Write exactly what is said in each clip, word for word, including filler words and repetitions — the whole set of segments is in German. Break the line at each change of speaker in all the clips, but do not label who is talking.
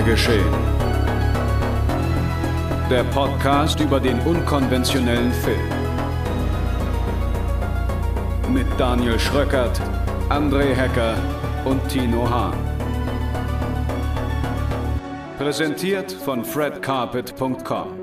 Genregeschehen. Der Podcast über den unkonventionellen Film. Mit Daniel Schröckert, André Hecker und Tino Hahn. Präsentiert von fred carpet punkt com.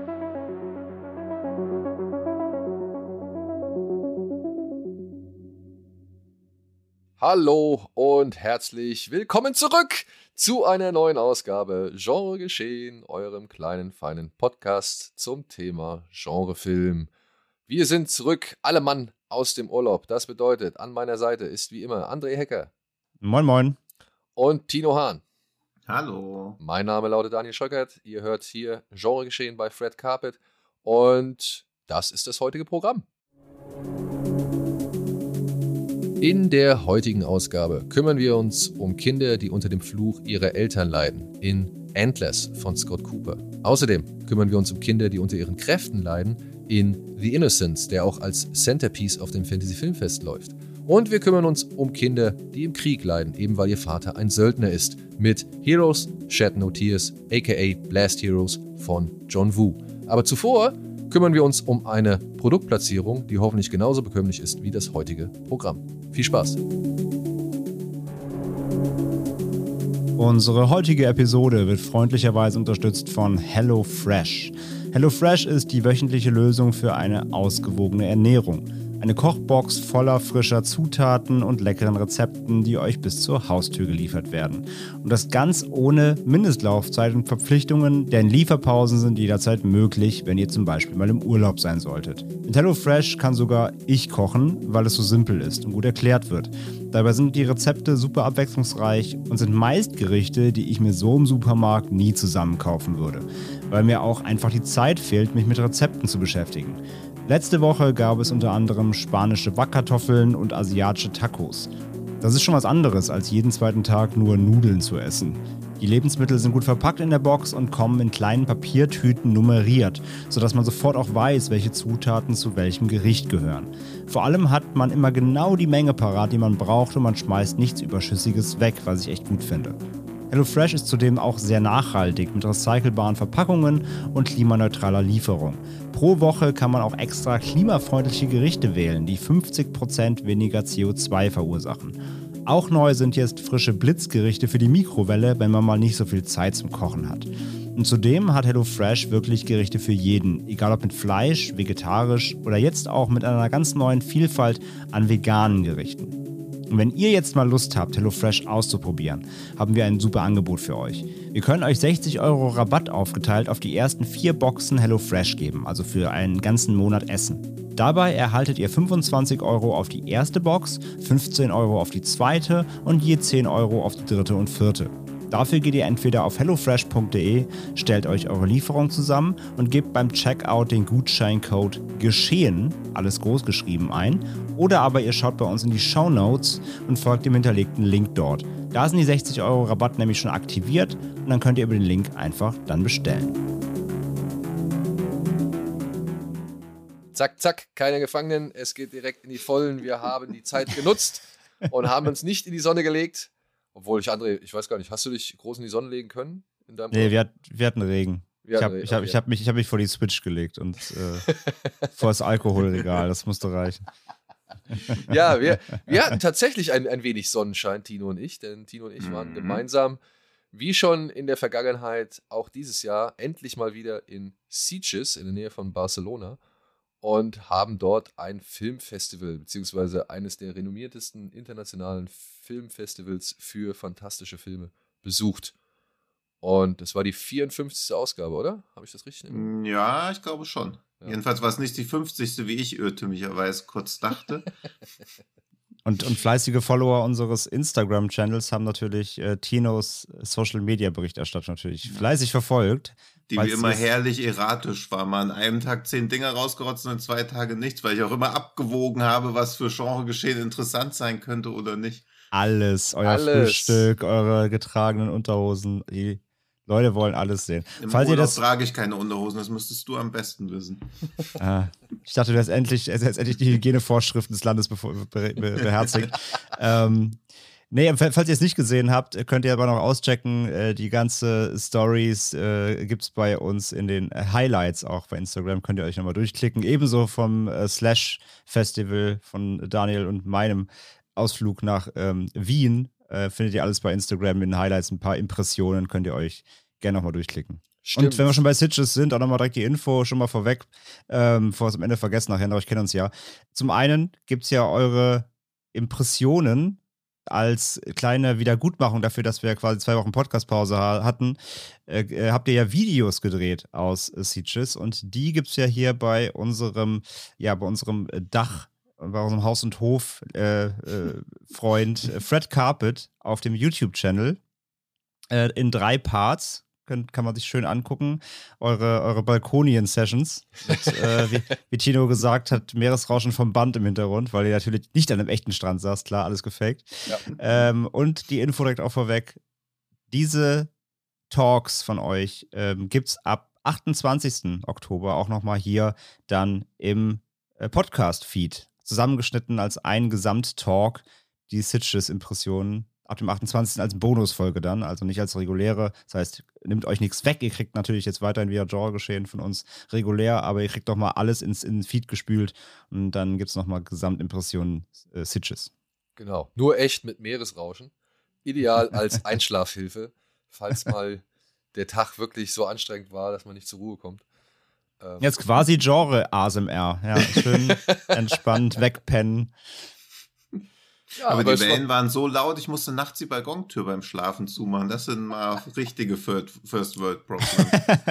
Hallo und herzlich willkommen zurück zu einer neuen Ausgabe Genregeschehen, eurem kleinen, feinen Podcast zum Thema Genrefilm. Wir sind zurück, alle Mann aus dem Urlaub. Das bedeutet, an meiner Seite ist wie immer André Hecker.
Moin, moin.
Und Tino Hahn.
Hallo.
Mein Name lautet Daniel Schröckert. Ihr hört hier Genregeschehen bei Fred Carpet. Und das ist das heutige Programm. In der heutigen Ausgabe kümmern wir uns um Kinder, die unter dem Fluch ihrer Eltern leiden, in Endless von Scott Cooper. Außerdem kümmern wir uns um Kinder, die unter ihren Kräften leiden, in The Innocents, der auch als Centerpiece auf dem Fantasy Filmfest läuft. Und wir kümmern uns um Kinder, die im Krieg leiden, eben weil ihr Vater ein Söldner ist, mit Heroes Shed No Tears, aka Blast Heroes von John Woo. Aber zuvor kümmern wir uns um eine Produktplatzierung, die hoffentlich genauso bekömmlich ist wie das heutige Programm. Viel Spaß!
Unsere heutige Episode wird freundlicherweise unterstützt von HelloFresh. HelloFresh ist die wöchentliche Lösung für eine ausgewogene Ernährung. Eine Kochbox voller frischer Zutaten und leckeren Rezepten, die euch bis zur Haustür geliefert werden. Und das ganz ohne Mindestlaufzeit und Verpflichtungen, denn Lieferpausen sind jederzeit möglich, wenn ihr zum Beispiel mal im Urlaub sein solltet. Mit HelloFresh kann sogar ich kochen, weil es so simpel ist und gut erklärt wird. Dabei sind die Rezepte super abwechslungsreich und sind meist Gerichte, die ich mir so im Supermarkt nie zusammenkaufen würde, weil mir auch einfach die Zeit fehlt, mich mit Rezepten zu beschäftigen. Letzte Woche gab es unter anderem spanische Wackkartoffeln und asiatische Tacos. Das ist schon was anderes, als jeden zweiten Tag nur Nudeln zu essen. Die Lebensmittel sind gut verpackt in der Box und kommen in kleinen Papiertüten nummeriert, sodass man sofort auch weiß, welche Zutaten zu welchem Gericht gehören. Vor allem hat man immer genau die Menge parat, die man braucht, und man schmeißt nichts Überschüssiges weg, was ich echt gut finde. HelloFresh ist zudem auch sehr nachhaltig mit recycelbaren Verpackungen und klimaneutraler Lieferung. Pro Woche kann man auch extra klimafreundliche Gerichte wählen, die fünfzig Prozent weniger C O zwei verursachen. Auch neu sind jetzt frische Blitzgerichte für die Mikrowelle, wenn man mal nicht so viel Zeit zum Kochen hat. Und zudem hat HelloFresh wirklich Gerichte für jeden, egal ob mit Fleisch, vegetarisch oder jetzt auch mit einer ganz neuen Vielfalt an veganen Gerichten. Und wenn ihr jetzt mal Lust habt, HelloFresh auszuprobieren, haben wir ein super Angebot für euch. Wir können euch sechzig Euro Rabatt aufgeteilt auf die ersten vier Boxen HelloFresh geben, also für einen ganzen Monat Essen. Dabei erhaltet ihr fünfundzwanzig Euro auf die erste Box, fünfzehn Euro auf die zweite und je zehn Euro auf die dritte und vierte. Dafür geht ihr entweder auf hellofresh punkt de, stellt euch eure Lieferung zusammen und gebt beim Checkout den Gutscheincode GESCHEHEN, alles groß geschrieben, ein, oder aber ihr schaut bei uns in die Shownotes und folgt dem hinterlegten Link dort. Da sind die sechzig Euro Rabatt nämlich schon aktiviert und dann könnt ihr über den Link einfach dann bestellen.
Zack, zack, keine Gefangenen, es geht direkt in die Vollen. Wir haben die Zeit genutzt und haben uns nicht in die Sonne gelegt. Obwohl ich, André, ich weiß gar nicht, hast du dich groß in die Sonne legen können? In deinem
nee, wir, hat, wir hatten Regen.
Wir
ich
hatten
habe
Regen,
hab,
okay.
hab mich, hab mich vor die Switch gelegt und äh, vor das Alkoholregal, das musste reichen.
Ja, wir, wir hatten tatsächlich ein, ein wenig Sonnenschein, Tino und ich, denn Tino und ich waren mhm. gemeinsam, wie schon in der Vergangenheit, auch dieses Jahr, endlich mal wieder in Sitges, in der Nähe von Barcelona, und haben dort ein Filmfestival, beziehungsweise eines der renommiertesten internationalen Filmfestivals für fantastische Filme besucht. Und das war die vierundfünfzigste Ausgabe, oder? Habe ich das richtig?
Ja, ich glaube schon. Ja. Jedenfalls war es nicht die fünfzigste, wie ich irrtümlicherweise kurz dachte.
Und, und fleißige Follower unseres Instagram-Channels haben natürlich äh, Tinos Social-Media-Berichterstattung natürlich fleißig verfolgt.
Die wie immer herrlich erratisch war. Mal an einem Tag zehn Dinger rausgerotzt und in zwei Tage nichts, weil ich auch immer abgewogen habe, was für Genregeschehen interessant sein könnte oder nicht.
Alles, euer
alles.
Frühstück, eure getragenen Unterhosen, die Leute wollen alles sehen.
Im
Falls
Urlaub
ihr das
trage ich keine Unterhosen, das müsstest du am besten wissen.
Ah, ich dachte, du hast endlich, hast endlich die Hygienevorschriften des Landes be- be- beherzigt. ähm, Nee, falls ihr es nicht gesehen habt, könnt ihr aber noch auschecken. Äh, die ganze Stories äh, gibt es bei uns in den Highlights auch bei Instagram. Könnt ihr euch nochmal durchklicken. Ebenso vom äh, Slash Festival von Daniel und meinem Ausflug nach ähm, Wien. Äh, findet ihr alles bei Instagram in den Highlights. Ein paar Impressionen könnt ihr euch gerne nochmal durchklicken. Stimmt. Und wenn wir schon bei Sitges sind, auch nochmal direkt die Info schon mal vorweg, ähm, bevor wir es am Ende vergessen nachher, aber ich kenne uns ja. Zum einen gibt es ja eure Impressionen als kleine Wiedergutmachung dafür, dass wir quasi zwei Wochen Podcastpause ha- hatten, äh, habt ihr ja Videos gedreht aus äh, Sitges und die gibt es ja hier bei unserem, ja, bei unserem Dach, bei unserem Haus- und Hof-Freund äh, äh, Fred Carpet auf dem YouTube-Channel äh, in drei Parts. Kann, kann man sich schön angucken. Eure, eure Balkonien-Sessions. Mit, äh, wie, wie Tino gesagt hat, Meeresrauschen vom Band im Hintergrund, weil ihr natürlich nicht an einem echten Strand saßt. Klar, alles gefaked. Ja. Ähm, und die Info direkt auch vorweg. Diese Talks von euch ähm, gibt es ab achtundzwanzigsten Oktober auch nochmal hier dann im äh, Podcast-Feed. Zusammengeschnitten als ein Gesamttalk. Die Sitges-Impressionen ab dem achtundzwanzigsten als Bonusfolge dann, also nicht als reguläre. Das heißt, nehmt euch nichts weg. Ihr kriegt natürlich jetzt weiterhin via Genre-Geschehen von uns regulär, aber ihr kriegt doch mal alles ins, in den Feed gespült und dann gibt es nochmal Gesamtimpressionen äh, Sitges.
Genau, nur echt mit Meeresrauschen. Ideal als Einschlafhilfe, falls mal der Tag wirklich so anstrengend war, dass man nicht zur Ruhe kommt. Ähm.
Jetzt quasi Genre-A S M R. Ja, schön entspannt wegpennen.
Ja, aber, aber die Wellen war... waren so laut, ich musste nachts die Balkontür beim Schlafen zumachen. Das sind mal richtige First World Problems.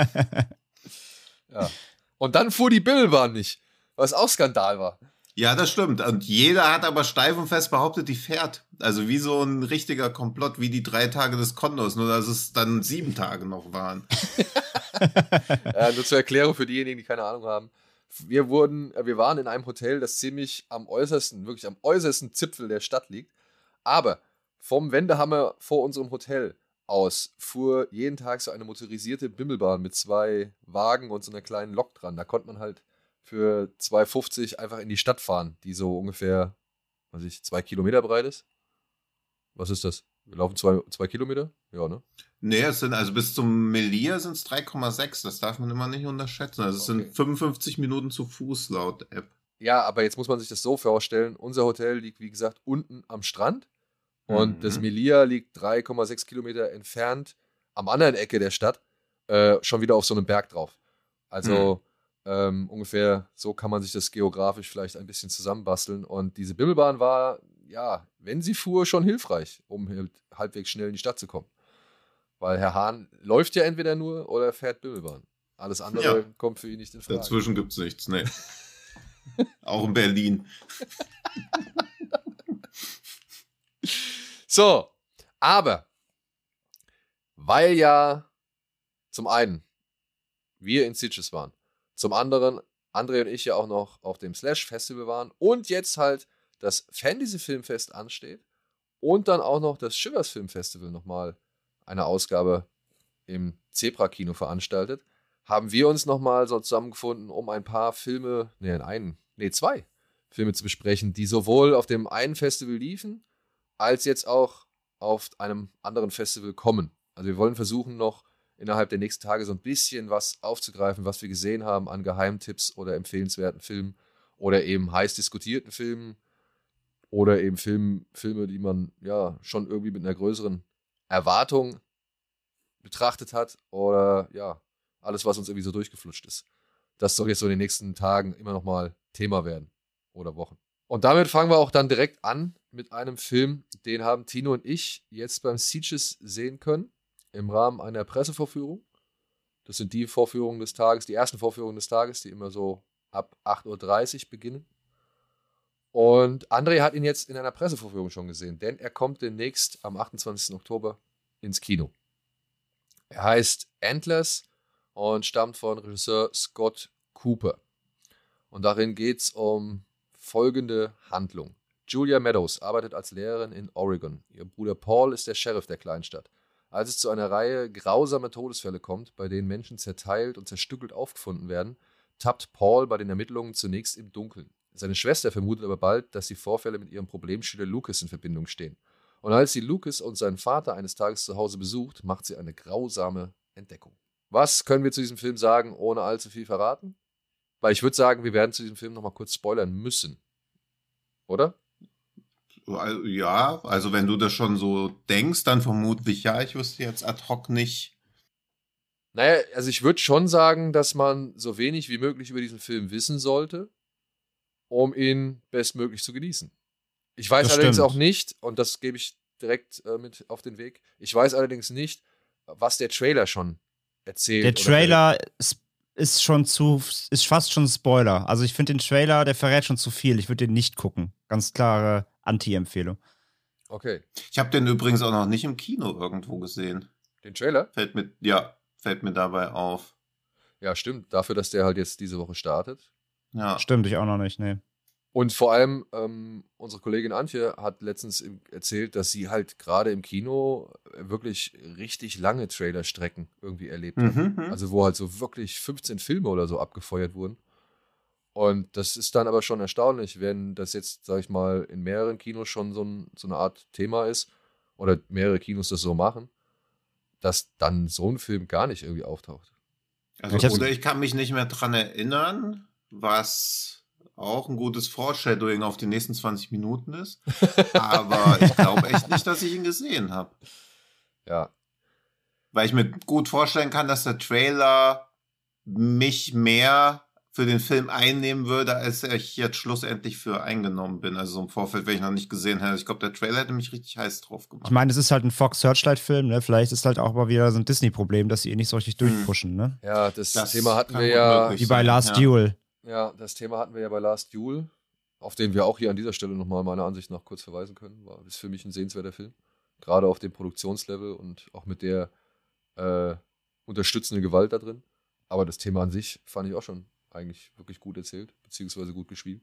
Ja. Und dann fuhr die Bimmelbahn nicht, was auch Skandal war.
Ja, das stimmt. Und jeder hat aber steif und fest behauptet, die fährt. Also wie so ein richtiger Komplott, wie die drei Tage des Kondors, nur dass es dann sieben Tage noch waren.
Ja, nur zur Erklärung für diejenigen, die keine Ahnung haben. Wir wurden, wir waren in einem Hotel, das ziemlich am äußersten, wirklich am äußersten Zipfel der Stadt liegt. Aber vom Wendehammer vor unserem Hotel aus fuhr jeden Tag so eine motorisierte Bimmelbahn mit zwei Wagen und so einer kleinen Lok dran. Da konnte man halt für zwei fünfzig einfach in die Stadt fahren, die so ungefähr, weiß ich, zwei Kilometer breit ist. Was ist das? Wir laufen zwei, zwei Kilometer? Ja, ne?
Nee, es sind, also bis zum Melia sind es drei Komma sechs. Das darf man immer nicht unterschätzen. Also es okay. sind fünfundfünfzig Minuten zu Fuß laut App.
Ja, aber jetzt muss man sich das so vorstellen. Unser Hotel liegt, wie gesagt, unten am Strand. Und mhm. das Melia liegt drei Komma sechs Kilometer entfernt am anderen Ecke der Stadt. Äh, schon wieder auf so einem Berg drauf. Also mhm. ähm, ungefähr so kann man sich das geografisch vielleicht ein bisschen zusammenbasteln. Und diese Bimmelbahn war, ja, wenn sie fuhr, schon hilfreich, um halt halbwegs schnell in die Stadt zu kommen. Weil Herr Hahn läuft ja entweder nur oder fährt Bimmelbahn. Alles andere ja. kommt für ihn nicht in Frage.
Dazwischen gibt es nichts, ne. Auch in Berlin.
So, aber weil ja zum einen wir in Sitges waren, zum anderen André und ich ja auch noch auf dem Slash Festival waren und jetzt halt das Fantasy Filmfest ansteht und dann auch noch das Shivers Film Festival nochmal eine Ausgabe im Zebra-Kino veranstaltet, haben wir uns nochmal so zusammengefunden, um ein paar Filme, nee, einen, nee, zwei Filme zu besprechen, die sowohl auf dem einen Festival liefen, als jetzt auch auf einem anderen Festival kommen. Also wir wollen versuchen, noch innerhalb der nächsten Tage so ein bisschen was aufzugreifen, was wir gesehen haben an Geheimtipps oder empfehlenswerten Filmen oder eben heiß diskutierten Filmen oder eben Film, Filme, die man ja schon irgendwie mit einer größeren Erwartung betrachtet hat oder ja, alles, was uns irgendwie so durchgeflutscht ist. Das soll jetzt so in den nächsten Tagen immer noch mal Thema werden oder Wochen. Und damit fangen wir auch dann direkt an mit einem Film, den haben Tino und ich jetzt beim Sitges sehen können, im Rahmen einer Pressevorführung. Das sind die Vorführungen des Tages, die ersten Vorführungen des Tages, die immer so ab acht Uhr dreißig beginnen. Und André hat ihn jetzt in einer Pressevorführung schon gesehen, denn er kommt demnächst am achtundzwanzigsten Oktober ins Kino. Er heißt Antlers und stammt von Regisseur Scott Cooper. Und darin geht es um folgende Handlung. Julia Meadows arbeitet als Lehrerin in Oregon. Ihr Bruder Paul ist der Sheriff der Kleinstadt. Als es zu einer Reihe grausamer Todesfälle kommt, bei denen Menschen zerteilt und zerstückelt aufgefunden werden, tappt Paul bei den Ermittlungen zunächst im Dunkeln. Seine Schwester vermutet aber bald, dass die Vorfälle mit ihrem Problemschüler Lucas in Verbindung stehen. Und als sie Lucas und seinen Vater eines Tages zu Hause besucht, macht sie eine grausame Entdeckung. Was können wir zu diesem Film sagen, ohne allzu viel verraten? Weil ich würde sagen, wir werden zu diesem Film nochmal kurz spoilern müssen. Oder?
Ja, also wenn du das schon so denkst, dann vermutlich ja. Ich wüsste jetzt ad hoc nicht.
Naja, also ich würde schon sagen, dass man so wenig wie möglich über diesen Film wissen sollte, um ihn bestmöglich zu genießen. Ich weiß
Das
allerdings
stimmt.
auch nicht, und das gebe ich direkt äh, mit auf den Weg, ich weiß allerdings nicht, was der Trailer schon erzählt.
Der
oder
Trailer ist, ist schon zu, ist fast schon ein Spoiler. Also ich finde den Trailer, der verrät schon zu viel. Ich würde den nicht gucken. Ganz klare Anti-Empfehlung.
Okay,
Ich habe den übrigens auch noch nicht im Kino irgendwo gesehen.
den Trailer?
Fällt mir, ja, fällt mir dabei auf.
Ja, stimmt. Dafür, dass der halt jetzt diese Woche startet.
Ja.
Stimmt, ich auch noch nicht, nee.
Und vor allem, ähm, unsere Kollegin Antje hat letztens im- erzählt, dass sie halt gerade im Kino wirklich richtig lange Trailerstrecken irgendwie erlebt hat.
Mhm, mhm.
Also wo halt so wirklich fünfzehn Filme oder so abgefeuert wurden. Und das ist dann aber schon erstaunlich, wenn das jetzt, sag ich mal, in mehreren Kinos schon so, ein, so eine Art Thema ist oder mehrere Kinos das so machen, dass dann so ein Film gar nicht irgendwie auftaucht.
Also,
Ich hab's-
oder ich kann mich nicht mehr dran erinnern, was auch ein gutes Foreshadowing auf die nächsten zwanzig Minuten ist. Aber ich glaube echt nicht, dass ich ihn gesehen habe.
Ja,
Weil ich mir gut vorstellen kann, dass der Trailer mich mehr für den Film einnehmen würde, als ich jetzt schlussendlich für eingenommen bin. Also so im Vorfeld, wenn ich noch nicht gesehen hätte. Ich glaube, der Trailer hätte mich richtig heiß drauf gemacht.
Ich meine, es ist halt ein Fox Searchlight-Film, ne? Vielleicht ist halt auch mal wieder so ein Disney-Problem, dass sie ihn nicht so richtig durchpushen, ne?
ja, das,
Das
Thema hatten
kann
wir
gut
ja.
möglich
Wie bei
sein,
Last
ja.
Duel.
Ja, das Thema hatten wir ja bei Last Duel, auf den wir auch hier an dieser Stelle nochmal meiner Ansicht nach kurz verweisen können. War, ist für mich ein sehenswerter Film. Gerade auf dem Produktionslevel und auch mit der äh, unterstützenden Gewalt da drin. Aber das Thema an sich fand ich auch schon eigentlich wirklich gut erzählt, beziehungsweise gut geschrieben.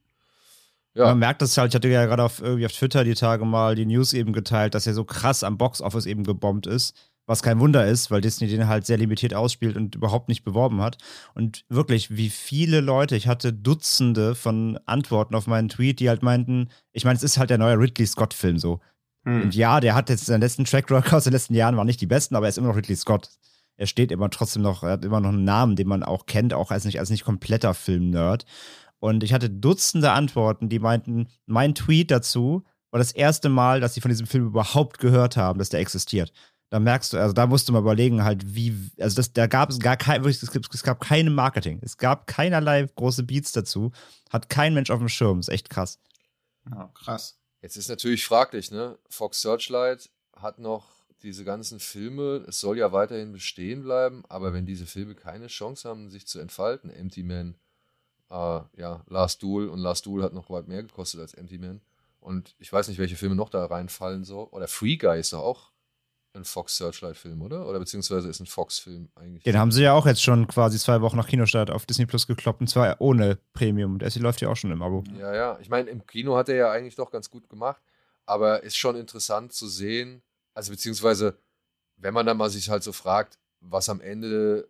Ja,
Man merkt das halt, ich hatte ja gerade auf, irgendwie auf Twitter die Tage mal die News eben geteilt, dass er so krass am Boxoffice eben gebombt ist. Was kein Wunder ist, weil Disney den halt sehr limitiert ausspielt und überhaupt nicht beworben hat. Und wirklich, wie viele Leute, ich hatte Dutzende von Antworten auf meinen Tweet, die halt meinten, ich meine, es ist halt der neue Ridley Scott-Film so.
Hm.
Und ja, der hat jetzt seinen letzten Track Record aus den letzten Jahren, waren nicht die besten, aber er ist immer noch Ridley Scott. Er steht immer trotzdem noch, er hat immer noch einen Namen, den man auch kennt, auch als nicht, als nicht kompletter Film-Nerd. Und ich hatte Dutzende Antworten, die meinten, mein Tweet dazu war das erste Mal, dass sie von diesem Film überhaupt gehört haben, dass der existiert. Da merkst du, also da musst du mal überlegen, halt, wie, also das, da gab es gar kein, wirklich, es, gibt, es gab keine Marketing. Es gab keinerlei große Beats dazu. Hat kein Mensch auf dem Schirm. Ist echt krass.
Ja, krass.
jetzt ist natürlich fraglich, ne? Fox Searchlight hat noch diese ganzen Filme, es soll ja weiterhin bestehen bleiben, aber wenn diese Filme keine Chance haben, sich zu entfalten, Empty Man, äh, ja, Last Duel und Last Duel hat noch weit mehr gekostet als Empty Man und ich weiß nicht, welche Filme noch da reinfallen so, oder Free Guy ist doch auch ein Fox Searchlight-Film, oder? Oder beziehungsweise ist ein Fox-Film eigentlich.
Den haben sie ja auch jetzt schon quasi zwei Wochen nach Kinostart auf Disney Plus gekloppt, und zwar ohne Premium. Der läuft ja auch schon im Abo.
Ja, ja. Ich meine, im Kino hat er ja eigentlich doch ganz gut gemacht, aber ist schon interessant zu sehen, also beziehungsweise, wenn man dann mal sich halt so fragt, was am Ende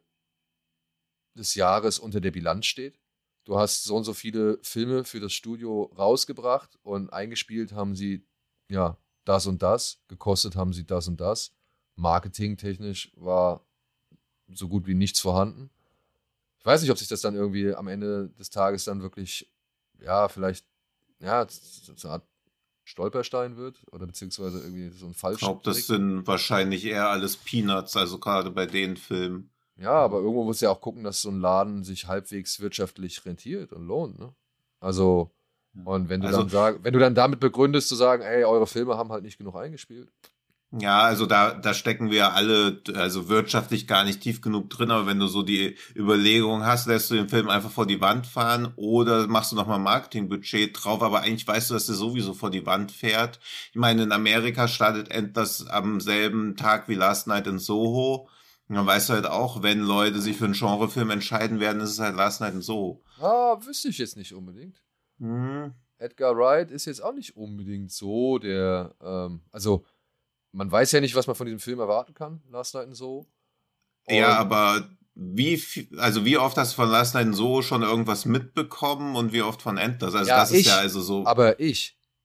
des Jahres unter der Bilanz steht. Du hast so und so viele Filme für das Studio rausgebracht und eingespielt haben sie, ja, das und das, gekostet haben sie das und das. Marketingtechnisch war so gut wie nichts vorhanden. Ich weiß nicht, ob sich das dann irgendwie am Ende des Tages dann wirklich, ja, vielleicht, ja, so eine Art Stolperstein wird oder beziehungsweise irgendwie so ein falsch.
Ich glaube, das sind wahrscheinlich eher alles Peanuts, also gerade bei den Filmen.
Ja, aber irgendwo muss ja auch gucken, dass so ein Laden sich halbwegs wirtschaftlich rentiert und lohnt, ne? Also, und wenn du
Also-
dann sag, wenn du dann damit begründest zu sagen, ey, eure Filme haben halt nicht genug eingespielt.
Ja, also da, da stecken wir alle, also wirtschaftlich gar nicht tief genug drin, aber wenn du so die Überlegung hast, lässt du den Film einfach vor die Wand fahren oder machst du nochmal Marketingbudget drauf, aber eigentlich weißt du, dass der sowieso vor die Wand fährt. Ich meine, in Amerika startet das am selben Tag wie Last Night in Soho. Und dann weißt du halt auch, wenn Leute sich für einen Genrefilm entscheiden werden, ist es halt Last Night in Soho.
Ah, wüsste ich jetzt nicht unbedingt.
Hm.
Edgar Wright ist jetzt auch nicht unbedingt so der, ähm, also man weiß ja nicht, was man von diesem Film erwarten kann, Last Night in Soho.
Ja,
Und-
aber wie viel, also wie oft hast du von Last Night in Soho schon irgendwas mitbekommen und wie oft von Endless? Also
Ja,
das ist
ich.
ja also so.
Aber ich,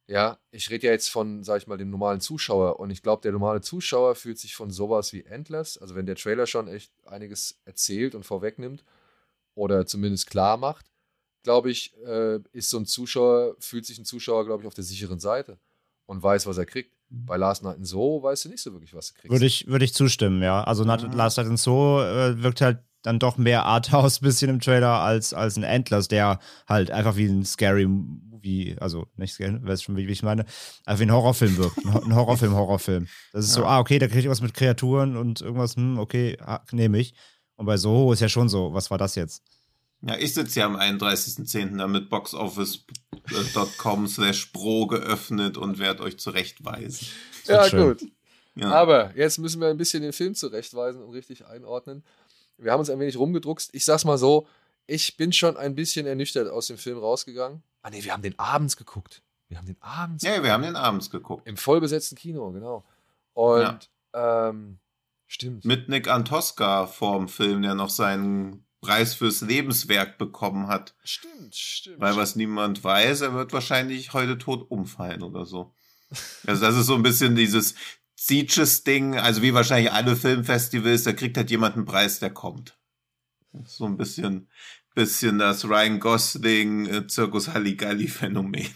Ja, ich rede ja jetzt von, sag ich mal, dem normalen Zuschauer. Und ich glaube, der normale Zuschauer fühlt sich von sowas wie Endless, also wenn der Trailer schon echt einiges erzählt und vorwegnimmt oder zumindest klar macht, glaube ich, äh, ist so ein Zuschauer, fühlt sich ein Zuschauer, glaube ich, auf der sicheren Seite und weiß, was er kriegt. Bei Last Night in Soho weißt du nicht so wirklich, was du kriegst.
Würde ich, würde ich zustimmen, ja. Also mhm. Last Night in Soho äh, wirkt halt dann doch mehr Arthouse bisschen im Trailer als, als ein Endless, der halt einfach wie ein Scary Movie, also nicht Scary, weißt schon, wie ich meine, einfach wie ein Horrorfilm wirkt. Ein Horrorfilm, Horrorfilm. Das ist ja. so, ah, okay, da kriege ich was mit Kreaturen und irgendwas, hm, okay, nehme ich. Und bei Soho ist ja schon so, was war das jetzt?
Ja, ich sitze ja am einunddreißigsten zehnten da mit boxoffice punkt com slash pro geöffnet und werde euch zurechtweisen.
Ja, gut. Ja. Aber jetzt müssen wir ein bisschen den Film zurechtweisen und richtig einordnen. Wir haben uns ein wenig rumgedruckst. Ich sag's mal so, ich bin schon ein bisschen ernüchtert aus dem Film rausgegangen. Ah nee, wir haben den abends geguckt. Wir haben den abends
Ja, geguckt. wir haben den abends geguckt.
Im vollbesetzten Kino, genau. Und, ja. ähm, stimmt.
Mit Nick Antosca vorm Film, der noch seinen Preis fürs Lebenswerk bekommen hat.
Stimmt, stimmt.
Weil was niemand weiß, er wird wahrscheinlich heute tot umfallen oder so. Also das ist so ein bisschen dieses Sieges-Ding, also wie wahrscheinlich alle Filmfestivals, da kriegt halt jemand einen Preis, der kommt. So ein bisschen, bisschen das Ryan Gosling äh, Zirkus Halligalli-Phänomen.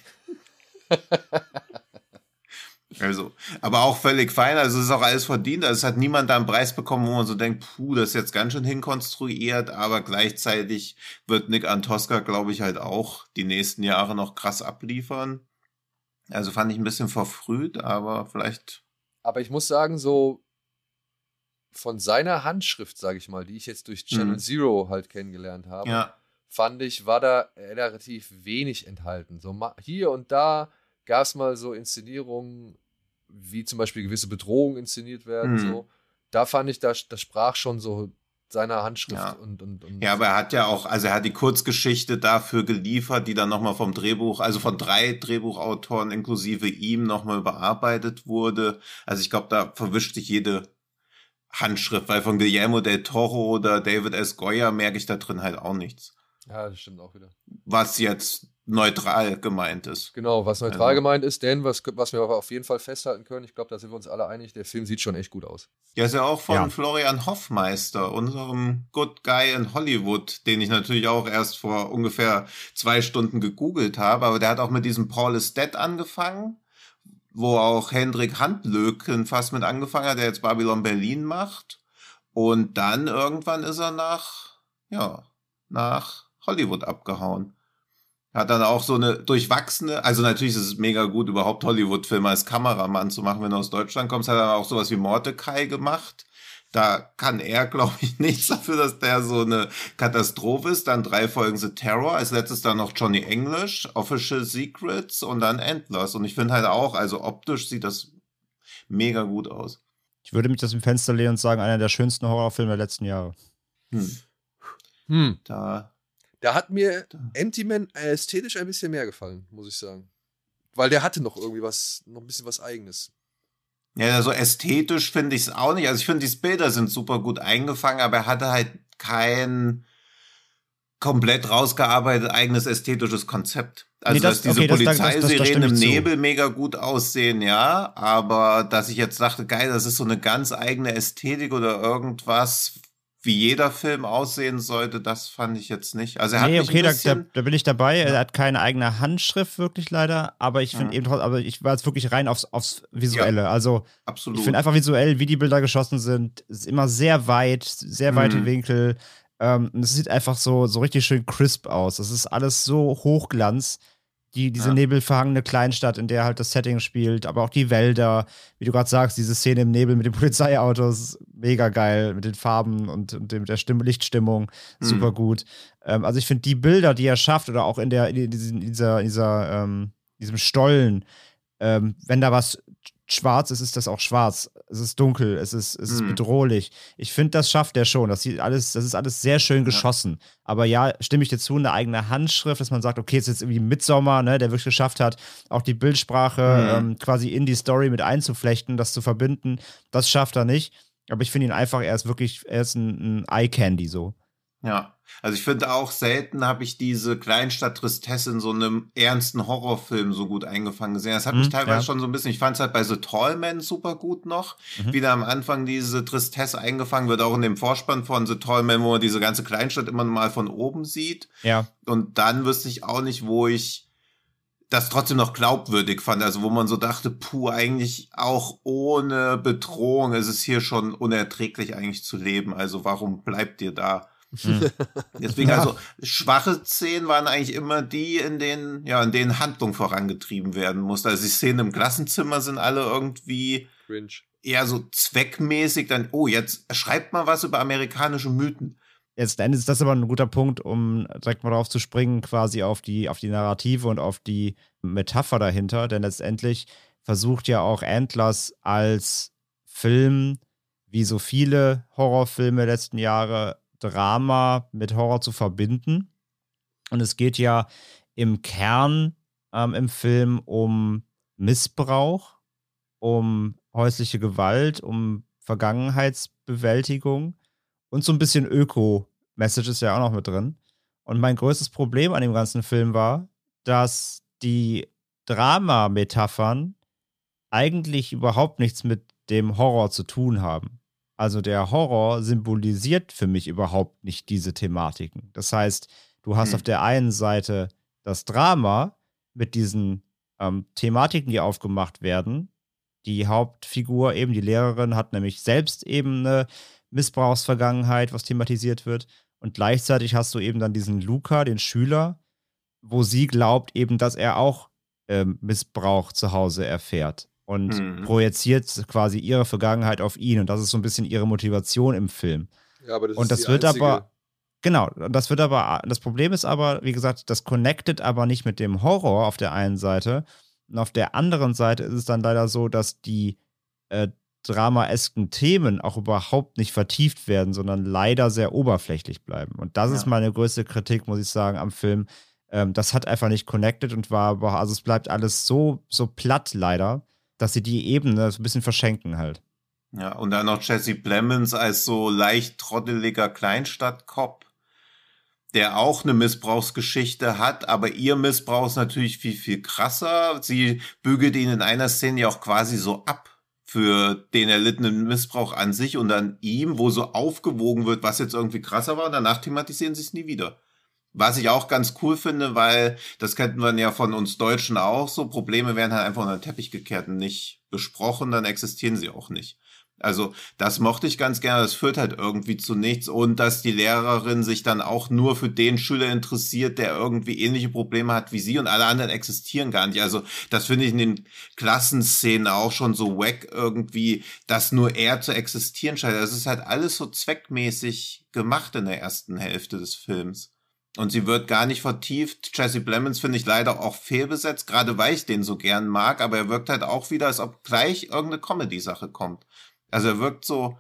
Also, aber auch völlig fein, also es ist auch alles verdient, also es hat niemand da einen Preis bekommen, wo man so denkt, puh, das ist jetzt ganz schön hinkonstruiert, aber gleichzeitig wird Nick Antosca, glaube ich, halt auch die nächsten Jahre noch krass abliefern. Also fand ich ein bisschen verfrüht, aber vielleicht...
Aber ich muss sagen, so von seiner Handschrift, sage ich mal, die ich jetzt durch Channel mhm. Zero halt kennengelernt habe,
ja.
fand ich, war da relativ wenig enthalten. So hier und da gab es mal so Inszenierungen, wie zum Beispiel gewisse Bedrohungen inszeniert werden. Mhm. So. Da fand ich, das, das sprach schon so seiner Handschrift.
Ja.
Und, und, und
ja, aber er hat ja auch, also er hat die Kurzgeschichte dafür geliefert, die dann nochmal vom Drehbuch, also von drei Drehbuchautoren inklusive ihm nochmal überarbeitet wurde. Also ich glaube, da verwischt sich jede Handschrift, weil von Guillermo del Toro oder David S. Goya merke ich da drin halt auch nichts.
Ja, das stimmt auch wieder.
Was jetzt neutral gemeint ist.
Genau, was neutral also. gemeint ist, denn was, was wir aber auf jeden Fall festhalten können, ich glaube, da sind wir uns alle einig, der Film sieht schon echt gut aus.
Ja, ist ja auch von ja. Florian Hoffmeister, unserem Good Guy in Hollywood, den ich natürlich auch erst vor ungefähr zwei Stunden gegoogelt habe, aber der hat auch mit diesem Paul is Dead angefangen, wo auch Hendrik Handlöken fast mit angefangen hat, der jetzt Babylon Berlin macht. Und dann irgendwann ist er nach, ja, nach Hollywood abgehauen. Hat dann auch so eine durchwachsene, also natürlich ist es mega gut, überhaupt Hollywood-Filme als Kameramann zu machen, wenn du aus Deutschland kommst, hat er auch sowas wie Mordecai gemacht. Da kann er, glaube ich, nichts dafür, dass der so eine Katastrophe ist. Dann drei Folgen The Terror, als letztes dann noch Johnny English, Official Secrets und dann Endless. Und ich finde halt auch, also optisch sieht das mega gut aus.
Ich würde mich das im Fenster lehnen und sagen, einer der schönsten Horrorfilme der letzten Jahre.
Hm.
Hm.
Da...
Da hat mir Empty Man ästhetisch ein bisschen mehr gefallen, muss ich sagen. Weil der hatte noch irgendwie was, noch ein bisschen was Eigenes.
Ja, so ästhetisch finde ich es auch nicht. Also ich finde, die Bilder sind super gut eingefangen, aber er hatte halt kein komplett rausgearbeitet eigenes ästhetisches Konzept. Also, nee, das, dass diese okay, Polizeisirenen im Nebel mega gut aussehen, ja, aber dass ich jetzt dachte, geil, das ist so eine ganz eigene Ästhetik oder irgendwas, wie jeder Film aussehen sollte, das fand ich jetzt nicht. Also er hat
nee,
mich
okay,
ein bisschen,
da, da bin ich dabei. Ja. Er hat keine eigene Handschrift wirklich leider, aber ich finde ja. eben trotzdem, aber ich war jetzt wirklich rein aufs, aufs Visuelle. Ja, also absolut. Ich finde einfach visuell, wie die Bilder geschossen sind, ist immer sehr weit, sehr weite mhm. Winkel. Ähm, und es sieht einfach so, so richtig schön crisp aus. Das ist alles so Hochglanz. Die, diese ja. nebelverhangene Kleinstadt, in der halt das Setting spielt, aber auch die Wälder, wie du gerade sagst, diese Szene im Nebel mit den Polizeiautos, mega geil, mit den Farben und, und dem, der Stimm- Lichtstimmung, mhm. super gut. Ähm, also ich finde die Bilder, die er schafft, oder auch in, der, in dieser, in dieser, ähm, diesem Stollen, ähm, wenn da was schwarz ist, ist das auch schwarz. Es ist dunkel, es ist, es ist mhm. bedrohlich. Ich finde, das schafft er schon. Das, sieht alles, das ist alles sehr schön geschossen. Ja. Aber ja, stimme ich dir zu, eine eigene Handschrift, dass man sagt, okay, es ist jetzt irgendwie Midsommar, ne, der wirklich geschafft hat, auch die Bildsprache mhm. ähm, quasi in die Story mit einzuflechten, das zu verbinden. Das schafft er nicht. Aber ich finde ihn einfach, er ist wirklich, er ist ein, ein Eye-Candy so.
Ja, also ich finde auch, selten habe ich diese Kleinstadt-Tristesse in so einem ernsten Horrorfilm so gut eingefangen gesehen. Das hat mich
Mhm,
teilweise
ja.
schon so ein bisschen, ich fand es halt bei The Tall Man super gut noch,
Mhm.
wie da am Anfang diese Tristesse eingefangen wird, auch in dem Vorspann von The Tall Man, wo man diese ganze Kleinstadt immer mal von oben sieht.
Ja.
Und dann wüsste ich auch nicht, wo ich das trotzdem noch glaubwürdig fand, also wo man so dachte, puh, eigentlich auch ohne Bedrohung ist es hier schon unerträglich eigentlich zu leben, also warum bleibt ihr da?
Mhm.
Deswegen,
Ja.
also schwache Szenen waren eigentlich immer die, in denen, ja, in denen Handlung vorangetrieben werden musste. Also die Szenen im Klassenzimmer sind alle irgendwie
Cringe.
eher so zweckmäßig, dann, oh, jetzt schreibt mal was über amerikanische Mythen.
Jetzt Ende ist das aber ein guter Punkt, um direkt mal drauf zu springen, quasi auf die, auf die Narrative und auf die Metapher dahinter. Denn letztendlich versucht ja auch Antlers als Film, wie so viele Horrorfilme der letzten Jahre, Drama mit Horror zu verbinden. Und es geht ja im Kern ähm, im Film um Missbrauch, um häusliche Gewalt, um Vergangenheitsbewältigung. Und so ein bisschen Öko-Message ist ja auch noch mit drin. Und mein größtes Problem an dem ganzen Film war, dass die Drama-Metaphern eigentlich überhaupt nichts mit dem Horror zu tun haben. Also der Horror symbolisiert für mich überhaupt nicht diese Thematiken. Das heißt, du hast
Hm.
auf der einen Seite das Drama mit diesen ähm, Thematiken, die aufgemacht werden. Die Hauptfigur, eben die Lehrerin, hat nämlich selbst eben eine Missbrauchsvergangenheit, was thematisiert wird. Und gleichzeitig hast du eben dann diesen Luca, den Schüler, wo sie glaubt eben, dass er auch ähm, Missbrauch zu Hause erfährt. Und
Mhm.
projiziert quasi ihre Vergangenheit auf ihn. Und das ist so ein bisschen ihre Motivation im Film.
Ja, aber das
Und
ist
das
die
wird
einzige-
aber, genau, und das wird aber, das Problem ist aber, wie gesagt, das connectet aber nicht mit dem Horror auf der einen Seite. Und auf der anderen Seite ist es dann leider so, dass die äh, dramaesken Themen auch überhaupt nicht vertieft werden, sondern leider sehr oberflächlich bleiben. Und das
Ja.
ist meine größte Kritik, muss ich sagen, am Film. Ähm, das hat einfach nicht connected und war, aber- also es bleibt alles so, so platt leider, dass sie die Ebene so ein bisschen verschenken halt.
Ja, und dann noch Jesse Plemons als so leicht trotteliger Kleinstadtkopf, der auch eine Missbrauchsgeschichte hat, aber ihr Missbrauch ist natürlich viel, viel krasser. Sie bügelt ihn in einer Szene ja auch quasi so ab für den erlittenen Missbrauch an sich und an ihm, wo so aufgewogen wird, was jetzt irgendwie krasser war, und danach thematisieren sie es nie wieder. Was ich auch ganz cool finde, weil das kennt man ja von uns Deutschen auch so, Probleme werden halt einfach unter den Teppich gekehrt und nicht besprochen, dann existieren sie auch nicht. Also das mochte ich ganz gerne, das führt halt irgendwie zu nichts und dass die Lehrerin sich dann auch nur für den Schüler interessiert, der irgendwie ähnliche Probleme hat wie sie und alle anderen existieren gar nicht. Also das finde ich in den Klassenszenen auch schon so wack irgendwie, dass nur er zu existieren scheint. Das ist halt alles so zweckmäßig gemacht in der ersten Hälfte des Films. Und sie wird gar nicht vertieft. Jesse Plemons finde ich leider auch fehlbesetzt, gerade weil ich den so gern mag, aber er wirkt halt auch wieder, als ob gleich irgendeine Comedy-Sache kommt. Also er wirkt so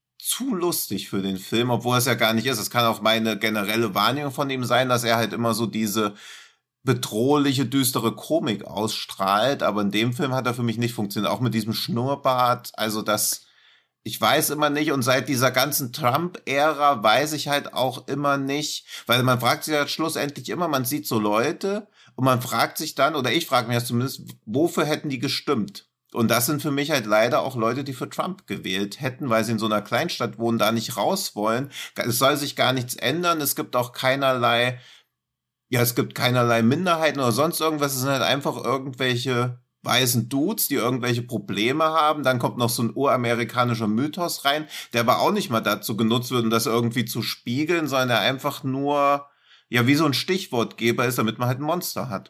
zu lustig für den Film, obwohl es ja gar nicht ist. Es kann auch meine generelle Wahrnehmung von ihm sein, dass er halt immer so diese bedrohliche, düstere Komik ausstrahlt, aber in dem Film hat er für mich nicht funktioniert. Auch mit diesem Schnurrbart, also das, ich weiß immer nicht, und seit dieser ganzen Trump-Ära weiß ich halt auch immer nicht, weil man fragt sich halt schlussendlich immer, man sieht so Leute und man fragt sich dann, oder ich frage mich das zumindest, wofür hätten die gestimmt? Und das sind für mich halt leider auch Leute, die für Trump gewählt hätten, weil sie in so einer Kleinstadt wohnen, da nicht raus wollen. Es soll sich gar nichts ändern. Es gibt auch keinerlei, ja, es gibt keinerlei Minderheiten oder sonst irgendwas. Es sind halt einfach irgendwelche weißen Dudes, die irgendwelche Probleme haben. Dann kommt noch so ein uramerikanischer Mythos rein, der aber auch nicht mal dazu genutzt wird, um das irgendwie zu spiegeln, sondern der einfach nur, ja, wie so ein Stichwortgeber ist, damit man halt ein Monster hat.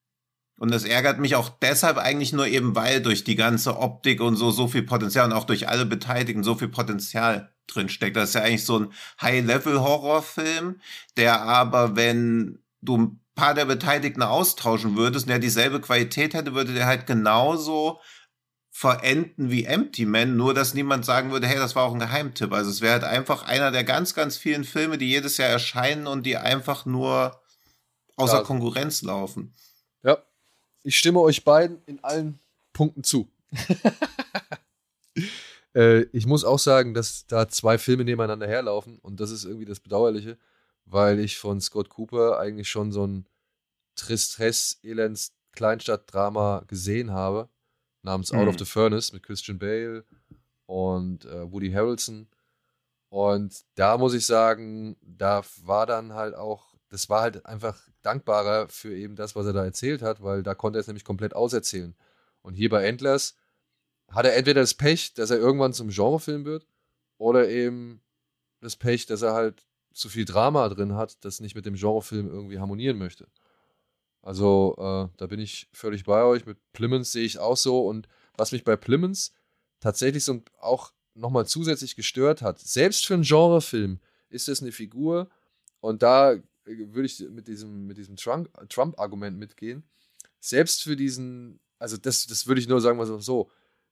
Und das ärgert mich auch deshalb eigentlich nur eben, weil durch die ganze Optik und so so viel Potenzial und auch durch alle Beteiligten so viel Potenzial drinsteckt. Das ist ja eigentlich so ein High-Level-Horrorfilm, der aber, wenn du ein paar der Beteiligten austauschen würdest und der dieselbe Qualität hätte, würde der halt genauso verenden wie Empty Man, nur dass niemand sagen würde, hey, das war auch ein Geheimtipp. Also es wäre halt einfach einer der ganz, ganz vielen Filme, die jedes Jahr erscheinen und die einfach nur außer
Ja.
Konkurrenz laufen.
Ja, ich stimme euch beiden in allen Punkten zu. äh, ich muss auch sagen, dass da zwei Filme nebeneinander herlaufen und das ist irgendwie das Bedauerliche. weil ich von Scott Cooper eigentlich schon so ein Tristesse-Elends-Kleinstadt-Drama gesehen habe, namens Out
Mhm.
of the Furnace mit Christian Bale und äh, Woody Harrelson. Und da muss ich sagen, da war dann halt auch, das war halt einfach dankbarer für eben das, was er da erzählt hat, weil da konnte er es nämlich komplett auserzählen. Und hier bei Endless hat er entweder das Pech, dass er irgendwann zum Genrefilm wird, oder eben das Pech, dass er halt zu viel Drama drin hat, das nicht mit dem Genrefilm irgendwie harmonieren möchte. Also äh, da bin ich völlig bei euch. Mit Plimons sehe ich auch so. Und was mich bei Plimons tatsächlich so auch nochmal zusätzlich gestört hat, selbst für einen Genrefilm ist es eine Figur, und da äh, würde ich mit diesem, mit diesem Trump- Trump-Argument mitgehen, selbst für diesen, also das, das würde ich nur sagen, mal so, so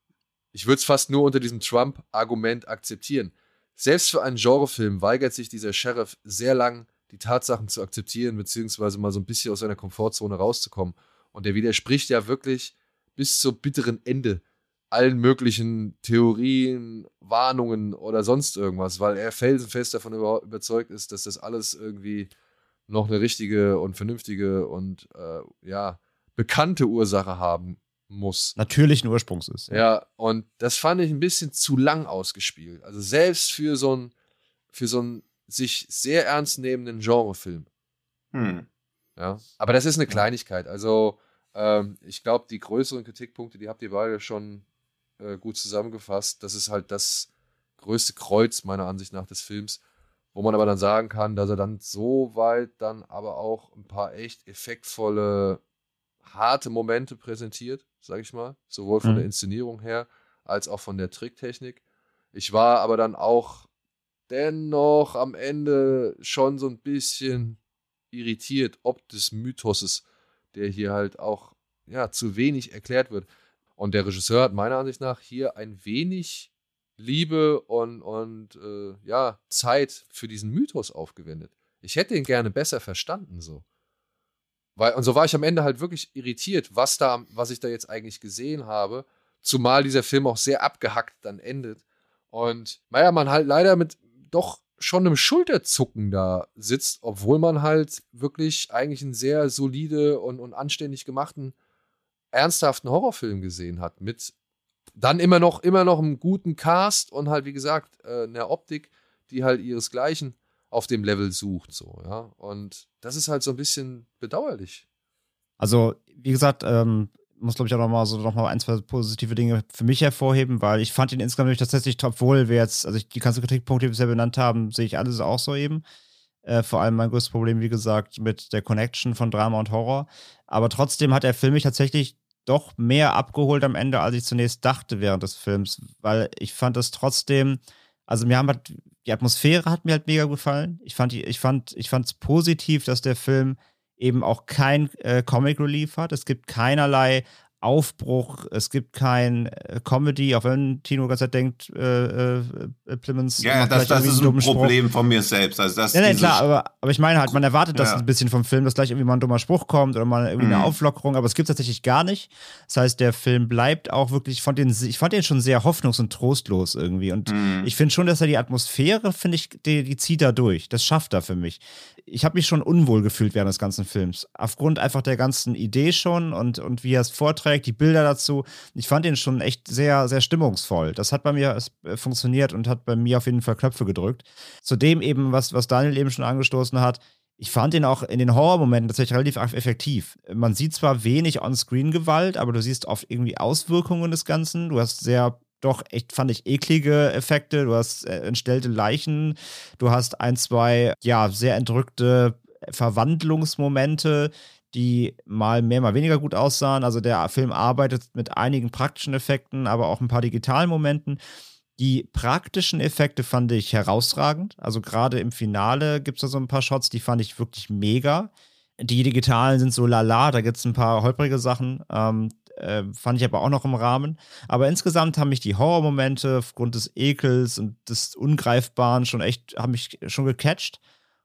ich würde es fast nur unter diesem Trump-Argument akzeptieren. Selbst für einen Genrefilm weigert sich dieser Sheriff sehr lang, die Tatsachen zu akzeptieren, beziehungsweise mal so ein bisschen aus seiner Komfortzone rauszukommen. Und der widerspricht ja wirklich bis zum bitteren Ende allen möglichen Theorien, Warnungen oder sonst irgendwas, weil er felsenfest davon über- überzeugt ist, dass das alles irgendwie noch eine richtige und vernünftige und äh, ja, bekannte Ursache haben muss.
Natürlichen Ursprungs ist.
Ja, und das fand ich ein bisschen zu lang ausgespielt. Also selbst für so einen, für so einen sich sehr ernst nehmenden Genrefilm.
Hm.
Ja, aber das ist eine Kleinigkeit. Also ähm, ich glaube, die größeren Kritikpunkte, die habt ihr beide schon äh, gut zusammengefasst. Das ist halt das größte Kreuz meiner Ansicht nach des Films, wo man aber dann sagen kann, dass er dann so weit dann aber auch ein paar echt effektvolle, harte Momente präsentiert, sag ich mal, sowohl von
Mhm.
der Inszenierung her als auch von der Tricktechnik. Ich war aber dann auch dennoch am Ende schon so ein bisschen irritiert, ob des Mythoses, der hier halt auch ja, zu wenig erklärt wird. Und der Regisseur hat meiner Ansicht nach hier ein wenig Liebe und, und äh, ja, Zeit für diesen Mythos aufgewendet. Ich hätte ihn gerne besser verstanden, so. Weil, und so war ich am Ende halt wirklich irritiert, was da, was ich da jetzt eigentlich gesehen habe, zumal dieser Film auch sehr abgehackt dann endet. Und naja, man halt leider mit doch schon einem Schulterzucken da sitzt, obwohl man halt wirklich eigentlich einen sehr solide und, und anständig gemachten, ernsthaften Horrorfilm gesehen hat. Mit dann immer noch, immer noch einem guten Cast und halt, wie gesagt, äh, einer Optik, die halt ihresgleichen auf dem Level sucht, so, ja. Und das ist halt so ein bisschen bedauerlich.
Also, wie gesagt, ähm, muss, glaube ich, auch nochmal so noch mal ein, zwei positive Dinge für mich hervorheben, weil ich fand ihn insgesamt nämlich tatsächlich, obwohl wir jetzt, also ich, die ganzen Kritikpunkte, die wir bisher benannt haben, sehe ich alles auch so eben. Äh, vor allem mein größtes Problem, wie gesagt, mit der Connection von Drama und Horror. Aber trotzdem hat der Film mich tatsächlich doch mehr abgeholt am Ende, als ich zunächst dachte während des Films, weil ich fand es trotzdem, also mir haben halt, die Atmosphäre hat mir halt mega gefallen. Ich fand die, ich fand, ich fand es positiv, dass der Film eben auch kein äh, Comic Relief hat. Es gibt keinerlei Aufbruch, es gibt kein äh, Comedy, auch wenn Tino ganz Zeit denkt, äh, äh, Plimons
Ja,
macht
das,
gleich
das
irgendwie
ist
einen
ein
dummen Spruch.
Problem von mir selbst. Also das
Ja, nee,
dieses-
klar, aber, aber ich meine halt, man erwartet das
Ja.
ein bisschen vom Film, dass gleich irgendwie mal ein dummer Spruch kommt oder mal irgendwie
Mhm.
eine Auflockerung, aber es gibt tatsächlich gar nicht. Das heißt, der Film bleibt auch wirklich, ich fand den, ich fand den schon sehr hoffnungs- und trostlos irgendwie. Und
Mhm.
ich finde schon, dass er die Atmosphäre, finde ich, die, die zieht da durch. Das schafft er für mich. Ich habe mich schon unwohl gefühlt während des ganzen Films. Aufgrund einfach der ganzen Idee schon und, und wie er es vorträgt, die Bilder dazu. Ich fand den schon echt sehr, sehr stimmungsvoll. Das hat bei mir äh, funktioniert und hat bei mir auf jeden Fall Knöpfe gedrückt. Zudem eben, was, was Daniel eben schon angestoßen hat, ich fand den auch in den Horrormomenten tatsächlich relativ effektiv. Man sieht zwar wenig On-Screen-Gewalt, aber du siehst oft irgendwie Auswirkungen des Ganzen. Du hast sehr, doch echt, fand ich, eklige Effekte. Du hast äh, entstellte Leichen. Du hast ein, zwei, ja, sehr entrückte Verwandlungsmomente, die mal mehr, mal weniger gut aussahen. Also der Film arbeitet mit einigen praktischen Effekten, aber auch ein paar digitalen Momenten. Die praktischen Effekte fand ich herausragend. Also gerade im Finale gibt es da so ein paar Shots, die fand ich wirklich mega. Die digitalen sind so lala, da gibt es ein paar holprige Sachen. Ähm, äh, fand ich aber auch noch im Rahmen. Aber insgesamt haben mich die Horrormomente aufgrund des Ekels und des Ungreifbaren schon echt, haben mich schon gecatcht.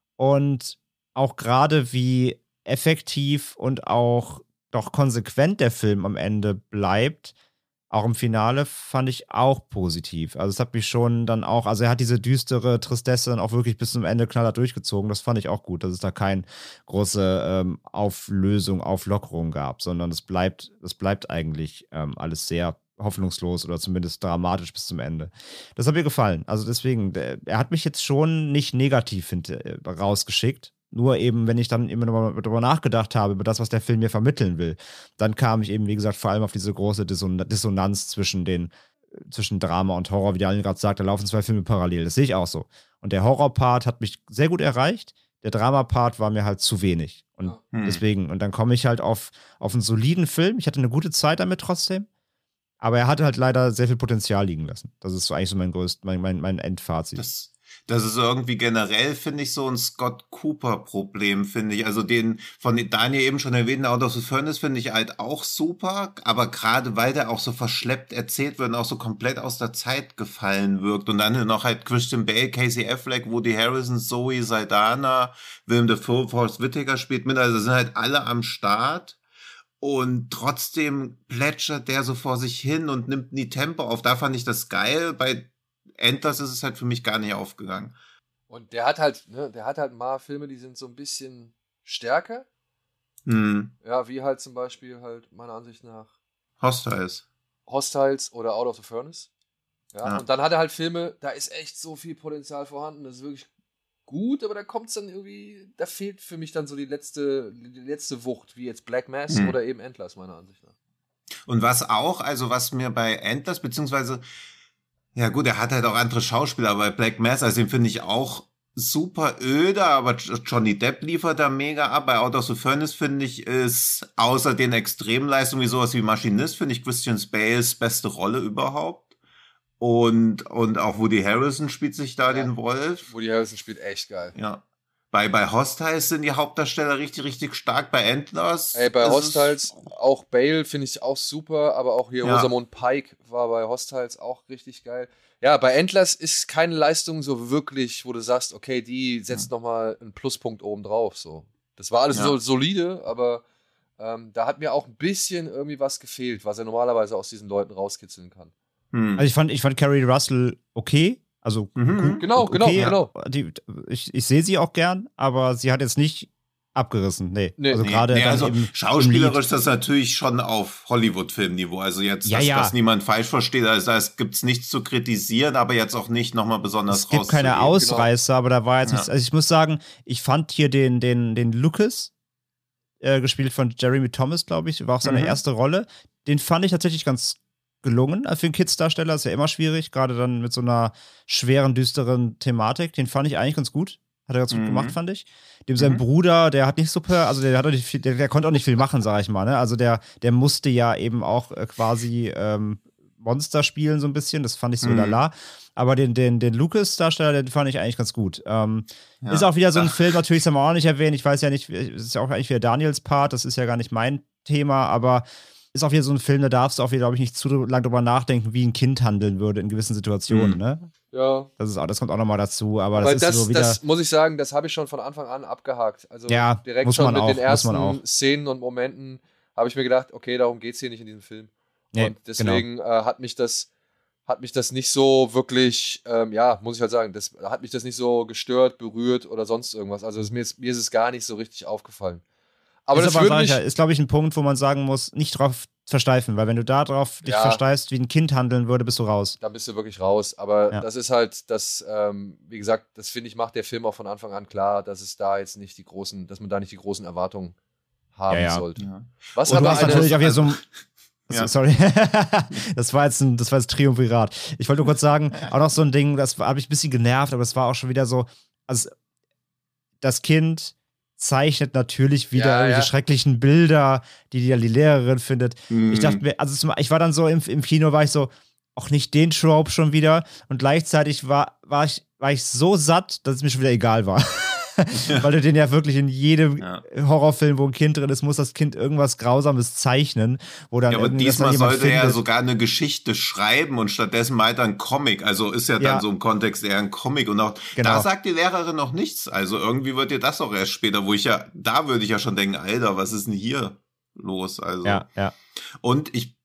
Und auch gerade wie effektiv und auch doch konsequent der Film am Ende bleibt, auch im Finale fand ich auch positiv. Also es hat mich schon dann auch, also er hat diese düstere Tristesse dann auch wirklich bis zum Ende knallhart durchgezogen. Das fand ich auch gut, dass es da keine große ähm, Auflösung, Auflockerung gab, sondern es bleibt, es bleibt eigentlich ähm, alles sehr hoffnungslos oder zumindest dramatisch bis zum Ende. Das hat mir gefallen. Also deswegen, der, er hat mich jetzt schon nicht negativ hinter, äh, rausgeschickt. Nur eben, wenn ich dann immer noch darüber nachgedacht habe, über das, was der Film mir vermitteln will, dann kam ich eben, wie gesagt, vor allem auf diese große Disson- Dissonanz zwischen den, zwischen Drama und Horror, wie Daniel gerade sagt, da laufen zwei Filme parallel. Das sehe ich auch so. Und der Horror-Part hat mich sehr gut erreicht, der Drama-Part war mir halt zu wenig. Und
hm.
deswegen, und dann komme ich halt auf, auf einen soliden Film. Ich hatte eine gute Zeit damit trotzdem. Aber er hatte halt leider sehr viel Potenzial liegen lassen. Das ist so eigentlich so mein größt, mein, mein, mein Endfazit.
Das, das ist irgendwie generell, finde ich, so ein Scott Cooper-Problem, finde ich. Also den von Daniel eben schon erwähnten Out of the Furnace finde ich halt auch super, aber gerade weil der auch so verschleppt erzählt wird und auch so komplett aus der Zeit gefallen wirkt. Und dann noch halt Christian Bale, Casey Affleck, Woody Harrelson, Zoe Saldana, Willem Dafoe, Forrest Whitaker spielt mit. Also sind halt alle am Start. Und trotzdem plätschert der so vor sich hin und nimmt nie Tempo auf. Da fand ich das geil. Bei Endless ist es halt für mich gar nicht aufgegangen.
Und der hat halt, ne, der hat halt mal Filme, die sind so ein bisschen stärker.
Hm.
Ja, wie halt zum Beispiel halt meiner Ansicht nach
Hostiles.
Hostiles oder Out of the Furnace. Ja,
Ja.
und dann hat er halt Filme, da ist echt so viel Potenzial vorhanden. Das ist wirklich gut, aber da kommt es dann irgendwie, da fehlt für mich dann so die letzte, die letzte Wucht, wie jetzt Black Mass
Hm.
oder eben Endless, meiner Ansicht nach.
Und was auch, also was mir bei Endless, beziehungsweise, ja gut, er hat halt auch andere Schauspieler, aber bei Black Mass, also den finde ich auch super öde, aber Johnny Depp liefert da mega ab. Bei Out of the Furnace, finde ich, ist außer den Extremleistungen wie sowas wie Maschinist, finde ich Christian Bales beste Rolle überhaupt. Und, und auch Woody Harrelson spielt sich da
Ja.
den Wolf.
Woody Harrelson spielt echt geil.
Ja. Bei, bei Hostiles sind die Hauptdarsteller richtig, richtig stark. Bei Endless.
Ey, bei
ist
Hostiles,
es-
auch Bale finde ich auch super, aber auch hier
Ja.
Rosamund Pike war bei Hostiles auch richtig geil. Ja, bei Endless ist keine Leistung so wirklich, wo du sagst, okay, die setzt
Ja.
nochmal einen Pluspunkt oben drauf. So. Das war alles
Ja.
so solide, aber ähm, da hat mir auch ein bisschen irgendwie was gefehlt, was er normalerweise aus diesen Leuten rauskitzeln kann.
Hm.
Also ich fand, ich fand Carrie Russell okay. Also
Mhm.
gut,
Genau,
okay.
genau, genau.
Die, ich ich sehe sie auch gern, aber sie hat jetzt nicht abgerissen. Nee.
Nee.
also
Nee,
gerade
nee,
dann
also
im, im
schauspielerisch
Lied.
ist das natürlich schon auf Hollywood-Filmniveau. Also jetzt,
Ja,
dass,
ja.
dass niemand falsch versteht, also da gibt's nichts zu kritisieren, aber jetzt auch nicht nochmal besonders
Es gibt keine
rauszuheben.
Ausreißer, aber da war jetzt
Ja.
nichts. Also ich muss sagen, ich fand hier den, den, den Lucas, äh, gespielt von Jeremy Thomas, glaube ich, war auch seine
Mhm.
erste Rolle. Den fand ich tatsächlich ganz gelungen. Also für einen Kids-Darsteller ist ja immer schwierig, gerade dann mit so einer schweren, düsteren Thematik. Den fand ich eigentlich ganz gut. Hat er ganz gut
Mhm.
gemacht, fand ich. Dem sein
Mhm.
Bruder, der hat nicht super, also der hat auch nicht viel, der, der konnte auch nicht viel machen, sag ich mal. Ne? Also der, der musste ja eben auch äh, quasi ähm, Monster spielen, so ein bisschen. Das fand ich so
Mhm.
lala. Aber den, den, den Lucas-Darsteller, den fand ich eigentlich ganz gut. Ähm,
Ja.
Ist auch wieder so ein
Ach.
Film, natürlich, das haben wir auch nicht erwähnt. Ich weiß ja nicht, es ist ja auch eigentlich wieder Daniels Part, das ist ja gar nicht mein Thema, aber ist auch wieder so ein Film, da darfst du auch wieder, glaube ich, nicht zu lange drüber nachdenken, wie ein Kind handeln würde in gewissen Situationen.
Mhm.
Ne?
Ja.
Das, ist auch, das kommt auch nochmal dazu, aber
Weil
das
das,
ist so wieder.
das muss ich sagen, das habe ich schon von Anfang an abgehakt. Also
Ja,
direkt
muss
schon
man
mit
auch,
den
muss man
ersten
auch.
Szenen und Momenten habe ich mir gedacht, okay, darum geht es hier nicht in diesem Film.
Nee,
und deswegen
genau.
äh, hat mich das hat mich das nicht so wirklich, ähm, ja, muss ich halt sagen, das hat mich das nicht so gestört, berührt oder sonst irgendwas. Also es, mir, ist, mir ist es gar nicht so richtig aufgefallen. Aber
ist
das
aber,
würde
sag ich
mich,
ja, ist, glaube ich, ein Punkt, wo man sagen muss, nicht drauf versteifen, weil wenn du da drauf dich
Ja.
versteifst, wie ein Kind handeln würde, bist du raus.
da bist du wirklich raus. Aber
Ja.
das ist halt, das, ähm, wie gesagt, das finde ich, macht der Film auch von Anfang an klar, dass es da jetzt nicht die großen, dass man da nicht die großen Erwartungen haben
Ja, ja.
sollte.
Ja.
Was
Und du
aber
hast
eine,
natürlich auch wieder so ein.
Ja.
Sorry, das war jetzt ein, das war jetzt Triumvirat. Ich wollte nur kurz sagen, auch noch so ein Ding, das habe ich ein bisschen genervt, aber das war auch schon wieder so, also das Kind zeichnet natürlich wieder
Ja,
irgendwelche
ja.
schrecklichen Bilder, die die, die Lehrerin findet.
Mhm.
Ich dachte mir, also zum, ich war dann so im, im Kino, war ich so, auch nicht den Trope schon wieder und gleichzeitig war, war, ich, war ich so satt, dass es mir schon wieder egal war. Weil du den ja wirklich in jedem
Ja.
Horrorfilm, wo ein Kind drin ist, muss das Kind irgendwas Grausames zeichnen, wo dann
Ja, aber
irgendwie das dann
diesmal
jemand
sollte er
findet.
sogar eine Geschichte schreiben und stattdessen meint er ein Comic. Also ist ja dann
Ja.
so im Kontext eher ein Comic. Und auch
Genau.
da sagt die Lehrerin noch nichts. Also irgendwie wird dir das auch erst später, wo ich ja, da würde ich ja schon denken, Alter, was ist denn hier los? Also.
Ja, ja.
Und ich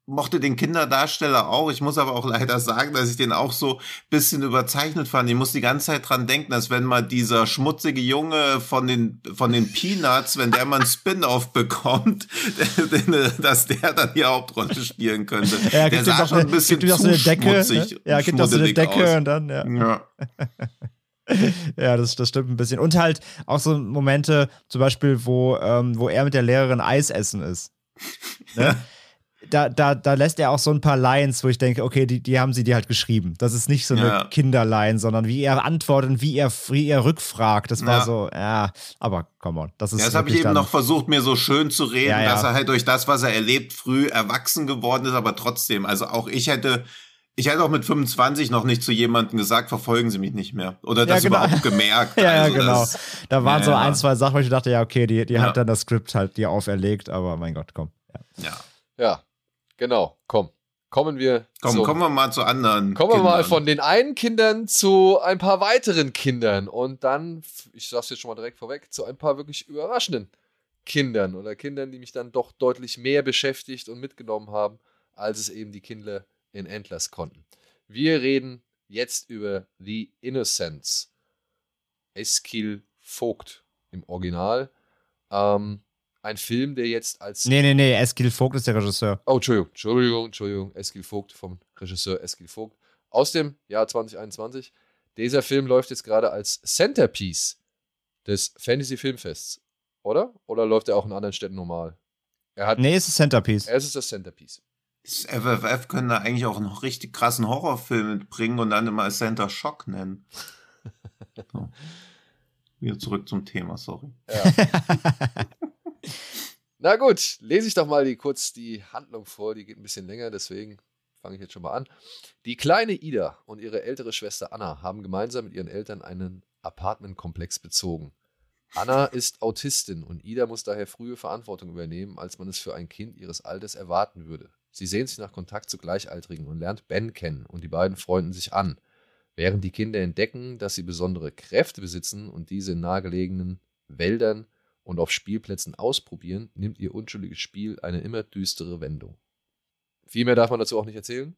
mochte den Kinderdarsteller auch. Ich muss aber auch leider sagen, dass ich den auch so ein bisschen überzeichnet fand. Ich muss die ganze Zeit dran denken, dass wenn mal dieser schmutzige Junge von den von den Peanuts, wenn der mal einen Spin-off bekommt, dass der dann die Hauptrolle spielen könnte.
Ja,
der sah schon
eine,
ein bisschen
gibt
zu
so eine Decke,
schmutzig.
Ja, gibt auch so eine Decke
aus.
und dann, ja.
Ja.
Ja, das, das stimmt ein bisschen. Und halt auch so Momente, zum Beispiel, wo, ähm, wo er mit der Lehrerin Eis essen ist. Ne?
Ja.
Da, da, da lässt er auch so ein paar Lines, wo ich denke, okay, die, die haben sie dir halt geschrieben. Das ist nicht so eine
Ja.
Kinderline, sondern wie er antwortet und wie er, wie er rückfragt. Das war
Ja.
so, ja, aber come on. Das, ist
Ja, das habe ich
wirklich
eben
dann-
noch versucht, mir so schön zu reden,
Ja, ja.
dass er halt durch das, was er erlebt, früh erwachsen geworden ist, aber trotzdem, also auch ich hätte, ich hätte auch mit fünfundzwanzig noch nicht zu jemandem gesagt, verfolgen Sie mich nicht mehr. Oder das
Ja, genau.
überhaupt gemerkt.
Ja, ja,
also
genau.
das,
Da waren
ja,
so
ja.
ein, zwei Sachen, wo ich dachte, ja, okay, die, die
Ja.
hat dann das Skript halt dir auferlegt, aber mein Gott, komm. Ja.
ja.
Ja, genau. Komm. Kommen wir
Komm,
zum,
kommen wir mal zu anderen
kommen wir
Kindern.
mal von den einen Kindern zu ein paar weiteren Kindern und dann, ich sag's jetzt schon mal direkt vorweg, zu ein paar wirklich überraschenden Kindern oder Kindern, die mich dann doch deutlich mehr beschäftigt und mitgenommen haben, als es eben die Kinder in Endless konnten. Wir reden jetzt über The Innocents. Eskil Vogt im Original. Ähm, ein Film, der jetzt als...
Nee, nee, nee, Eskil Vogt ist der Regisseur.
Oh, Entschuldigung, Entschuldigung, Entschuldigung. Eskil Vogt vom Regisseur Eskil Vogt aus dem Jahr zwanzig einundzwanzig. Dieser Film läuft jetzt gerade als Centerpiece des Fantasy Filmfests, oder? Oder läuft er auch in anderen Städten normal? Er hat,
Nee, es ist Centerpiece.
es ist das Centerpiece.
Das F F F können da eigentlich auch einen richtig krassen Horrorfilm mitbringen und dann immer Center Shock nennen. So. Wieder zurück zum Thema, sorry.
Ja. Na gut, lese ich doch mal die, kurz die Handlung vor. Die geht ein bisschen länger, deswegen fange ich jetzt schon mal an. Die kleine Ida und ihre ältere Schwester Anna haben gemeinsam mit ihren Eltern einen Apartmentkomplex bezogen. Anna ist Autistin und Ida muss daher frühe Verantwortung übernehmen, als man es für ein Kind ihres Alters erwarten würde. Sie sehnt sich nach Kontakt zu Gleichaltrigen und lernt Ben kennen und die beiden freunden sich an. Während die Kinder entdecken, dass sie besondere Kräfte besitzen und diese in nahegelegenen Wäldern und auf Spielplätzen ausprobieren, nimmt ihr unschuldiges Spiel eine immer düstere Wendung. Viel mehr darf man dazu auch nicht erzählen.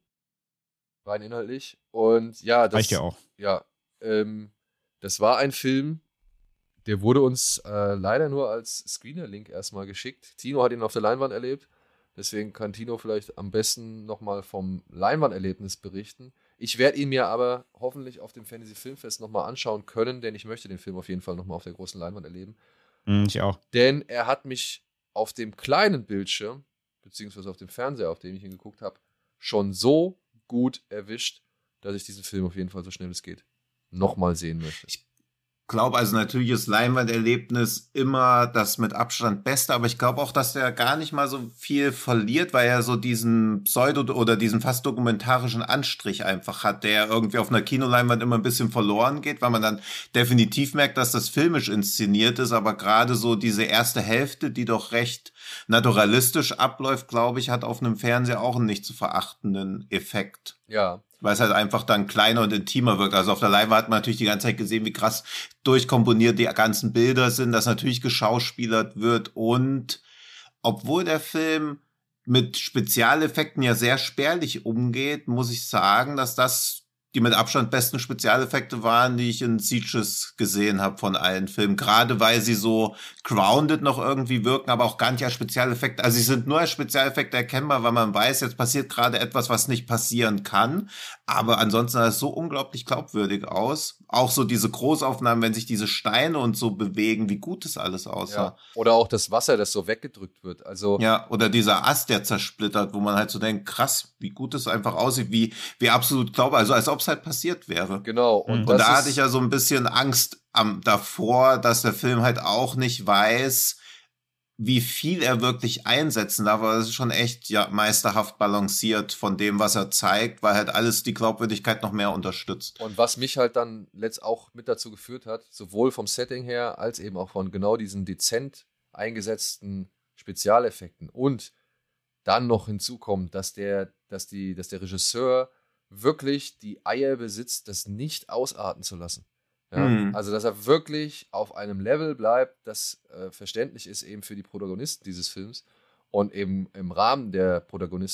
Rein inhaltlich. Und ja, das,
Reicht ja auch.
Ja, ähm, das war ein Film, der wurde uns äh, leider nur als Screener-Link erstmal geschickt. Tino hat ihn auf der Leinwand erlebt. Deswegen kann Tino vielleicht am besten nochmal vom Leinwanderlebnis berichten. Ich werde ihn mir aber hoffentlich auf dem Fantasy Filmfest nochmal anschauen können, denn ich möchte den Film auf jeden Fall nochmal auf der großen Leinwand erleben.
Mm, ich auch.
Denn er hat mich auf dem kleinen Bildschirm, beziehungsweise auf dem Fernseher, auf dem ich ihn geguckt habe, schon so gut erwischt, dass ich diesen Film auf jeden Fall so schnell es geht nochmal sehen möchte.
Ich glaube, also natürlich ist Leinwanderlebnis immer das mit Abstand Beste, aber ich glaube auch, dass der gar nicht mal so viel verliert, weil er so diesen Pseudo- oder diesen fast dokumentarischen Anstrich einfach hat, der irgendwie auf einer Kinoleinwand immer ein bisschen verloren geht, weil man dann definitiv merkt, dass das filmisch inszeniert ist, aber gerade so diese erste Hälfte, die doch recht naturalistisch abläuft, glaube ich, hat auf einem Fernseher auch einen nicht zu verachtenden Effekt.
Ja.
Weil es halt einfach dann kleiner und intimer wirkt. Also auf der Leinwand hat man natürlich die ganze Zeit gesehen, wie krass durchkomponiert die ganzen Bilder sind, dass natürlich geschauspielert wird. Und obwohl der Film mit Spezialeffekten ja sehr spärlich umgeht, muss ich sagen, dass das die mit Abstand besten Spezialeffekte waren, die ich in Sieges gesehen habe von allen Filmen. Gerade weil sie so grounded noch irgendwie wirken, aber auch gar nicht als Spezialeffekte. Also sie sind nur als Spezialeffekte erkennbar, weil man weiß, jetzt passiert gerade etwas, was nicht passieren kann. Aber ansonsten sah es so unglaublich glaubwürdig aus. Auch so diese Großaufnahmen, wenn sich diese Steine und so bewegen, wie gut das alles aussah.
Ja. Oder auch das Wasser, das so weggedrückt wird. Also
ja, oder dieser Ast, der zersplittert, wo man halt so denkt, krass, wie gut das einfach aussieht, wie, wie absolut glaube, also als ob es halt passiert wäre.
Genau. Und,
Mhm.
das
Und da
ist,
hatte ich ja so ein bisschen Angst am, davor, dass der Film halt auch nicht weiß, wie viel er wirklich einsetzen darf. Aber es ist schon echt ja meisterhaft balanciert von dem, was er zeigt, weil halt alles die Glaubwürdigkeit noch mehr unterstützt.
Und was mich halt dann letzt auch mit dazu geführt hat, sowohl vom Setting her, als eben auch von genau diesen dezent eingesetzten Spezialeffekten. Und dann noch hinzukommt, dass der, dass die, dass der Regisseur wirklich die Eier besitzt, das nicht ausarten zu lassen. Ja?
Hm.
Also, dass er wirklich auf einem Level bleibt, das äh, verständlich ist eben für die Protagonisten dieses Films und eben im Rahmen der Protagonisten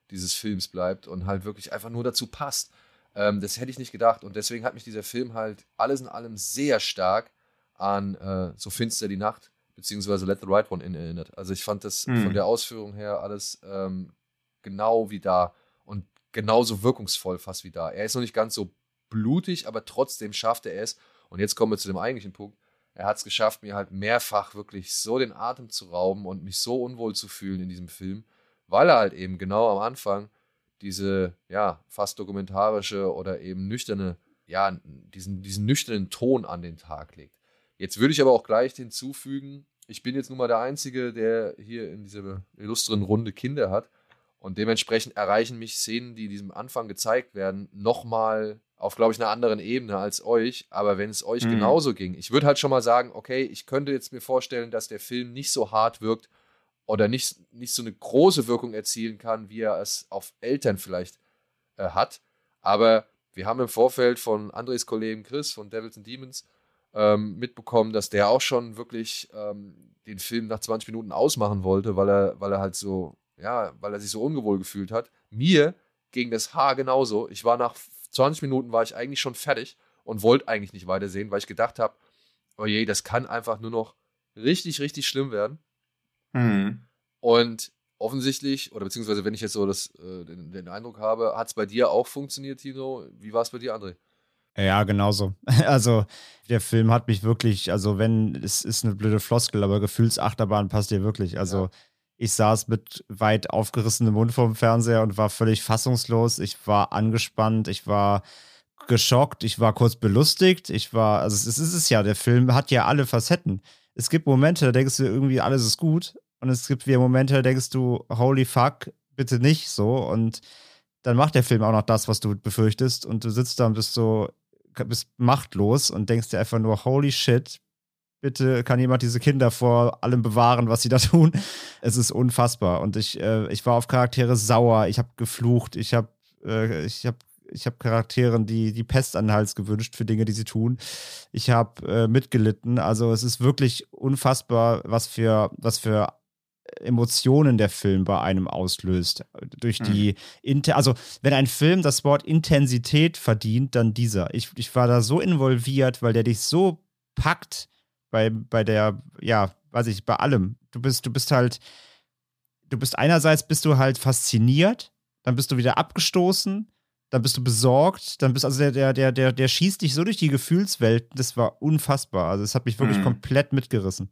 dieses Films bleibt und halt wirklich einfach nur dazu passt. Ähm, das hätte ich nicht gedacht und deswegen hat mich dieser Film halt alles in allem sehr stark an äh, So finster die Nacht beziehungsweise Let the Right One in erinnert. Also ich fand das hm. von der Ausführung her alles ähm, genau wie da und genauso wirkungsvoll fast wie da. Er ist noch nicht ganz so blutig, aber trotzdem schafft er es. Und jetzt kommen wir zu dem eigentlichen Punkt. Er hat es geschafft, mir halt mehrfach wirklich so den Atem zu rauben und mich so unwohl zu fühlen in diesem Film, weil er halt eben genau am Anfang diese, ja, fast dokumentarische oder eben nüchterne, ja, diesen, diesen nüchternen Ton an den Tag legt. Jetzt würde ich aber auch gleich hinzufügen, ich bin jetzt nun mal der Einzige, der hier in dieser illustren Runde Kinder hat und dementsprechend erreichen mich Szenen, die diesem Anfang gezeigt werden, nochmal auf, glaube ich, einer anderen Ebene als euch, aber wenn es euch mhm. genauso ging, ich würde halt schon mal sagen, okay, ich könnte jetzt mir vorstellen, dass der Film nicht so hart wirkt oder nicht, nicht so eine große Wirkung erzielen kann, wie er es auf Eltern vielleicht äh, hat, aber wir haben im Vorfeld von Andres Kollegen Chris von Devils and Demons ähm, mitbekommen, dass der auch schon wirklich ähm, den Film nach zwanzig Minuten ausmachen wollte, weil er, weil er halt so, ja, weil er sich so ungewohl gefühlt hat. Mir ging das Haar genauso. Ich war nach zwanzig Minuten war ich eigentlich schon fertig und wollte eigentlich nicht weitersehen, weil ich gedacht habe, oh je, das kann einfach nur noch richtig, richtig schlimm werden.
Mhm.
Und offensichtlich, oder beziehungsweise wenn ich jetzt so das, äh, den, den Eindruck habe, hat es bei dir auch funktioniert, Tino? Wie war es bei dir, André?
Ja, genauso. Also der Film hat mich wirklich, also wenn, es ist eine blöde Floskel, aber Gefühlsachterbahn passt dir wirklich. Also ja. Ich saß mit weit aufgerissenem Mund vorm Fernseher und war völlig fassungslos. Ich war angespannt, ich war geschockt, ich war kurz belustigt. Ich war, also es ist es ja, der Film hat ja alle Facetten. Es gibt Momente, da denkst du irgendwie, alles ist gut. Und es gibt wieder Momente, da denkst du, holy fuck, bitte nicht so. Und dann macht der Film auch noch das, was du befürchtest. Und du sitzt da und bist so, bist machtlos und denkst dir einfach nur, holy shit, bitte kann jemand diese Kinder vor allem bewahren, was sie da tun. Es ist unfassbar. Und ich, äh, ich war auf Charaktere sauer. Ich habe geflucht. Ich habe äh, ich hab, ich hab Charakteren die, die Pest an den Hals gewünscht für Dinge, die sie tun. Ich habe äh, mitgelitten. Also es ist wirklich unfassbar, was für, was für Emotionen der Film bei einem auslöst. Durch die, mhm. also wenn ein Film das Wort Intensität verdient, dann dieser. Ich, ich war da so involviert, weil der dich so packt, Bei, bei der, ja, weiß ich, bei allem. Du bist, du bist halt, du bist einerseits bist du halt fasziniert, dann bist du wieder abgestoßen, dann bist du besorgt, dann bist, also der, der, der, der, der schießt dich so durch die Gefühlswelt, das war unfassbar. Also es hat mich wirklich mhm. komplett mitgerissen.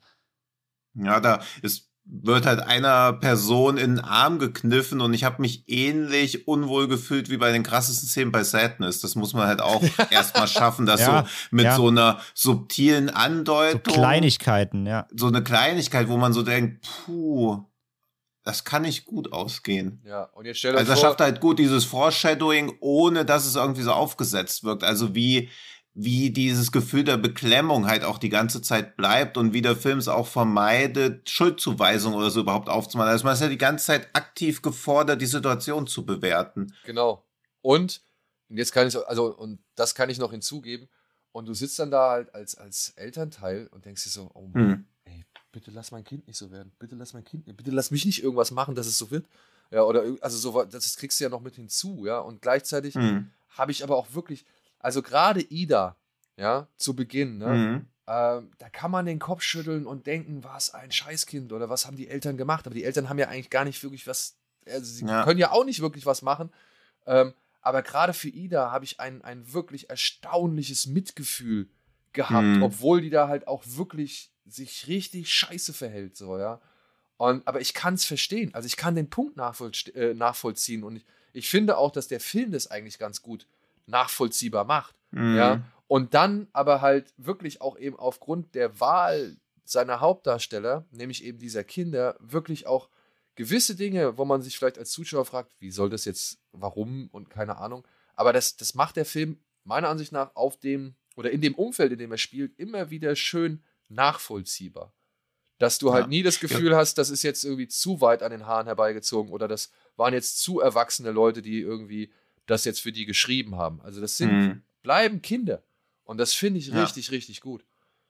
Ja, da ist wird halt einer Person in den Arm gekniffen und ich habe mich ähnlich unwohl gefühlt wie bei den krassesten Szenen bei Sadness. Das muss man halt auch erstmal schaffen, dass ja, so mit ja. so einer subtilen Andeutung.
So Kleinigkeiten, ja.
So eine Kleinigkeit, wo man so denkt, puh, das kann nicht gut ausgehen.
Ja, und jetzt stell dir
also
vor.
Also er schafft halt gut dieses Foreshadowing, ohne dass es irgendwie so aufgesetzt wirkt. Also wie wie dieses Gefühl der Beklemmung halt auch die ganze Zeit bleibt und wie der Film es auch vermeidet, Schuldzuweisung oder so überhaupt aufzumachen. Also man ist ja die ganze Zeit aktiv gefordert, die Situation zu bewerten.
Genau. Und, und jetzt kann ich, also, und das kann ich noch hinzugeben, und du sitzt dann da halt als, als Elternteil und denkst dir so, oh Mann, hm. ey, bitte lass mein Kind nicht so werden. Bitte lass mein Kind nicht, bitte lass mich nicht irgendwas machen, dass es so wird. Ja, oder, also so, das kriegst du ja noch mit hinzu, ja. Und gleichzeitig hm. habe ich aber auch wirklich, also gerade Ida, ja, zu Beginn, ne, mhm. ähm, da kann man den Kopf schütteln und denken, was ein Scheißkind oder was haben die Eltern gemacht? Aber die Eltern haben ja eigentlich gar nicht wirklich was, also sie ja. können ja auch nicht wirklich was machen. Ähm, aber gerade für Ida habe ich ein, ein wirklich erstaunliches Mitgefühl gehabt, mhm. obwohl die da halt auch wirklich sich richtig scheiße verhält, so, ja. Und, aber ich kann es verstehen, also ich kann den Punkt nachvollzie- äh, nachvollziehen und ich, ich finde auch, dass der Film das eigentlich ganz gut nachvollziehbar macht, mhm. ja, und dann aber halt wirklich auch eben aufgrund der Wahl seiner Hauptdarsteller, nämlich eben dieser Kinder, wirklich auch gewisse Dinge, wo man sich vielleicht als Zuschauer fragt, wie soll das jetzt, warum und keine Ahnung, aber das, das macht der Film meiner Ansicht nach auf dem, oder in dem Umfeld, in dem er spielt, immer wieder schön nachvollziehbar. Dass du halt ja. nie das Gefühl ja. hast, das ist jetzt irgendwie zu weit an den Haaren herbeigezogen oder das waren jetzt zu erwachsene Leute, die irgendwie das jetzt für die geschrieben haben. Also das sind, mhm. bleiben Kinder. Und das finde ich
ja.
richtig, richtig gut.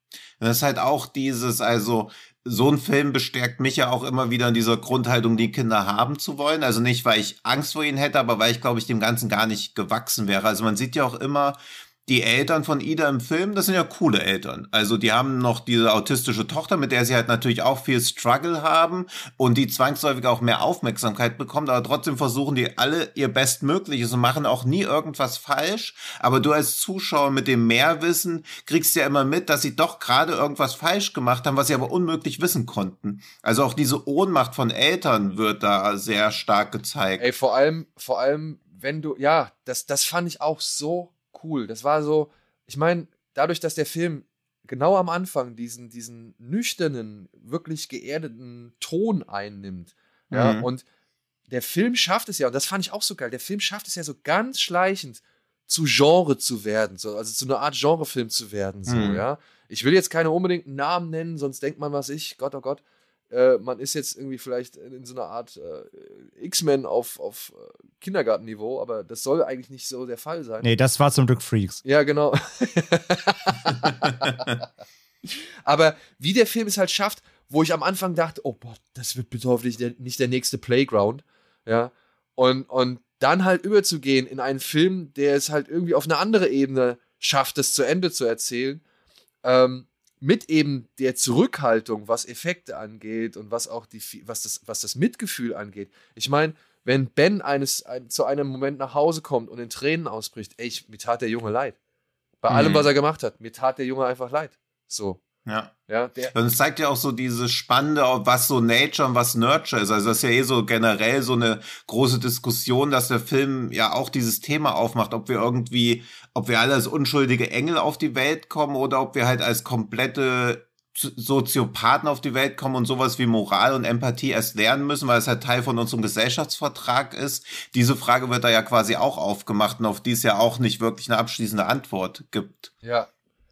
Das ist halt auch dieses, also so ein Film bestärkt mich ja auch immer wieder in dieser Grundhaltung, die Kinder haben zu wollen. Also nicht, weil ich Angst vor ihnen hätte, aber weil ich, glaube ich, dem Ganzen gar nicht gewachsen wäre. Also man sieht ja auch immer, die Eltern von Ida im Film, das sind ja coole Eltern. Also die haben noch diese autistische Tochter, mit der sie halt natürlich auch viel Struggle haben und die zwangsläufig auch mehr Aufmerksamkeit bekommt, aber trotzdem versuchen die alle ihr Bestmögliches und machen auch nie irgendwas falsch. Aber du als Zuschauer mit dem Mehrwissen kriegst ja immer mit, dass sie doch gerade irgendwas falsch gemacht haben, was sie aber unmöglich wissen konnten. Also auch diese Ohnmacht von Eltern wird da sehr stark gezeigt.
Ey, vor allem, vor allem, wenn du, ja, das, das fand ich auch so cool. Das war so, ich meine, dadurch, dass der Film genau am Anfang diesen, diesen nüchternen, wirklich geerdeten Ton einnimmt, mhm. ja, und der Film schafft es ja, und das fand ich auch so geil, der Film schafft es ja so ganz schleichend zu Genre zu werden, so, also zu einer Art Genrefilm zu werden, so, mhm. ja. Ich will jetzt keine unbedingten Namen nennen, sonst denkt man, was ich, Gott, oh Gott, äh, man ist jetzt irgendwie vielleicht in so einer Art äh, X-Men auf, auf äh, Kindergartenniveau, aber das soll eigentlich nicht so der Fall sein.
Nee, das war zum Glück Freaks.
Ja, genau. Aber wie der Film es halt schafft, wo ich am Anfang dachte, oh Gott, das wird bitte hoffentlich der, nicht der nächste Playground, ja, und, und dann halt überzugehen in einen Film, der es halt irgendwie auf eine andere Ebene schafft, das zu Ende zu erzählen, ähm, mit eben der Zurückhaltung, was Effekte angeht und was auch die, was das, was das Mitgefühl angeht. Ich meine, wenn Ben eines, ein, zu einem Moment nach Hause kommt und in Tränen ausbricht, ey, ich, mir tat der Junge leid. Bei mhm. allem, was er gemacht hat, mir tat der Junge einfach leid. So.
Ja.
Ja, der
und es zeigt ja auch so dieses Spannende, was so Nature und was Nurture ist. Also das ist ja eh so generell so eine große Diskussion, dass der Film ja auch dieses Thema aufmacht, ob wir irgendwie, ob wir alle als unschuldige Engel auf die Welt kommen oder ob wir halt als komplette Soziopathen auf die Welt kommen und sowas wie Moral und Empathie erst lernen müssen, weil es halt Teil von unserem Gesellschaftsvertrag ist. Diese Frage wird da ja quasi auch aufgemacht und auf die es ja auch nicht wirklich eine abschließende Antwort gibt.
Ja,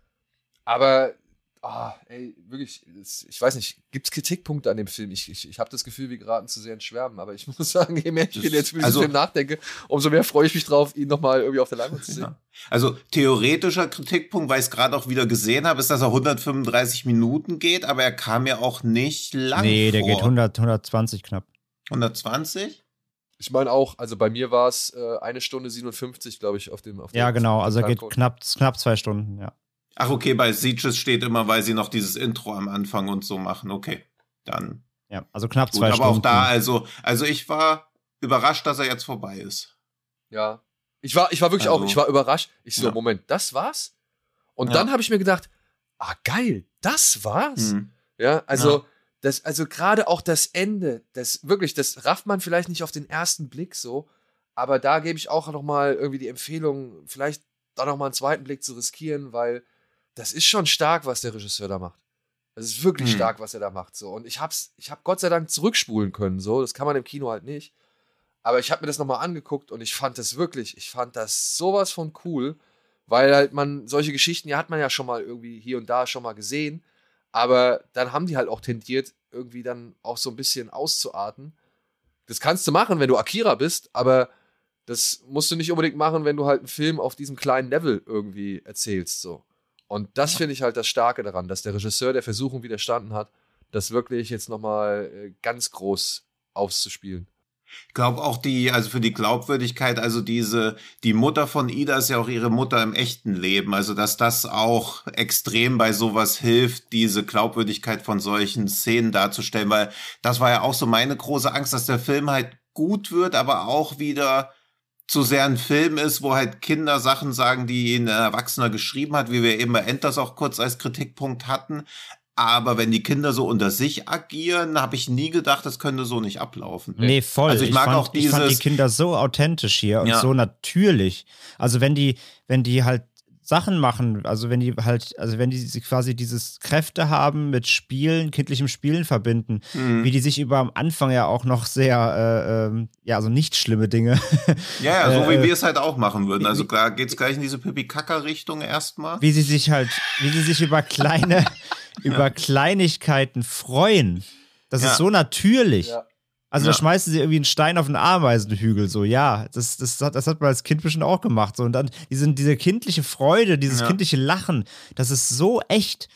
aber Ah, ey, wirklich, ich weiß nicht, gibt es Kritikpunkte an dem Film? Ich, ich, ich habe das Gefühl, wir geraten zu sehr ins Schwärmen, aber ich muss sagen, je mehr ich jetzt über diesen also, Film nachdenke, umso mehr freue ich mich drauf, ihn nochmal irgendwie auf der Leinwand zu sehen.
Ja. Also theoretischer Kritikpunkt, weil ich es gerade auch wieder gesehen habe, ist, dass er hundertfünfunddreißig Minuten geht, aber er kam mir auch nicht lang
Nee, der
vor.
geht hundert, hundertzwanzig knapp.
hundertzwanzig?
Ich meine auch, also bei mir war es äh, eine Stunde siebenundfünfzig, glaube ich, auf dem auf
Ja,
dem,
genau,
auf dem
also er geht
Timecode.
knapp, knapp zwei Stunden, ja.
Ach, okay, bei Sieges steht immer, weil sie noch dieses Intro am Anfang und so machen. Okay, dann.
Ja, also knapp
Gut,
zwei
aber
Stunden.
auch da, also, also ich war überrascht, dass er jetzt vorbei ist.
Ja. Ich war, ich war wirklich
Also,
auch, ich war überrascht. Ich so,
ja.
Moment, das war's? Und
Ja.
dann habe ich mir gedacht, ah, geil, das war's.
Hm.
Ja, also,
Ja.
das, also gerade auch das Ende, das wirklich, das rafft man vielleicht nicht auf den ersten Blick so, aber da gebe ich auch nochmal irgendwie die Empfehlung, vielleicht da nochmal einen zweiten Blick zu riskieren, weil das ist schon stark, was der Regisseur da macht. Das ist wirklich
Hm.
stark, was er da macht. So. Und ich hab's, ich hab Gott sei Dank zurückspulen können. So. Das kann man im Kino halt nicht. Aber ich habe mir das nochmal angeguckt und ich fand das wirklich, ich fand das sowas von cool, weil halt man, solche Geschichten, die hat man ja schon mal irgendwie hier und da schon mal gesehen. Aber dann haben die halt auch tendiert, irgendwie dann auch so ein bisschen auszuarten. Das kannst du machen, wenn du Akira bist, aber das musst du nicht unbedingt machen, wenn du halt einen Film auf diesem kleinen Level irgendwie erzählst. So. Und das finde ich halt das Starke daran, dass der Regisseur der Versuchung widerstanden hat, das wirklich jetzt nochmal äh, ganz groß auszuspielen.
Ich glaube auch die, also für die Glaubwürdigkeit, also diese, die Mutter von Ida ist ja auch ihre Mutter im echten Leben, also dass das auch extrem bei sowas hilft, diese Glaubwürdigkeit von solchen Szenen darzustellen, weil das war ja auch so meine große Angst, dass der Film halt gut wird, aber auch wieder zu sehr ein Film ist, wo halt Kinder Sachen sagen, die ein Erwachsener geschrieben hat, wie wir eben bei Enders auch kurz als Kritikpunkt hatten. Aber wenn die Kinder so unter sich agieren, habe ich nie gedacht, das könnte so nicht ablaufen.
Nee, voll.
Also ich,
ich
mag
fand,
auch dieses.
Ich fand die Kinder so authentisch hier und
Ja.
so natürlich. Also wenn die, wenn die halt Sachen machen, also wenn die halt, also wenn die sich quasi dieses Kräfte haben mit Spielen, kindlichem Spielen verbinden,
Mhm.
wie die sich über am Anfang ja auch noch sehr, äh, ähm, ja, also nicht schlimme Dinge.
Ja, ja, so
äh,
wie wir es halt auch machen würden. Also
wie-
klar geht's gleich in diese Pipi-Kaka-Richtung erstmal.
wie sie sich halt, wie sie sich über kleine, über Kleinigkeiten freuen. Das
Ja.
ist so natürlich.
Ja.
Also
Ja.
da schmeißen sie irgendwie einen Stein auf einen Ameisenhügel, so, ja, das, das, hat, das hat man als Kind bestimmt auch gemacht. So. Und dann diese, diese kindliche Freude, dieses
Ja.
kindliche Lachen, das ist so echt.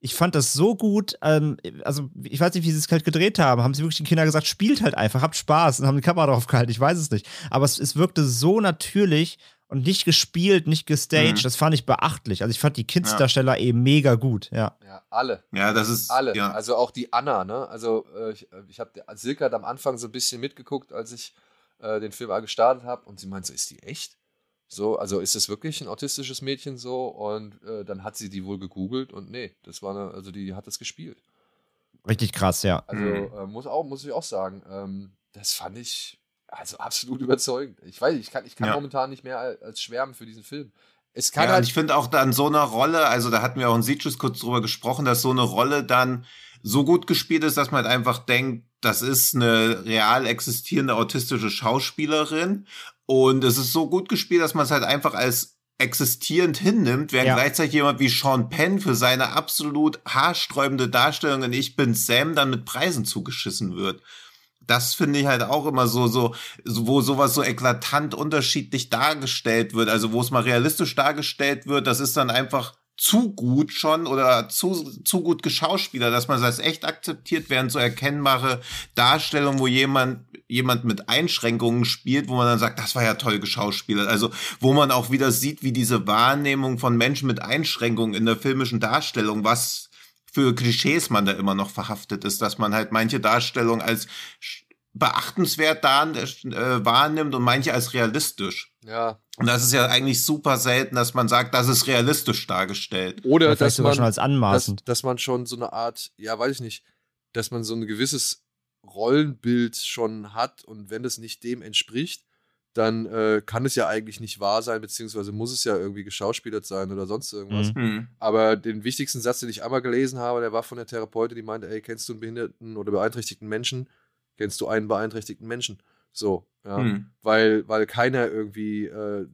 ich fand das so gut, ähm, also ich weiß nicht, wie sie es halt gedreht haben. Haben sie wirklich den Kindern gesagt, spielt halt einfach, habt Spaß und haben die Kamera drauf gehalten, ich weiß es nicht. Aber es, es wirkte so natürlich und nicht gespielt, nicht gestaged, mhm. das fand ich beachtlich. Also ich fand die Kids-Darsteller ja. eben mega gut, ja.
Ja, alle.
Ja, das ist,
alle.
Ja.
Also auch die Anna, ne? Also äh, ich, ich habe Silke hat am Anfang so ein bisschen mitgeguckt, als ich äh, den Film gestartet habe und sie meinte so, ist die echt? So, also ist das wirklich ein autistisches Mädchen so? Und äh, dann hat sie die wohl gegoogelt und nee, das war eine, also die hat das gespielt.
Richtig krass, ja.
Also äh, muss, auch, muss ich auch sagen, ähm, das fand ich also absolut überzeugend. Ich weiß, ich kann, ich kann ja. momentan nicht mehr als, als schwärmen für diesen Film. Es kann
ja,
halt
und ich finde auch dann so einer Rolle, also da hatten wir auch in Sitges kurz drüber gesprochen, dass so eine Rolle dann so gut gespielt ist, dass man halt einfach denkt, das ist eine real existierende autistische Schauspielerin. Und es ist so gut gespielt, dass man es halt einfach als existierend hinnimmt, während ja. gleichzeitig jemand wie Sean Penn für seine absolut haarsträubende Darstellung in Ich bin Sam dann mit Preisen zugeschissen wird. Das finde ich halt auch immer so, so, wo sowas so eklatant unterschiedlich dargestellt wird, also wo es mal realistisch dargestellt wird, das ist dann einfach zu gut schon oder zu, zu gut geschauspielert, dass man das echt akzeptiert, während so erkennbare Darstellungen, wo jemand, jemand mit Einschränkungen spielt, wo man dann sagt, das war ja toll geschauspielert. Also, wo man auch wieder sieht, wie diese Wahrnehmung von Menschen mit Einschränkungen in der filmischen Darstellung, was für Klischees man da immer noch verhaftet ist, dass man halt manche Darstellungen als beachtenswert da, äh, wahrnimmt und manche als realistisch.
Ja.
Und das ist ja eigentlich super selten, dass man sagt, das ist realistisch dargestellt.
Oder, Oder
dass man schon als anmaßend.
Dass, dass man schon so eine Art, ja, weiß ich nicht, dass man so ein gewisses Rollenbild schon hat und wenn es nicht dem entspricht, dann äh, kann es ja eigentlich nicht wahr sein, beziehungsweise muss es ja irgendwie geschauspielert sein oder sonst irgendwas.
Mhm.
Aber den wichtigsten Satz, den ich einmal gelesen habe, der war von der Therapeutin, die meinte, ey, kennst du einen behinderten oder beeinträchtigten Menschen? Kennst du einen beeinträchtigten Menschen? So, ja. Mhm. Weil, weil keiner irgendwie äh,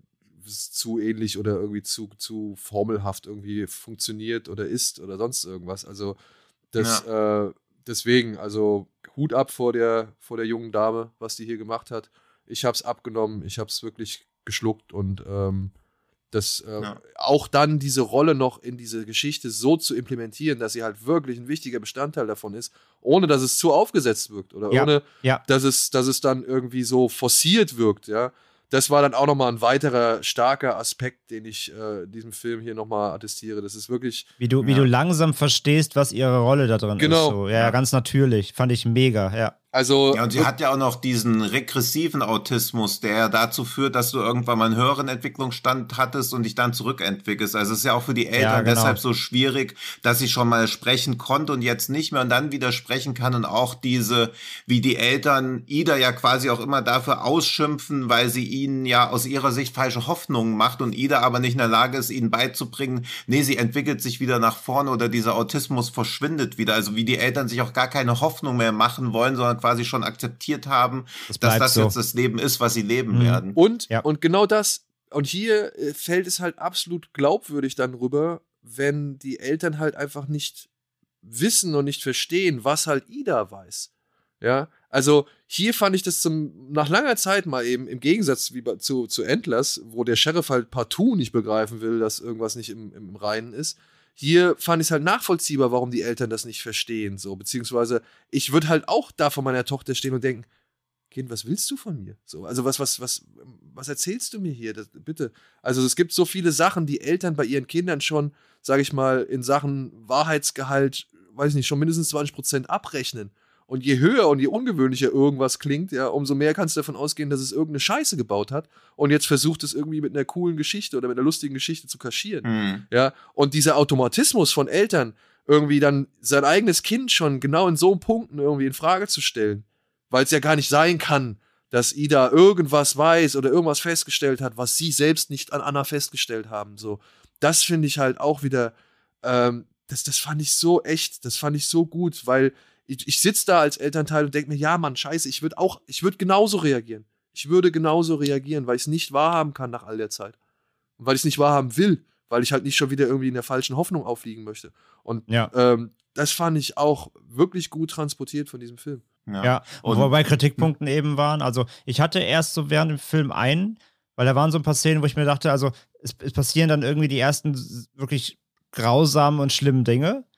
zu ähnlich oder irgendwie zu, zu formelhaft irgendwie funktioniert oder ist oder sonst irgendwas. Also das, ja. äh, deswegen, also Hut ab vor der, vor der jungen Dame, was die hier gemacht hat. Ich hab's abgenommen, ich hab's wirklich geschluckt und ähm, das äh, ja. auch dann diese Rolle noch in diese Geschichte so zu implementieren, dass sie halt wirklich ein wichtiger Bestandteil davon ist, ohne dass es zu aufgesetzt wirkt oder
ja.
ohne,
ja.
dass es, dass es dann irgendwie so forciert wirkt, ja. Das war dann auch nochmal ein weiterer starker Aspekt, den ich äh, diesem Film hier nochmal attestiere. Das ist wirklich...
Wie du,
ja.
wie du langsam verstehst, was ihre Rolle da drin
genau.
ist. So. Ja, ja, ganz natürlich. Fand ich mega, ja.
Also,
ja, und sie hat ja auch noch diesen regressiven Autismus, der dazu führt, dass du irgendwann mal einen höheren Entwicklungsstand hattest und dich dann zurückentwickelst. Also es ist ja auch für die Eltern ja, genau. deshalb so schwierig, dass sie schon mal sprechen konnte und jetzt nicht mehr und dann wieder sprechen kann und auch diese, wie die Eltern Ida ja quasi auch immer dafür ausschimpfen, weil sie ihnen ja aus ihrer Sicht falsche Hoffnungen macht und Ida aber nicht in der Lage ist, ihnen beizubringen, nee, sie entwickelt sich wieder nach vorne oder dieser Autismus verschwindet wieder. Also wie die Eltern sich auch gar keine Hoffnung mehr machen wollen, sondern quasi schon akzeptiert haben, das dass das so. jetzt das Leben ist, was sie leben mhm. werden.
Und, ja. und genau das, und hier fällt es halt absolut glaubwürdig dann rüber, wenn die Eltern halt einfach nicht wissen und nicht verstehen, was halt Ida weiß. Ja, also hier fand ich das zum, nach langer Zeit mal eben, im Gegensatz wie bei, zu, zu Endless, wo der Sheriff halt partout nicht begreifen will, dass irgendwas nicht im, im Reinen ist. Hier fand ich es halt nachvollziehbar, warum die Eltern das nicht verstehen, so, beziehungsweise ich würde halt auch da vor meiner Tochter stehen und denken, Kind, was willst du von mir? So, also was, was, was, was erzählst du mir hier? Das, bitte. Also es gibt so viele Sachen, die Eltern bei ihren Kindern schon, sage ich mal, in Sachen Wahrheitsgehalt, weiß ich nicht, schon mindestens zwanzig Prozent abrechnen. Und je höher und je ungewöhnlicher irgendwas klingt, ja, umso mehr kannst du davon ausgehen, dass es irgendeine Scheiße gebaut hat und jetzt versucht es irgendwie mit einer coolen Geschichte oder mit einer lustigen Geschichte zu kaschieren. Mhm. Ja, und dieser Automatismus von Eltern, irgendwie dann sein eigenes Kind schon genau in so Punkten irgendwie in Frage zu stellen, weil es ja gar nicht sein kann, dass Ida irgendwas weiß oder irgendwas festgestellt hat, was sie selbst nicht an Anna festgestellt haben. So, das finde ich halt auch wieder, ähm, das, das fand ich so echt, das fand ich so gut, weil ich, ich sitze da als Elternteil und denke mir, ja Mann, scheiße, ich würde auch, ich würde genauso reagieren. Ich würde genauso reagieren, weil ich es nicht wahrhaben kann nach all der Zeit. Und weil ich es nicht wahrhaben will, weil ich halt nicht schon wieder irgendwie in der falschen Hoffnung aufliegen möchte. Und ja. ähm, das fand ich auch wirklich gut transportiert von diesem Film.
Ja, ja. Und wobei Kritikpunkten eben waren, also ich hatte erst so während dem Film einen, weil da waren so ein paar Szenen, wo ich mir dachte, also es, es passieren dann irgendwie die ersten wirklich grausamen und schlimmen Dinge.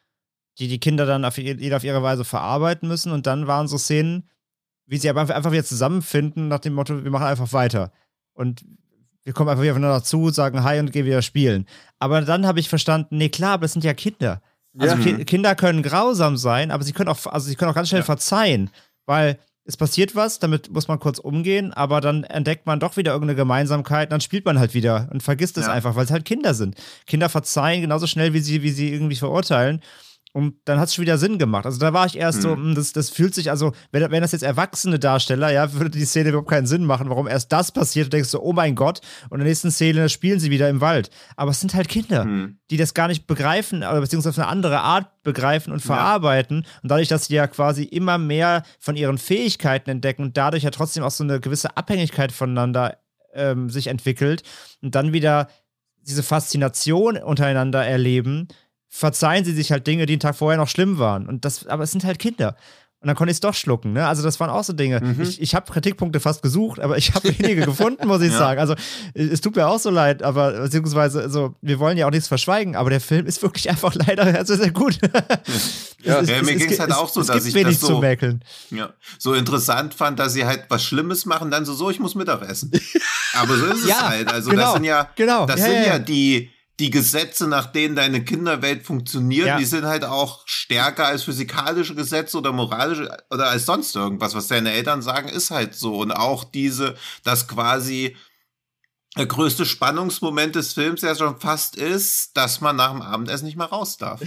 die die Kinder dann auf, jeder auf ihre Weise verarbeiten müssen. Und dann waren so Szenen, wie sie aber einfach wieder zusammenfinden, nach dem Motto, wir machen einfach weiter. Und wir kommen einfach wieder aufeinander zu, sagen Hi und gehen wieder spielen. Aber dann habe ich verstanden, nee, klar, aber das sind ja Kinder. Also
Ja.
Ki- Kinder können grausam sein, aber sie können auch, also sie können auch ganz schnell
Ja.
verzeihen, weil es passiert was, damit muss man kurz umgehen, aber dann entdeckt man doch wieder irgendeine Gemeinsamkeit und dann spielt man halt wieder und vergisst es
Ja.
einfach, weil es halt Kinder sind. Kinder verzeihen genauso schnell, wie sie, wie sie irgendwie verurteilen. Und dann hat es schon wieder Sinn gemacht. Also da war ich erst so,
Mhm.
mh, das, das fühlt sich, also, wenn, wenn das jetzt erwachsene Darsteller, ja, würde die Szene überhaupt keinen Sinn machen, warum erst das passiert. Du denkst so, oh mein Gott, und in der nächsten Szene spielen sie wieder im Wald. Aber es sind halt Kinder,
Mhm.
die das gar nicht begreifen, oder beziehungsweise auf eine andere Art begreifen und verarbeiten. Und dadurch, dass sie ja quasi immer mehr von ihren Fähigkeiten entdecken und dadurch ja trotzdem auch so eine gewisse Abhängigkeit voneinander ähm, sich entwickelt und dann wieder diese Faszination untereinander erleben, verzeihen sie sich halt Dinge, die einen Tag vorher noch schlimm waren. Und das, aber es sind halt Kinder. Und dann konnte ich es doch schlucken, ne? Also das waren auch so Dinge.
Mhm.
Ich, ich habe Kritikpunkte fast gesucht, aber ich habe wenige gefunden, muss ich
Ja.
sagen. Also es tut mir auch so leid, aber beziehungsweise, also, wir wollen ja auch nichts verschweigen, aber der Film ist wirklich einfach leider sehr, sehr gut.
Ja.
Es-
Ja,
es-
mir
es
ging's
gibt-
halt
es-
auch so,
es
dass
gibt
ich
wenig
das so-
zu mäkeln.
Ja, so interessant fand, dass sie halt was Schlimmes machen, dann so, so, ich muss Mittagessen. Aber so ist es
Ja,
halt. Also
genau,
das sind ja,
genau.
das
Ja,
sind
ja,
ja,
ja.
die, die Gesetze, nach denen deine Kinderwelt funktioniert,
Ja.
die sind halt auch stärker als physikalische Gesetze oder moralische oder als sonst irgendwas, was deine Eltern sagen, ist halt so. Und auch diese, dass quasi der größte Spannungsmoment des Films ja schon fast ist, dass man nach dem Abendessen nicht mehr raus darf.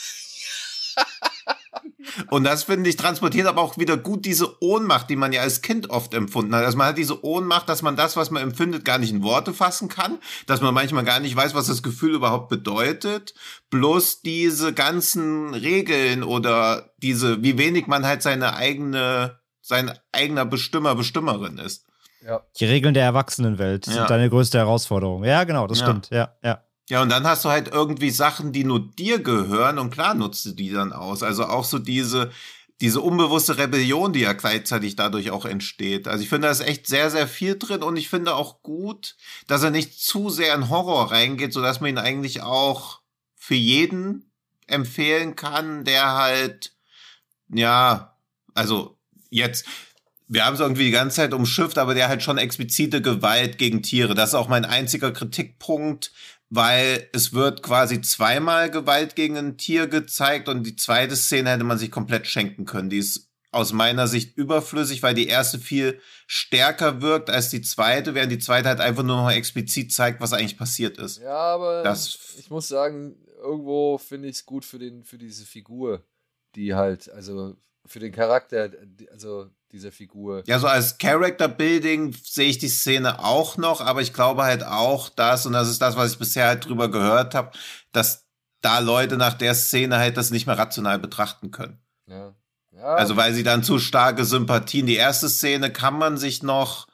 Und das, finde ich, transportiert aber auch wieder gut diese Ohnmacht, die man ja als Kind oft empfunden hat. Also man hat diese Ohnmacht, dass man das, was man empfindet, gar nicht in Worte fassen kann, dass man manchmal gar nicht weiß, was das Gefühl überhaupt bedeutet, bloß diese ganzen Regeln oder diese, wie wenig man halt seine eigene, sein eigener Bestimmer, Bestimmerin ist.
Ja.
Die Regeln der Erwachsenenwelt
Ja.
sind deine größte Herausforderung. Ja, genau, das
Ja.
stimmt. Ja, ja.
Ja, und dann hast du halt irgendwie Sachen, die nur dir gehören und klar nutzt du die dann aus. Also auch so diese, diese unbewusste Rebellion, die ja gleichzeitig dadurch auch entsteht. Also ich finde, da ist echt sehr, sehr viel drin und ich finde auch gut, dass er nicht zu sehr in Horror reingeht, sodass man ihn eigentlich auch für jeden empfehlen kann, der halt, ja, also jetzt, wir haben es irgendwie die ganze Zeit umschifft, aber der halt schon explizite Gewalt gegen Tiere. Das ist auch mein einziger Kritikpunkt, weil es wird quasi zweimal Gewalt gegen ein Tier gezeigt und die zweite Szene hätte man sich komplett schenken können. Die ist aus meiner Sicht überflüssig, weil die erste viel stärker wirkt als die zweite, während die zweite halt einfach nur noch mal explizit zeigt, was eigentlich passiert ist.
Ja, aber
Das-
ich muss sagen, irgendwo finde ich es gut für, den, für diese Figur, die halt, also für den Charakter, die- also dieser Figur.
Ja, so als Character Building sehe ich die Szene auch noch, aber ich glaube halt auch, dass, und das ist das, was ich bisher halt drüber gehört habe, dass da Leute nach der Szene halt das nicht mehr rational betrachten können.
Ja. Ja,
Also weil sie dann zu starke Sympathien, die erste Szene kann man sich noch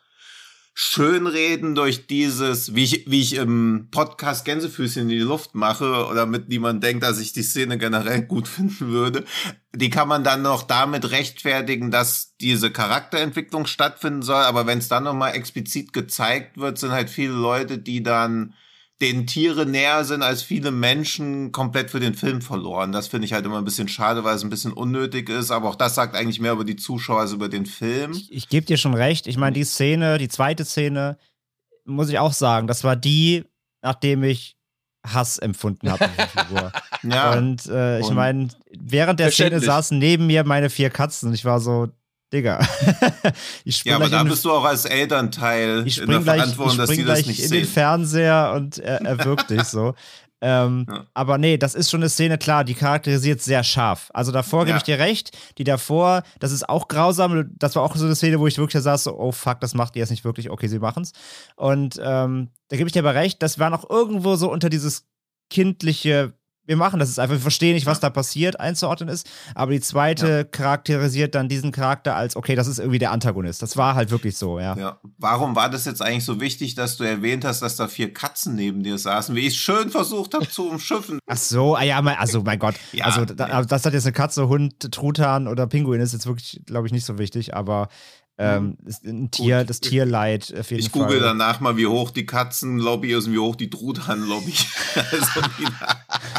schönreden durch dieses, wie ich, wie ich im Podcast Gänsefüßchen in die Luft mache, oder mit niemand denkt, dass ich die Szene generell gut finden würde, die kann man dann noch damit rechtfertigen, dass diese Charakterentwicklung stattfinden soll, aber wenn es dann nochmal explizit gezeigt wird, sind halt viele Leute, die dann denen Tiere näher sind als viele Menschen, komplett für den Film verloren. Das finde ich halt immer ein bisschen schade, weil es ein bisschen unnötig ist, aber auch das sagt eigentlich mehr über die Zuschauer als über den Film.
Ich, ich gebe dir schon recht. Ich meine, die Szene, die zweite Szene, muss ich auch sagen, das war die, nachdem ich Hass empfunden habe auf die Figur.
Ja.
Und äh, ich
Und-
meine, während der Szene
Verständlich.
saßen neben mir meine vier Katzen und ich war so, Digga. ich spring
Ja, aber
gleich
da
in,
bist du auch als Elternteil
ich
in der
spring gleich, ich
Verantwortung, dass
spring
die das
gleich
nicht
in den
sehen.
Fernseher und er, er wirkt dich so. Ähm,
Ja.
Aber nee, das ist schon eine Szene, klar, die charakterisiert sehr scharf. Also davor gebe
Ja.
ich dir recht, die davor, das ist auch grausam, das war auch so eine Szene, wo ich wirklich saß, so, oh fuck, das macht ihr jetzt nicht wirklich, okay, sie machen's. Und ähm, da gebe ich dir aber recht, das war noch irgendwo so unter dieses kindliche, wir machen das ist einfach, wir verstehen nicht, was da passiert, einzuordnen ist, aber die zweite
Ja.
charakterisiert dann diesen Charakter als, okay, das ist irgendwie der Antagonist. Das war halt wirklich so, ja.
Ja. Warum war das jetzt eigentlich so wichtig, dass du erwähnt hast, dass da vier Katzen neben dir saßen, wie ich es schön versucht habe zu umschiffen?
Ach so, ah ja, mein, also mein Gott.
Ja,
also, da,
ja.
das hat jetzt eine Katze, Hund, Truthahn oder Pinguin ist jetzt wirklich, glaube ich, nicht so wichtig, aber ähm, ist ein Tier,
Gut.
das Tierleid auf jeden
Ich
Fall.
google danach mal, wie hoch die Katzenlobby ist und wie hoch die Truthahnlobby. Also,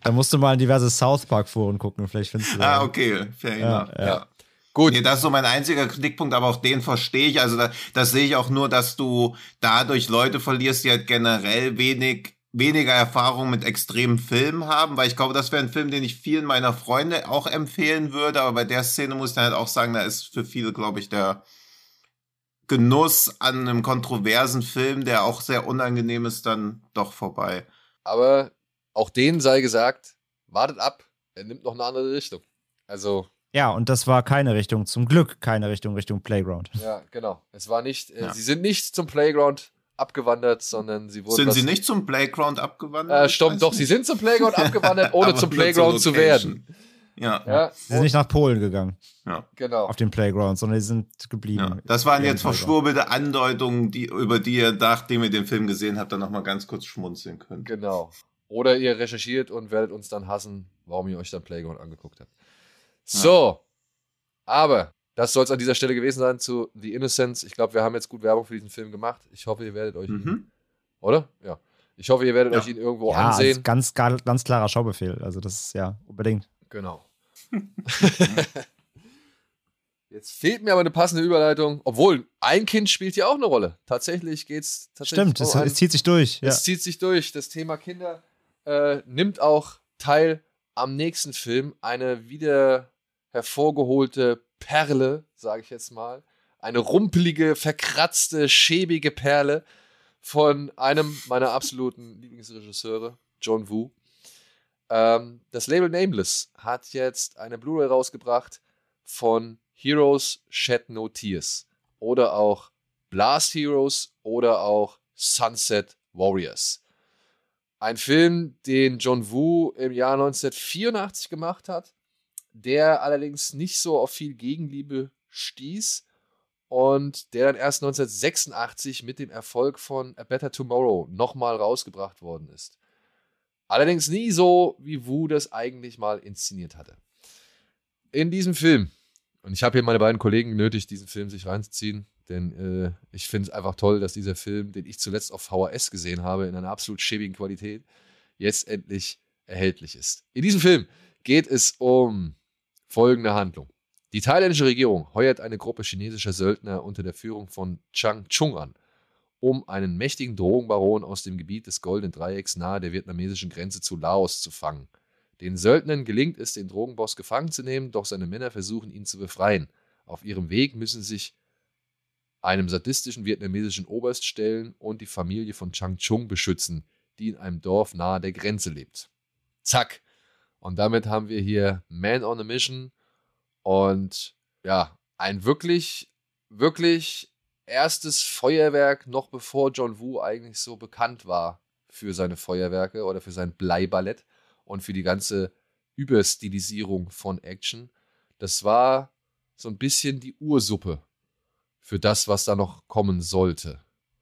Da musst du mal in diverse South Park-Foren gucken, vielleicht findest du das.
Ah, okay, fair
Ja,
enough.
ja.
Ja.
Gut.
Nee, das ist so mein einziger Kritikpunkt, aber auch den verstehe ich. Also da, das sehe ich auch nur, dass du dadurch Leute verlierst, die halt generell wenig weniger Erfahrung mit extremen Filmen haben, weil ich glaube, das wäre ein Film, den ich vielen meiner Freunde auch empfehlen würde, aber bei der Szene muss ich dann halt auch sagen, da ist für viele, glaube ich, der Genuss an einem kontroversen Film, der auch sehr unangenehm ist, dann doch vorbei.
Aber auch denen sei gesagt, wartet ab, er nimmt noch eine andere Richtung. Also
Ja, und das war keine Richtung, zum Glück keine Richtung Richtung Playground.
ja, genau. Es war nicht, äh,
Ja.
sie sind nicht zum Playground abgewandert, sondern sie wurden.
Sind
was,
sie nicht zum Playground abgewandert?
Äh, stopp, doch, sie sind zum Playground abgewandert, ohne
Aber
zum
nur
Playground
zur
zu werden.
Location. Ja,
Ja,
Sie sind nicht nach Polen gegangen,
ja.
genau.
auf den Playground, sondern sie sind geblieben.
Ja. Das waren
Ihren
jetzt
Playground.
verschwurbelte Andeutungen, die, über die ihr, nachdem ihr den Film gesehen habt, dann nochmal ganz kurz schmunzeln könnt.
Genau. Oder ihr recherchiert und werdet uns dann hassen, warum ihr euch dann Playground angeguckt habt. So, aber das soll es an dieser Stelle gewesen sein zu The Innocents. Ich glaube, wir haben jetzt gut Werbung für diesen Film gemacht. Ich hoffe, ihr werdet euch ihn,
Mhm.
oder? Ja. Ich hoffe, ihr werdet
Ja.
euch ihn irgendwo
Ja,
ansehen.
also ganz, ganz, ganz klarer Schaubefehl. Also das ist ja unbedingt.
Genau. Jetzt fehlt mir aber eine passende Überleitung. Obwohl, ein Kind spielt hier auch eine Rolle. Tatsächlich geht's tatsächlich
Stimmt, es,
um ein-
es zieht sich durch. Ja.
Es zieht sich durch. Das Thema Kinder äh, nimmt auch teil am nächsten Film. Eine wieder hervorgeholte Perle, sage ich jetzt mal. Eine rumpelige, verkratzte, schäbige Perle von einem meiner absoluten Lieblingsregisseure, John Woo. Ähm, das Label Nameless hat jetzt eine Blu-ray rausgebracht von Heroes Shed No Tears oder auch Blast Heroes oder auch Sunset Warriors. Ein Film, den John Woo im Jahr neunzehnhundertvierundachtzig gemacht hat, der allerdings nicht so auf viel Gegenliebe stieß und der dann erst neunzehnhundertsechsundachtzig mit dem Erfolg von A Better Tomorrow nochmal rausgebracht worden ist. Allerdings nie so, wie Woo das eigentlich mal inszeniert hatte. In diesem Film, und ich habe hier meine beiden Kollegen genötigt, diesen Film sich reinzuziehen, denn äh, ich finde es einfach toll, dass dieser Film, den ich zuletzt auf V H S gesehen habe, in einer absolut schäbigen Qualität, jetzt endlich erhältlich ist. In diesem Film geht es um folgende Handlung. Die thailändische Regierung heuert eine Gruppe chinesischer Söldner unter der Führung von Chang Chung an, um einen mächtigen Drogenbaron aus dem Gebiet des Goldenen Dreiecks nahe der vietnamesischen Grenze zu Laos zu fangen. Den Söldnern gelingt es, den Drogenboss gefangen zu nehmen, doch seine Männer versuchen, ihn zu befreien. Auf ihrem Weg müssen sie sich einem sadistischen vietnamesischen Oberst stellen und die Familie von Chang Chung beschützen, die in einem Dorf nahe der Grenze lebt. Zack. Und damit haben wir hier Man on a Mission und ja, ein wirklich, wirklich erstes Feuerwerk, noch bevor John Woo eigentlich so bekannt war für seine Feuerwerke oder für sein Bleiballett und für die ganze Überstilisierung von Action. Das war so ein bisschen die Ursuppe für das, was da noch kommen sollte.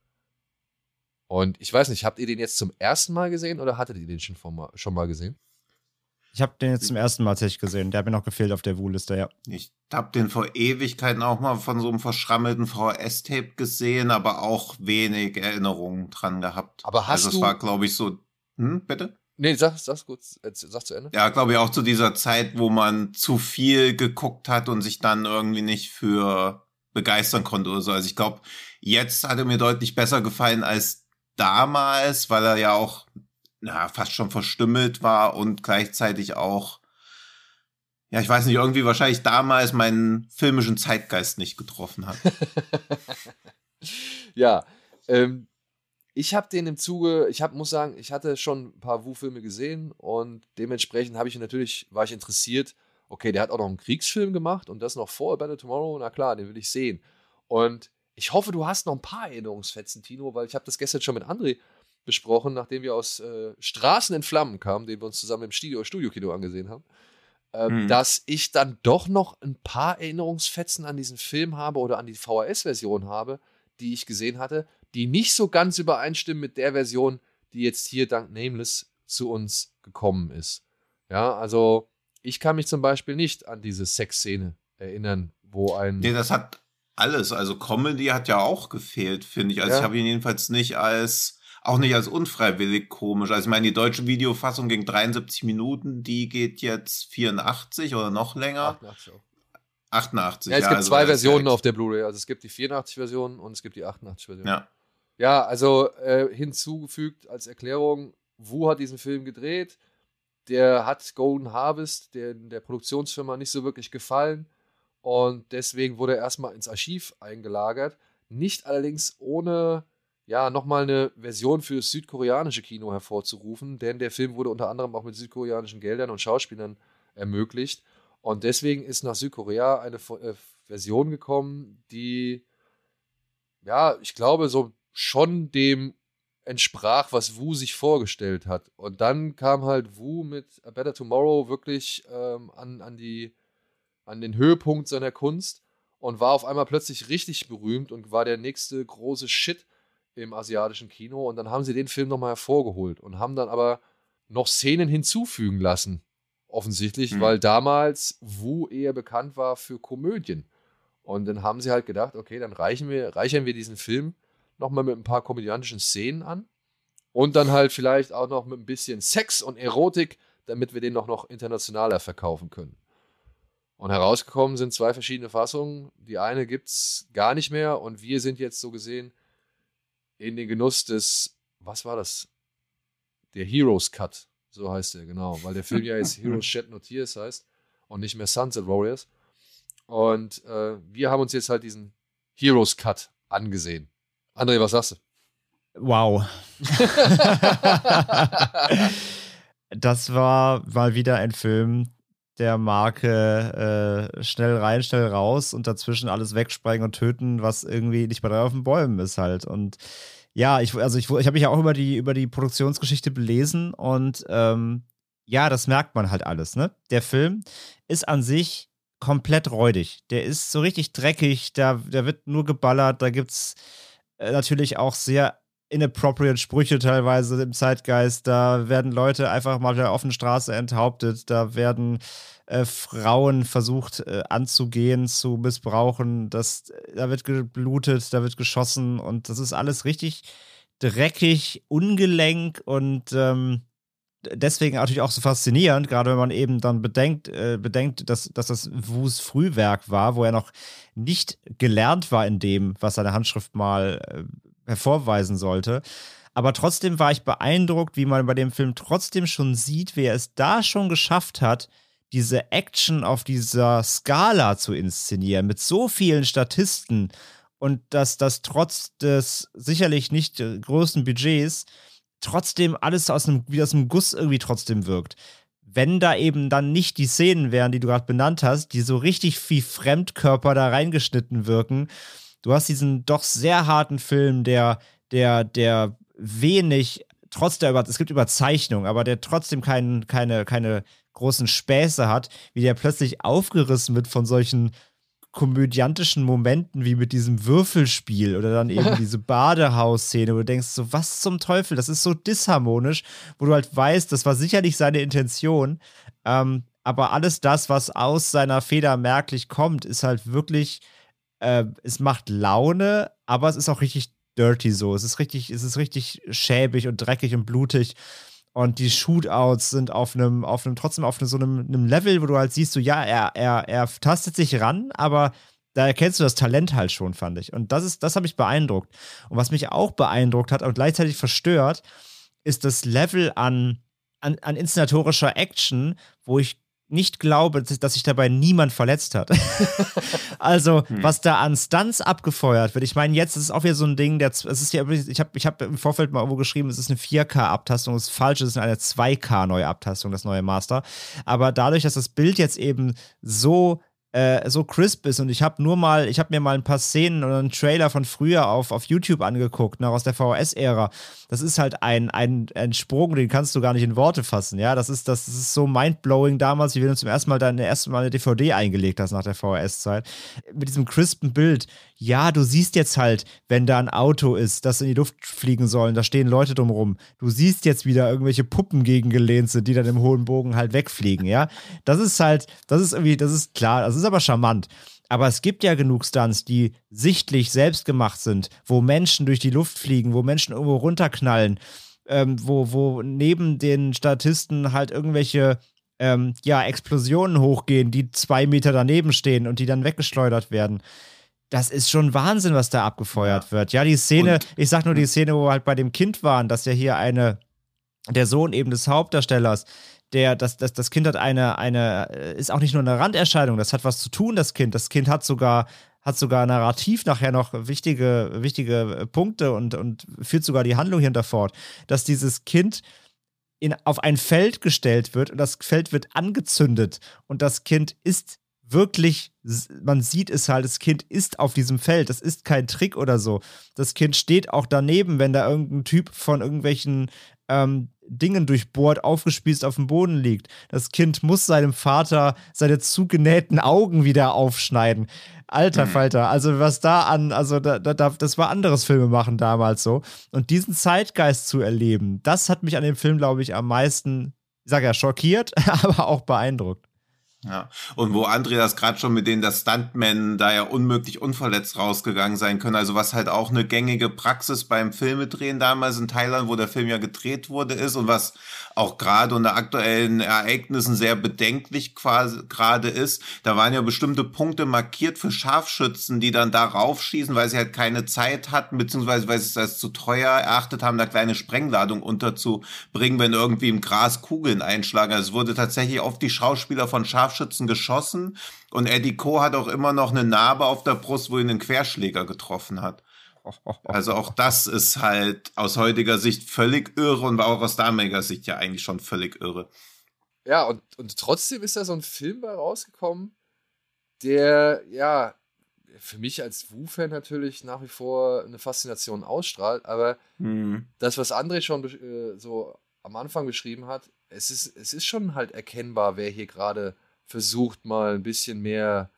Und ich weiß nicht, habt ihr den jetzt zum ersten Mal gesehen oder hattet ihr den schon, vor mal, schon mal gesehen?
Ich habe den jetzt zum ersten Mal tatsächlich gesehen. Der hat mir noch gefehlt auf der Woo-Liste, ja.
Ich habe den vor Ewigkeiten auch mal von so einem verschrammelten V H S-Tape gesehen, aber auch wenig Erinnerungen dran gehabt.
Aber hast
also
du-
es war, glaube ich, so... Hm, bitte?
Nee, sag, sag's kurz, äh, sag zu Ende.
Ja, glaube ich, auch zu dieser Zeit, wo man zu viel geguckt hat und sich dann irgendwie nicht für begeistern konnte oder so. Also ich glaube, jetzt hat er mir deutlich besser gefallen als damals, weil er ja auch na, fast schon verstümmelt war und gleichzeitig auch, ja, ich weiß nicht, irgendwie wahrscheinlich damals meinen filmischen Zeitgeist nicht getroffen hat.
Ja, ähm, ich habe den im Zuge, ich hab, muss sagen, ich hatte schon ein paar Wu-Filme gesehen und dementsprechend habe ich natürlich, war ich interessiert, okay, der hat auch noch einen Kriegsfilm gemacht und das noch vor A Better Tomorrow, na klar, den will ich sehen. Und ich hoffe, du hast noch ein paar Erinnerungsfetzen, Tino, weil ich habe das gestern schon mit André besprochen, nachdem wir aus äh, Straßen in Flammen kamen, den wir uns zusammen im Studio, Studio-Kino angesehen haben, äh,
Mhm.
dass ich dann doch noch ein paar Erinnerungsfetzen an diesen Film habe oder an die V H S-Version habe, die ich gesehen hatte, die nicht so ganz übereinstimmen mit der Version, die jetzt hier dank Nameless zu uns gekommen ist. Ja, also ich kann mich zum Beispiel nicht an diese Sexszene erinnern, wo ein...
Nee, das hat alles. Also Comedy hat ja auch gefehlt, finde ich. Also
Ja.
ich habe ihn jedenfalls nicht als auch nicht als unfreiwillig komisch. Also ich meine, die deutsche Videofassung ging dreiundsiebzig Minuten, die geht jetzt vierundachtzig oder noch länger.
achtundachtzig auch.
achtundachtzig,
ja. Es
ja,
gibt
also
zwei
das ist
Versionen
ja
auf der Blu-ray. Also es gibt die vierundachtzig-Version und es gibt die achtundachtzig-Version.
Ja.
Ja, also äh, hinzugefügt als Erklärung, Wu hat diesen Film gedreht. Der hat Golden Harvest, der, der Produktionsfirma, nicht so wirklich gefallen. Und deswegen wurde er erstmal ins Archiv eingelagert. Nicht allerdings ohne ja, nochmal eine Version für das südkoreanische Kino hervorzurufen, denn der Film wurde unter anderem auch mit südkoreanischen Geldern und Schauspielern ermöglicht. Und deswegen ist nach Südkorea eine äh, Version gekommen, die, ja, ich glaube, so schon dem entsprach, was Wu sich vorgestellt hat. Und dann kam halt Wu mit A Better Tomorrow wirklich ähm, an, an, die, an den Höhepunkt seiner Kunst und war auf einmal plötzlich richtig berühmt und war der nächste große Shit im asiatischen Kino. Und dann haben sie den Film nochmal hervorgeholt und haben dann aber noch Szenen hinzufügen lassen, offensichtlich, mhm. weil damals Wu eher bekannt war für Komödien. Und dann haben sie halt gedacht, okay, dann reichen wir, reichern wir diesen Film nochmal mit ein paar komödiantischen Szenen an und dann halt vielleicht auch noch mit ein bisschen Sex und Erotik, damit wir den noch, noch internationaler verkaufen können. Und herausgekommen sind zwei verschiedene Fassungen. Die eine gibt es gar nicht mehr und wir sind jetzt so gesehen in den Genuss des, was war das? Der Heroes Cut, so heißt der, genau, weil der Film ja jetzt Heroes Shed No Tears heißt und nicht mehr Sunset Warriors. Und äh, wir haben uns jetzt halt diesen Heroes Cut angesehen. André, was sagst du?
Wow. Das war mal wieder ein Film der Marke äh, schnell rein, schnell raus und dazwischen alles wegsprengen und töten, was irgendwie nicht bei drei auf den Bäumen ist halt. Und ja, ich, also ich, ich habe mich ja auch über die, über die Produktionsgeschichte belesen und ähm, ja, das merkt man halt alles, ne? Der Film ist an sich komplett räudig. Der ist so richtig dreckig, da, da wird nur geballert, da gibt's natürlich auch sehr inappropriate Sprüche teilweise im Zeitgeist. Da werden Leute einfach mal wieder auf der Straße enthauptet. Da werden äh, Frauen versucht äh, anzugehen, zu missbrauchen. Das, da wird geblutet, da wird geschossen und das ist alles richtig dreckig, ungelenk und ähm, deswegen natürlich auch so faszinierend, gerade wenn man eben dann bedenkt, äh, bedenkt, dass, dass das Wus Frühwerk war, wo er noch nicht gelernt war in dem, was seine Handschrift mal äh, hervorweisen sollte. Aber trotzdem war ich beeindruckt, wie man bei dem Film trotzdem schon sieht, wie er es da schon geschafft hat, diese Action auf dieser Skala zu inszenieren, mit so vielen Statisten und dass das trotz des sicherlich nicht äh, großen Budgets trotzdem alles aus einem, wie aus einem Guss irgendwie trotzdem wirkt. Wenn da eben dann nicht die Szenen wären, die du gerade benannt hast, die so richtig wie Fremdkörper da reingeschnitten wirken. Du hast diesen doch sehr harten Film, der, der, der wenig, trotz der Über- es gibt Überzeichnung, aber der trotzdem kein, keine, keine großen Späße hat, wie der plötzlich aufgerissen wird von solchen komödiantischen Momenten wie mit diesem Würfelspiel oder dann eben diese Badehausszene, wo du denkst so, was zum Teufel, das ist so disharmonisch, wo du halt weißt, das war sicherlich seine Intention, ähm, aber alles das, was aus seiner Feder merklich kommt, ist halt wirklich, äh, es macht Laune, aber es ist auch richtig dirty so, es ist richtig, es ist richtig schäbig und dreckig und blutig. Und die Shootouts sind auf einem, auf einem, trotzdem auf so einem, einem Level, wo du halt siehst, so, ja, er, er, er tastet sich ran, aber da erkennst du das Talent halt schon, fand ich. Und das ist, das hat mich beeindruckt. Und was mich auch beeindruckt hat und gleichzeitig verstört, ist das Level an, an, an inszenatorischer Action, wo ich nicht glaube, dass sich dabei niemand verletzt hat. Also, hm. was da an Stunts abgefeuert wird. Ich meine, jetzt ist es auch wieder so ein Ding, der, es ist ja, ich habe ich hab im Vorfeld mal irgendwo geschrieben, es ist eine vier K-Abtastung, das ist falsch, es ist eine zwei K-Neuabtastung, das neue Master. Aber dadurch, dass das Bild jetzt eben so Äh, so crisp ist und ich habe nur mal, ich habe mir mal ein paar Szenen oder einen Trailer von früher auf, auf YouTube angeguckt, noch aus der V H S-Ära. Das ist halt ein, ein, ein Sprung, den kannst du gar nicht in Worte fassen, ja. Das ist, das ist so mindblowing damals, wie wenn du zum ersten Mal deine erste Mal eine D V D eingelegt hast nach der V H S-Zeit. Mit diesem crispen Bild. Ja, du siehst jetzt halt, wenn da ein Auto ist, das in die Luft fliegen soll, da stehen Leute drumrum. Du siehst jetzt wieder irgendwelche Puppen gegengelehnt sind, die dann im hohen Bogen halt wegfliegen, ja. Das ist halt, das ist irgendwie, das ist klar, das ist aber charmant. Aber es gibt ja genug Stunts, die sichtlich selbst gemacht sind, wo Menschen durch die Luft fliegen, wo Menschen irgendwo runterknallen, ähm, wo, wo neben den Statisten halt irgendwelche ähm, ja, Explosionen hochgehen, die zwei Meter daneben stehen und die dann weggeschleudert werden. Das ist schon Wahnsinn, was da abgefeuert ja. wird. Ja, die Szene, und, ich sag nur die Szene, wo wir halt bei dem Kind waren, dass ja hier eine, der Sohn eben des Hauptdarstellers, der, das, das, das Kind hat eine, eine, ist auch nicht nur eine Randerscheinung, das hat was zu tun, das Kind. Das Kind hat sogar, hat sogar narrativ nachher noch wichtige, wichtige Punkte und, und führt sogar die Handlung hinter fort, dass dieses Kind in, auf ein Feld gestellt wird und das Feld wird angezündet und das Kind ist wirklich, man sieht es halt, das Kind ist auf diesem Feld, das ist kein Trick oder so. Das Kind steht auch daneben, wenn da irgendein Typ von irgendwelchen ähm, Dingen durchbohrt, aufgespießt auf dem Boden liegt. Das Kind muss seinem Vater seine zugenähten Augen wieder aufschneiden. Alter mhm. Falter, also was da an, also da, da, das war anderes Filmemachen damals so. Und diesen Zeitgeist zu erleben, das hat mich an dem Film, glaube ich, am meisten, ich sage ja, schockiert, aber auch beeindruckt.
Ja, und wo André das gerade schon mit denen, dass Stuntmen da ja unmöglich unverletzt rausgegangen sein können, also was halt auch eine gängige Praxis beim Filmedrehen damals in Thailand, wo der Film ja gedreht wurde, ist und was auch gerade unter aktuellen Ereignissen sehr bedenklich quasi gerade ist, da waren ja bestimmte Punkte markiert für Scharfschützen, die dann da raufschießen, weil sie halt keine Zeit hatten, beziehungsweise weil sie es als zu teuer erachtet haben, da kleine Sprengladung unterzubringen, wenn irgendwie im Gras Kugeln einschlagen. Also es wurde tatsächlich auf die Schauspieler von Scharfschützen Scharfschützen geschossen und Eddie Ko hat auch immer noch eine Narbe auf der Brust, wo ihn ein Querschläger getroffen hat. Also auch das ist halt aus heutiger Sicht völlig irre und war auch aus damaliger Sicht ja eigentlich schon völlig irre.
Ja, und, und trotzdem ist da so ein Film bei rausgekommen, der, ja, für mich als Wu-Fan natürlich nach wie vor eine Faszination ausstrahlt, aber mhm. das, was André schon äh, so am Anfang beschrieben hat, es ist, es ist schon halt erkennbar, wer hier gerade versucht, mal ein bisschen mehr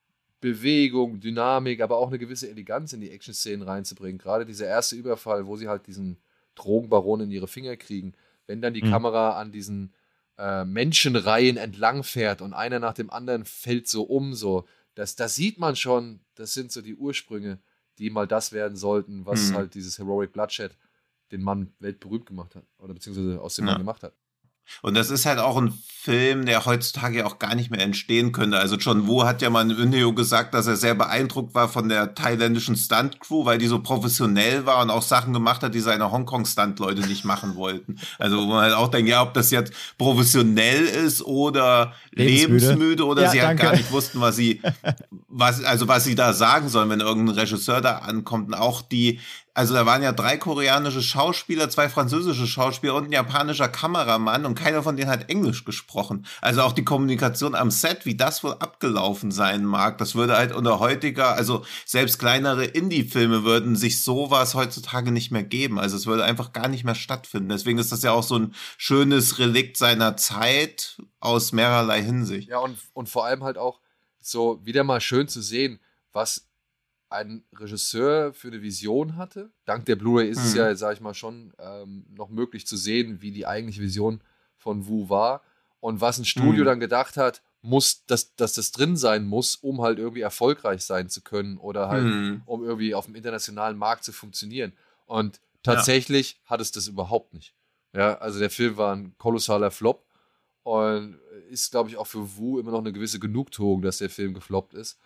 Bewegung, Dynamik, aber auch eine gewisse Eleganz in die Action-Szenen reinzubringen. Gerade dieser erste Überfall, wo sie halt diesen Drogenbaron in ihre Finger kriegen, wenn dann die mhm. Kamera an diesen äh, Menschenreihen entlang fährt und einer nach dem anderen fällt so um, so, das, das sieht man schon, das sind so die Ursprünge, die mal das werden sollten, was mhm. halt dieses Heroic Bloodshed den Mann weltberühmt gemacht hat oder beziehungsweise aus dem ja. Mann gemacht hat.
Und das ist halt auch ein Film, der heutzutage ja auch gar nicht mehr entstehen könnte. Also John Woo hat ja mal in Interview gesagt, dass er sehr beeindruckt war von der thailändischen Stunt-Crew, weil die so professionell war und auch Sachen gemacht hat, die seine Hongkong-Stunt-Leute nicht machen wollten. Also wo man halt auch denkt, ja, ob das jetzt professionell ist oder lebensmüde, lebensmüde oder ja, sie halt gar nicht wussten, was sie, was, also was sie da sagen sollen, wenn irgendein Regisseur da ankommt. Und auch die, also da waren ja drei koreanische Schauspieler, zwei französische Schauspieler und ein japanischer Kameramann und keiner von denen hat Englisch gesprochen. Also auch die Kommunikation am Set, wie das wohl abgelaufen sein mag, das würde halt unter heutiger, also selbst kleinere Indie-Filme würden sich sowas heutzutage nicht mehr geben. Also es würde einfach gar nicht mehr stattfinden. Deswegen ist das ja auch so ein schönes Relikt seiner Zeit aus mehrerlei Hinsicht.
Ja, und, und vor allem halt auch so wieder mal schön zu sehen, was ein Regisseur für eine Vision hatte. Dank der Blu-ray ist mhm. es ja, sag ich mal, schon ähm, noch möglich zu sehen, wie die eigentliche Vision von Wu war und was ein Studio mhm. dann gedacht hat, muss, dass, dass das drin sein muss, um halt irgendwie erfolgreich sein zu können oder halt, mhm. um irgendwie auf dem internationalen Markt zu funktionieren. Und tatsächlich ja. hat es das überhaupt nicht. Ja, also der Film war ein kolossaler Flop und ist, glaube ich, auch für Wu immer noch eine gewisse Genugtuung, dass der Film gefloppt ist.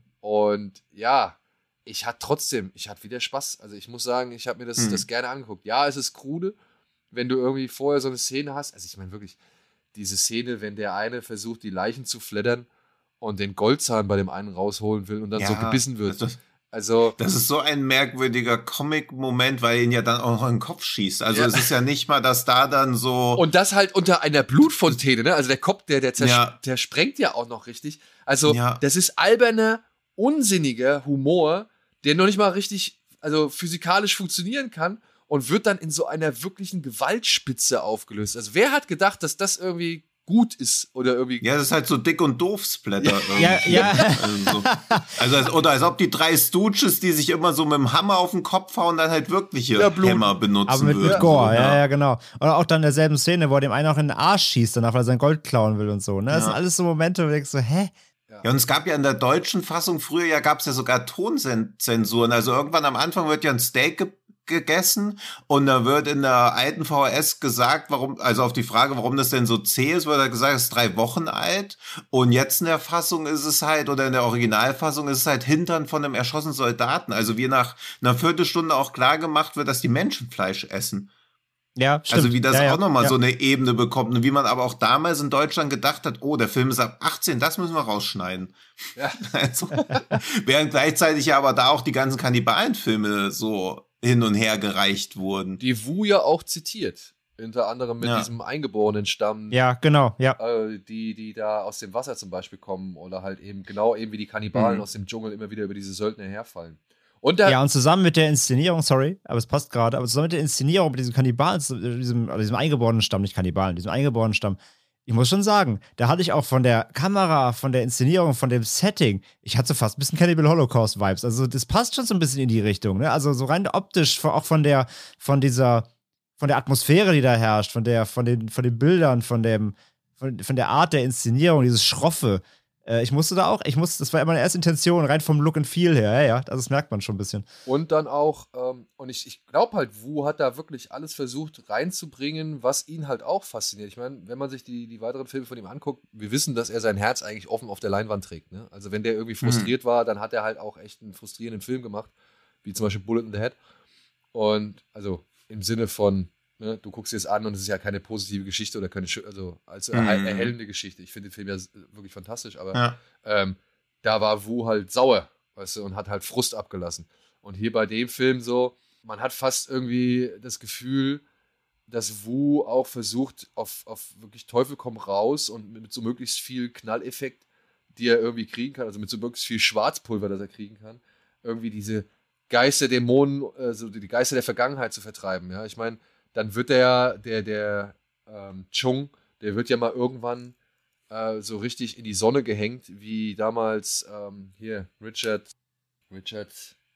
Und ja, ich hatte trotzdem, ich hatte wieder Spaß. Also ich muss sagen, ich habe mir das, mhm. das gerne angeguckt. Ja, es ist krude, wenn du irgendwie vorher so eine Szene hast. Also ich meine wirklich, diese Szene, wenn der eine versucht, die Leichen zu fleddern und den Goldzahn bei dem einen rausholen will und dann ja, so gebissen wird.
Das,
also,
das ist so ein merkwürdiger Comic-Moment, weil ihn ja dann auch noch in den Kopf schießt. Also ja. es ist ja nicht mal, dass da dann so...
Und das halt unter einer Blutfontäne, ne? Also der Kopf, der, der, zers- ja. der sprengt ja auch noch richtig. Also ja. das ist alberner, unsinniger Humor, der noch nicht mal richtig, also physikalisch funktionieren kann und wird dann in so einer wirklichen Gewaltspitze aufgelöst. Also wer hat gedacht, dass das irgendwie gut ist oder irgendwie...
Ja, das ist halt so dick und doof Splatter.
Ja, ja.
Also, so. also als, oder als ob die drei Stooges, die sich immer so mit dem Hammer auf den Kopf hauen, dann halt wirkliche ja, Hämmer benutzen
Aber mit,
würden.
mit Gore,
so,
ja, ja, genau. Oder auch dann in derselben Szene, wo er dem einen auch in den Arsch schießt, danach, weil er sein Gold klauen will und so. Ne? Das ja. sind alles so Momente, wo du denkst so, hä?
Ja.
Ja, und es gab ja in der deutschen Fassung früher, ja gab es ja sogar Tonzensuren. Also irgendwann am Anfang wird ja ein Steak ge- gegessen und da wird in der alten V H S gesagt, warum, also auf die Frage, warum das denn so zäh ist, wird da gesagt, es ist drei Wochen alt. Und jetzt in der Fassung ist es halt, oder in der Originalfassung ist es halt Hintern von einem erschossenen Soldaten. Also wie nach einer Viertelstunde auch klar gemacht wird, dass die Menschenfleisch essen.
Ja, stimmt.
Also wie das
ja, ja,
auch nochmal
ja.
so eine Ebene bekommt und wie man aber auch damals in Deutschland gedacht hat, oh, der Film ist ab achtzehn, das müssen wir rausschneiden.
Ja.
Also, während gleichzeitig ja aber da auch die ganzen Kannibalenfilme so hin und her gereicht wurden.
Die Wu ja auch zitiert. Unter anderem mit
Ja.
diesem eingeborenen Stamm,
Ja, genau, ja.
äh, die, die da aus dem Wasser zum Beispiel kommen oder halt eben genau eben wie die Kannibalen
Mhm.
aus dem Dschungel immer wieder über diese Söldner herfallen. Und der,
Ja, und zusammen mit der Inszenierung, sorry, aber es passt gerade, aber zusammen mit der Inszenierung, mit diesem Kannibalen, diesem, also diesem eingeborenen Stamm, nicht Kannibalen, diesem eingeborenen Stamm, ich muss schon sagen, da hatte ich auch von der Kamera, von der Inszenierung, von dem Setting, ich hatte so fast ein bisschen Cannibal Holocaust-Vibes. Also das passt schon so ein bisschen in die Richtung, ne? Also so rein optisch, auch von der, von dieser, von der Atmosphäre, die da herrscht, von der, von den, von den Bildern, von dem, von, von der Art der Inszenierung, dieses Schroffe. Äh, ich musste da auch, ich musste, das war meine erste Intention, rein vom Look and Feel her, ja, ja, also das merkt man schon ein bisschen.
Und dann auch, ähm, und ich, ich glaube halt, Wu hat da wirklich alles versucht reinzubringen, was ihn halt auch fasziniert. Ich meine, wenn man sich die, die weiteren Filme von ihm anguckt, wir wissen, dass er sein Herz eigentlich offen auf der Leinwand trägt. Ne? Also wenn der irgendwie frustriert mhm. war, dann hat er halt auch echt einen frustrierenden Film gemacht, wie zum Beispiel Bullet in the Head. Und also im Sinne von, ne, du guckst dir es an und es ist ja keine positive Geschichte oder keine, also als mhm. erhellende Geschichte. Ich finde den Film ja wirklich fantastisch, aber ja. ähm, da war Wu halt sauer, weißt du, und hat halt Frust abgelassen. Und hier bei dem Film so, man hat fast irgendwie das Gefühl, dass Wu auch versucht, auf, auf wirklich Teufel komm raus und mit so möglichst viel Knalleffekt, die er irgendwie kriegen kann, also mit so möglichst viel Schwarzpulver, das er kriegen kann, irgendwie diese Geister, Dämonen, also die Geister der Vergangenheit zu vertreiben. Ja, ich meine, dann wird der, der, der ähm, Chung, der wird ja mal irgendwann äh, so richtig in die Sonne gehängt, wie damals ähm, hier Richard, Richard,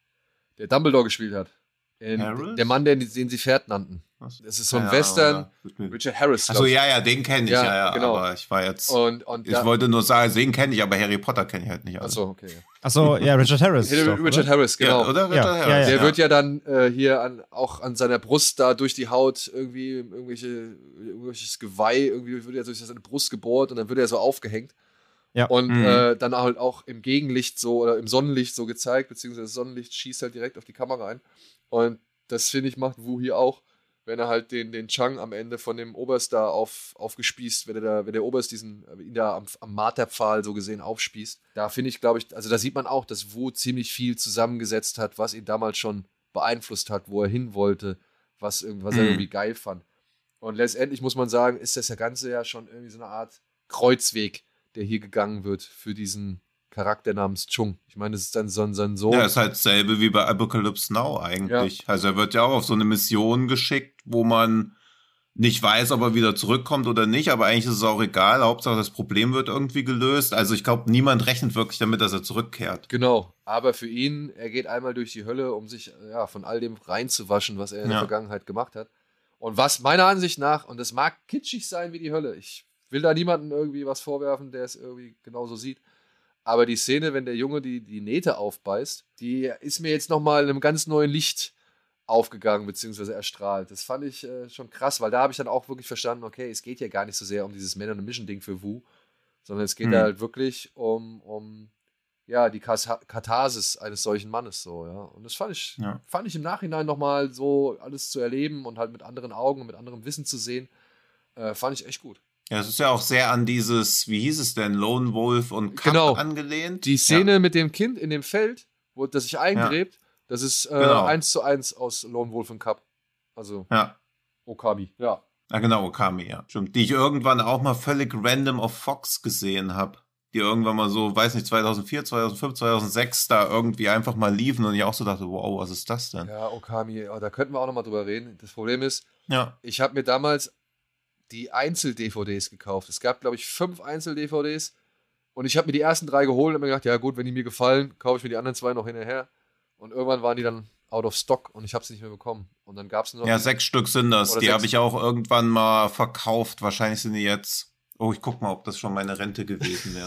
der Dumbledore gespielt hat. In, der Mann, den, den sie Pferd nannten. Das ist so ein ja, Western. Richard Harris.
Achso, ja, ja, den kenne ich, ja,
ja,
ja,
genau.
Aber ich war jetzt.
Und, und
ich
da,
wollte nur sagen, den kenne ich, aber Harry Potter kenne ich halt nicht.
Achso, okay. Ja.
Achso, ja, Richard Harris.
Richard
doch,
Harris, genau.
Ja, oder? Richard
ja,
Harris.
Ja, ja,
der
ja.
wird ja dann äh, hier an, auch an seiner Brust da durch die Haut irgendwie irgendwelche, irgendwelches Geweih, irgendwie wird er durch seine Brust gebohrt und dann wird er so aufgehängt.
Ja.
Und
mhm.
äh, dann halt auch im Gegenlicht so oder im Sonnenlicht so gezeigt, beziehungsweise das Sonnenlicht schießt halt direkt auf die Kamera ein. Und das, finde ich, macht Wu hier auch, wenn er halt den, den Chang am Ende von dem Oberst da auf, aufgespießt, wenn, er da, wenn der Oberst diesen, ihn da am, am Marterpfahl so gesehen aufspießt. Da finde ich, glaube ich, also da sieht man auch, dass Wu ziemlich viel zusammengesetzt hat, was ihn damals schon beeinflusst hat, wo er hin wollte, was, was mhm. er irgendwie geil fand. Und letztendlich muss man sagen, ist das Ganze ja schon irgendwie so eine Art Kreuzweg, der hier gegangen wird für diesen Charakter namens Chung. Ich meine, das ist dann so ein, so ein Sohn.
Ja, ist halt dasselbe wie bei Apocalypse Now eigentlich. Ja. Also er wird ja auch auf so eine Mission geschickt, wo man nicht weiß, ob er wieder zurückkommt oder nicht, aber eigentlich ist es auch egal. Hauptsache das Problem wird irgendwie gelöst. Also ich glaube, niemand rechnet wirklich damit, dass er zurückkehrt.
Genau, aber für ihn, er geht einmal durch die Hölle, um sich ja, von all dem reinzuwaschen, was er in ja. der Vergangenheit gemacht hat. Und was meiner Ansicht nach, und das mag kitschig sein wie die Hölle, ich will da niemandem irgendwie was vorwerfen, der es irgendwie genauso sieht, aber die Szene, wenn der Junge die, die Nähte aufbeißt, die ist mir jetzt nochmal in einem ganz neuen Licht aufgegangen, beziehungsweise erstrahlt. Das fand ich äh, schon krass, weil da habe ich dann auch wirklich verstanden, okay, es geht ja gar nicht so sehr um dieses Man-on-a-Mission-Ding für Wu, sondern es geht hm. da halt wirklich um, um ja, die Katharsis eines solchen Mannes. So, ja. Und das fand ich, ja. fand ich im Nachhinein nochmal so alles zu erleben und halt mit anderen Augen und mit anderem Wissen zu sehen, äh, fand ich echt gut.
Ja, es ist ja auch sehr an dieses, wie hieß es denn, Lone Wolf und Cub
genau.
angelehnt.
Die Szene
ja.
mit dem Kind in dem Feld, wo das sich eingräbt, ja. das ist äh, genau. eins zu eins aus Lone Wolf und Cub. Also
ja.
Okami, ja.
Ja, genau, Okami, ja. Stimmt. Die ich irgendwann auch mal völlig random auf Fox gesehen habe. Die irgendwann mal so, weiß nicht, zweitausendvier, zweitausendfünf, zweitausendsechs da irgendwie einfach mal liefen und ich auch so dachte, wow, was ist das denn?
Ja, Okami, oh, da könnten wir auch nochmal drüber reden. Das Problem ist,
ja.
ich habe mir damals die Einzel-D V Ds gekauft. Es gab, glaube ich, fünf Einzel-D V Ds und ich habe mir die ersten drei geholt und habe mir gedacht, ja gut, wenn die mir gefallen, kaufe ich mir die anderen zwei noch hinterher. Und irgendwann waren die dann out of stock und ich habe sie nicht mehr bekommen. Und dann gab es nur noch...
Ja, sechs Stück sind das. Die habe ich auch irgendwann mal verkauft. Wahrscheinlich sind die jetzt... Oh, ich guck mal, ob das schon meine Rente gewesen wäre.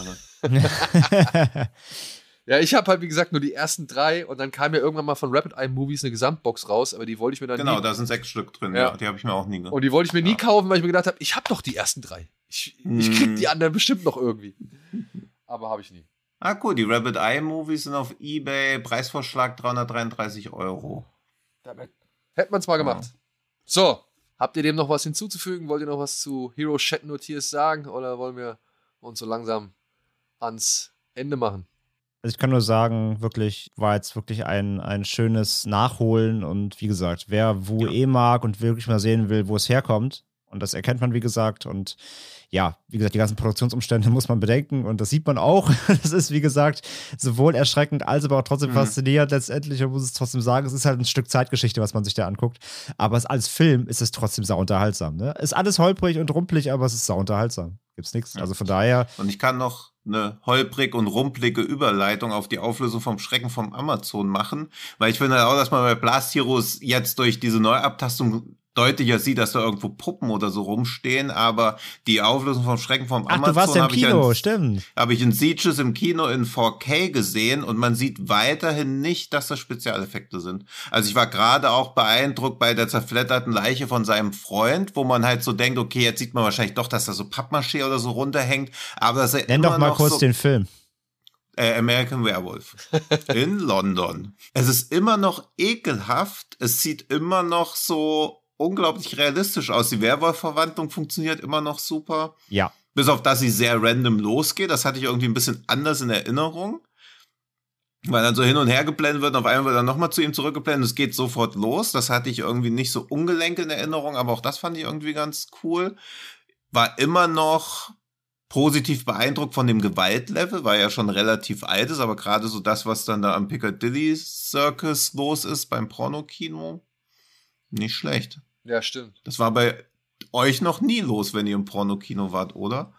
Ja, ich habe halt, wie gesagt, nur die ersten drei und dann kam ja irgendwann mal von Rapid Eye Movies eine Gesamtbox raus, aber die wollte ich mir dann
genau,
nie...
da sind sechs Stück drin,
ja.
ja. Die habe ich mir auch nie ge-
Und die wollte ich mir nie
ja.
kaufen, weil ich mir gedacht habe, ich habe doch die ersten drei. Ich, ich krieg die anderen bestimmt noch irgendwie. Aber habe ich nie.
Ah, cool, die Rabbit Eye Movies sind auf eBay, Preisvorschlag dreihundertdreiunddreißig Euro.
Damit hätte man es mal gemacht. Ja. So, habt ihr dem noch was hinzuzufügen? Wollt ihr noch was zu Hero Shed No Tears sagen? Oder wollen wir uns so langsam ans Ende machen?
Also ich kann nur sagen, wirklich, war jetzt wirklich ein, ein schönes Nachholen und wie gesagt, wer Wu
Ja.
eh mag und wirklich mal sehen will, wo es herkommt, und das erkennt man, wie gesagt, und ja, wie gesagt, die ganzen Produktionsumstände muss man bedenken und das sieht man auch. Das ist, wie gesagt, sowohl erschreckend als aber auch trotzdem mhm. faszinierend. Letztendlich, man muss es trotzdem sagen, es ist halt ein Stück Zeitgeschichte, was man sich da anguckt, aber es, als Film ist es trotzdem sauunterhaltsam. Ne? Ist alles holprig und rumpelig, aber es ist sauunterhaltsam. Gibt's nichts.
Ja.
Also von daher.
Und ich kann noch eine holprig und rumpelige Überleitung auf die Auflösung vom Schrecken vom Amazon machen, weil ich finde auch, dass man bei Blast Heroes jetzt durch diese Neuabtastung deutlicher sieht, dass da irgendwo Puppen oder so rumstehen, aber die Auflösung vom Schrecken vom
Ach,
Amazon
du warst ja im
habe ich,
Kino,
in,
stimmt.
hab ich in Sieges im Kino in vier K gesehen und man sieht weiterhin nicht, dass das Spezialeffekte sind. Also ich war gerade auch beeindruckt bei der zerfledderten Leiche von seinem Freund, wo man halt so denkt, okay, jetzt sieht man wahrscheinlich doch, dass da so Pappmaché oder so runterhängt, aber das ist
Nenn
immer
doch mal
noch
kurz
so
den Film.
Äh, American Werewolf in London. Es ist immer noch ekelhaft, es sieht immer noch so unglaublich realistisch aus. Die Werwolf-Verwandlung funktioniert immer noch super.
Ja.
Bis auf, dass sie sehr random losgeht. Das hatte ich irgendwie ein bisschen anders in Erinnerung. Weil dann so hin und her geblendet wird und auf einmal wird dann nochmal zu ihm zurückgeblendet. Es geht sofort los. Das hatte ich irgendwie nicht so ungelenk in Erinnerung, aber auch das fand ich irgendwie ganz cool. War immer noch positiv beeindruckt von dem Gewaltlevel, weil er schon relativ alt ist, aber gerade so das, was dann da am Piccadilly Circus los ist beim Pornokino, nicht schlecht.
Ja, stimmt.
Das war bei euch noch nie los, wenn ihr im Pornokino wart, oder?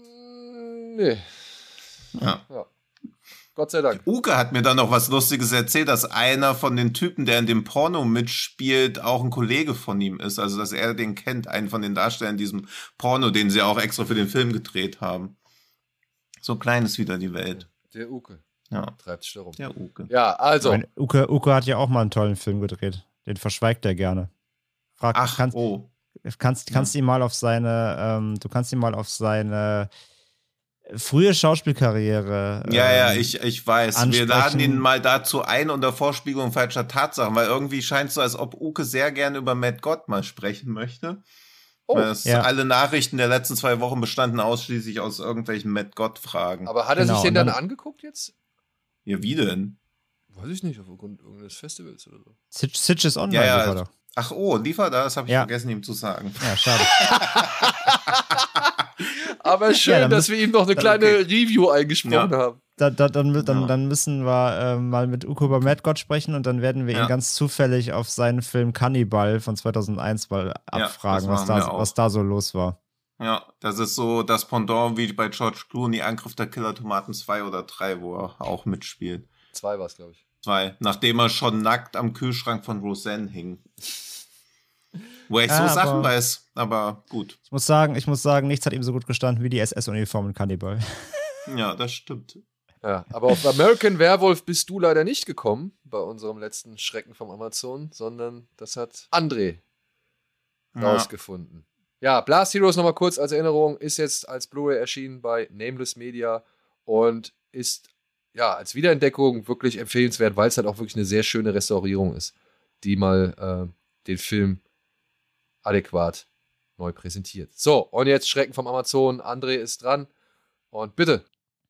Nee.
Ja.
ja. Gott sei Dank.
Uke hat mir dann noch was Lustiges erzählt, dass einer von den Typen, der in dem Porno mitspielt, auch ein Kollege von ihm ist. Also, dass er den kennt, einen von den Darstellern in diesem Porno, den sie auch extra für den Film gedreht haben. So klein ist wieder die Welt.
Der Uke.
Ja.
Treibt sich darum.
Der Uke.
Ja, also.
Meine, Uke, Uke hat ja auch mal einen tollen Film gedreht. Den verschweigt er gerne. Frag,
Ach,
kannst,
oh.
Kannst, kannst ja. ihn mal auf seine, ähm, du kannst ihn mal auf seine frühe Schauspielkarriere ähm,
Ja, ja, ich, ich weiß.
ansprechen.
Wir laden ihn mal dazu ein unter Vorspiegelung falscher Tatsachen, weil irgendwie scheint es so, als ob Uke sehr gerne über Matt Gott mal sprechen möchte. Oh, weil es ja. alle Nachrichten der letzten zwei Wochen bestanden ausschließlich aus irgendwelchen Matt Gott-Fragen.
Aber hat er
genau,
sich den dann,
dann
angeguckt jetzt?
Ja, wie denn?
Weiß ich nicht, aufgrund irgendeines Festivals oder so.
Sitch is Online,
ja, ja.
doch.
Ach oh, lief er da? Das habe ich
ja.
vergessen, ihm zu sagen.
Ja, schade.
Aber schön, ja, dass wir ihm noch eine kleine okay. Review eingesprochen ja. haben.
Da, da, dann, dann, dann müssen wir äh, mal mit Uke über Matt Gott sprechen und dann werden wir ja. ihn ganz zufällig auf seinen Film Cannibal von zweitausendeins mal abfragen, ja, was, da, was da so los war.
Ja, das ist so das Pendant wie bei George Clooney, Angriff der Killer-Tomaten zwei oder drei, wo er auch mitspielt.
Zwei war es, glaube ich.
Zwei, nachdem er schon nackt am Kühlschrank von Roseanne hing. Wo ich
ja,
so Sachen weiß, aber gut.
Ich muss sagen, ich muss sagen, nichts hat ihm so gut gestanden wie die S S-Uniform in Cannibal.
Ja, das stimmt.
Ja, aber auf American Werewolf bist du leider nicht gekommen bei unserem letzten Schrecken vom Amazon, sondern das hat André ja. rausgefunden. Ja, Blast Heroes nochmal kurz als Erinnerung, ist jetzt als Blu-ray erschienen bei Nameless Media und ist ja als Wiederentdeckung wirklich empfehlenswert, weil es halt auch wirklich eine sehr schöne Restaurierung ist, die mal äh, den Film adäquat neu präsentiert. So, und jetzt Schrecken vom Amazon. André ist dran und bitte.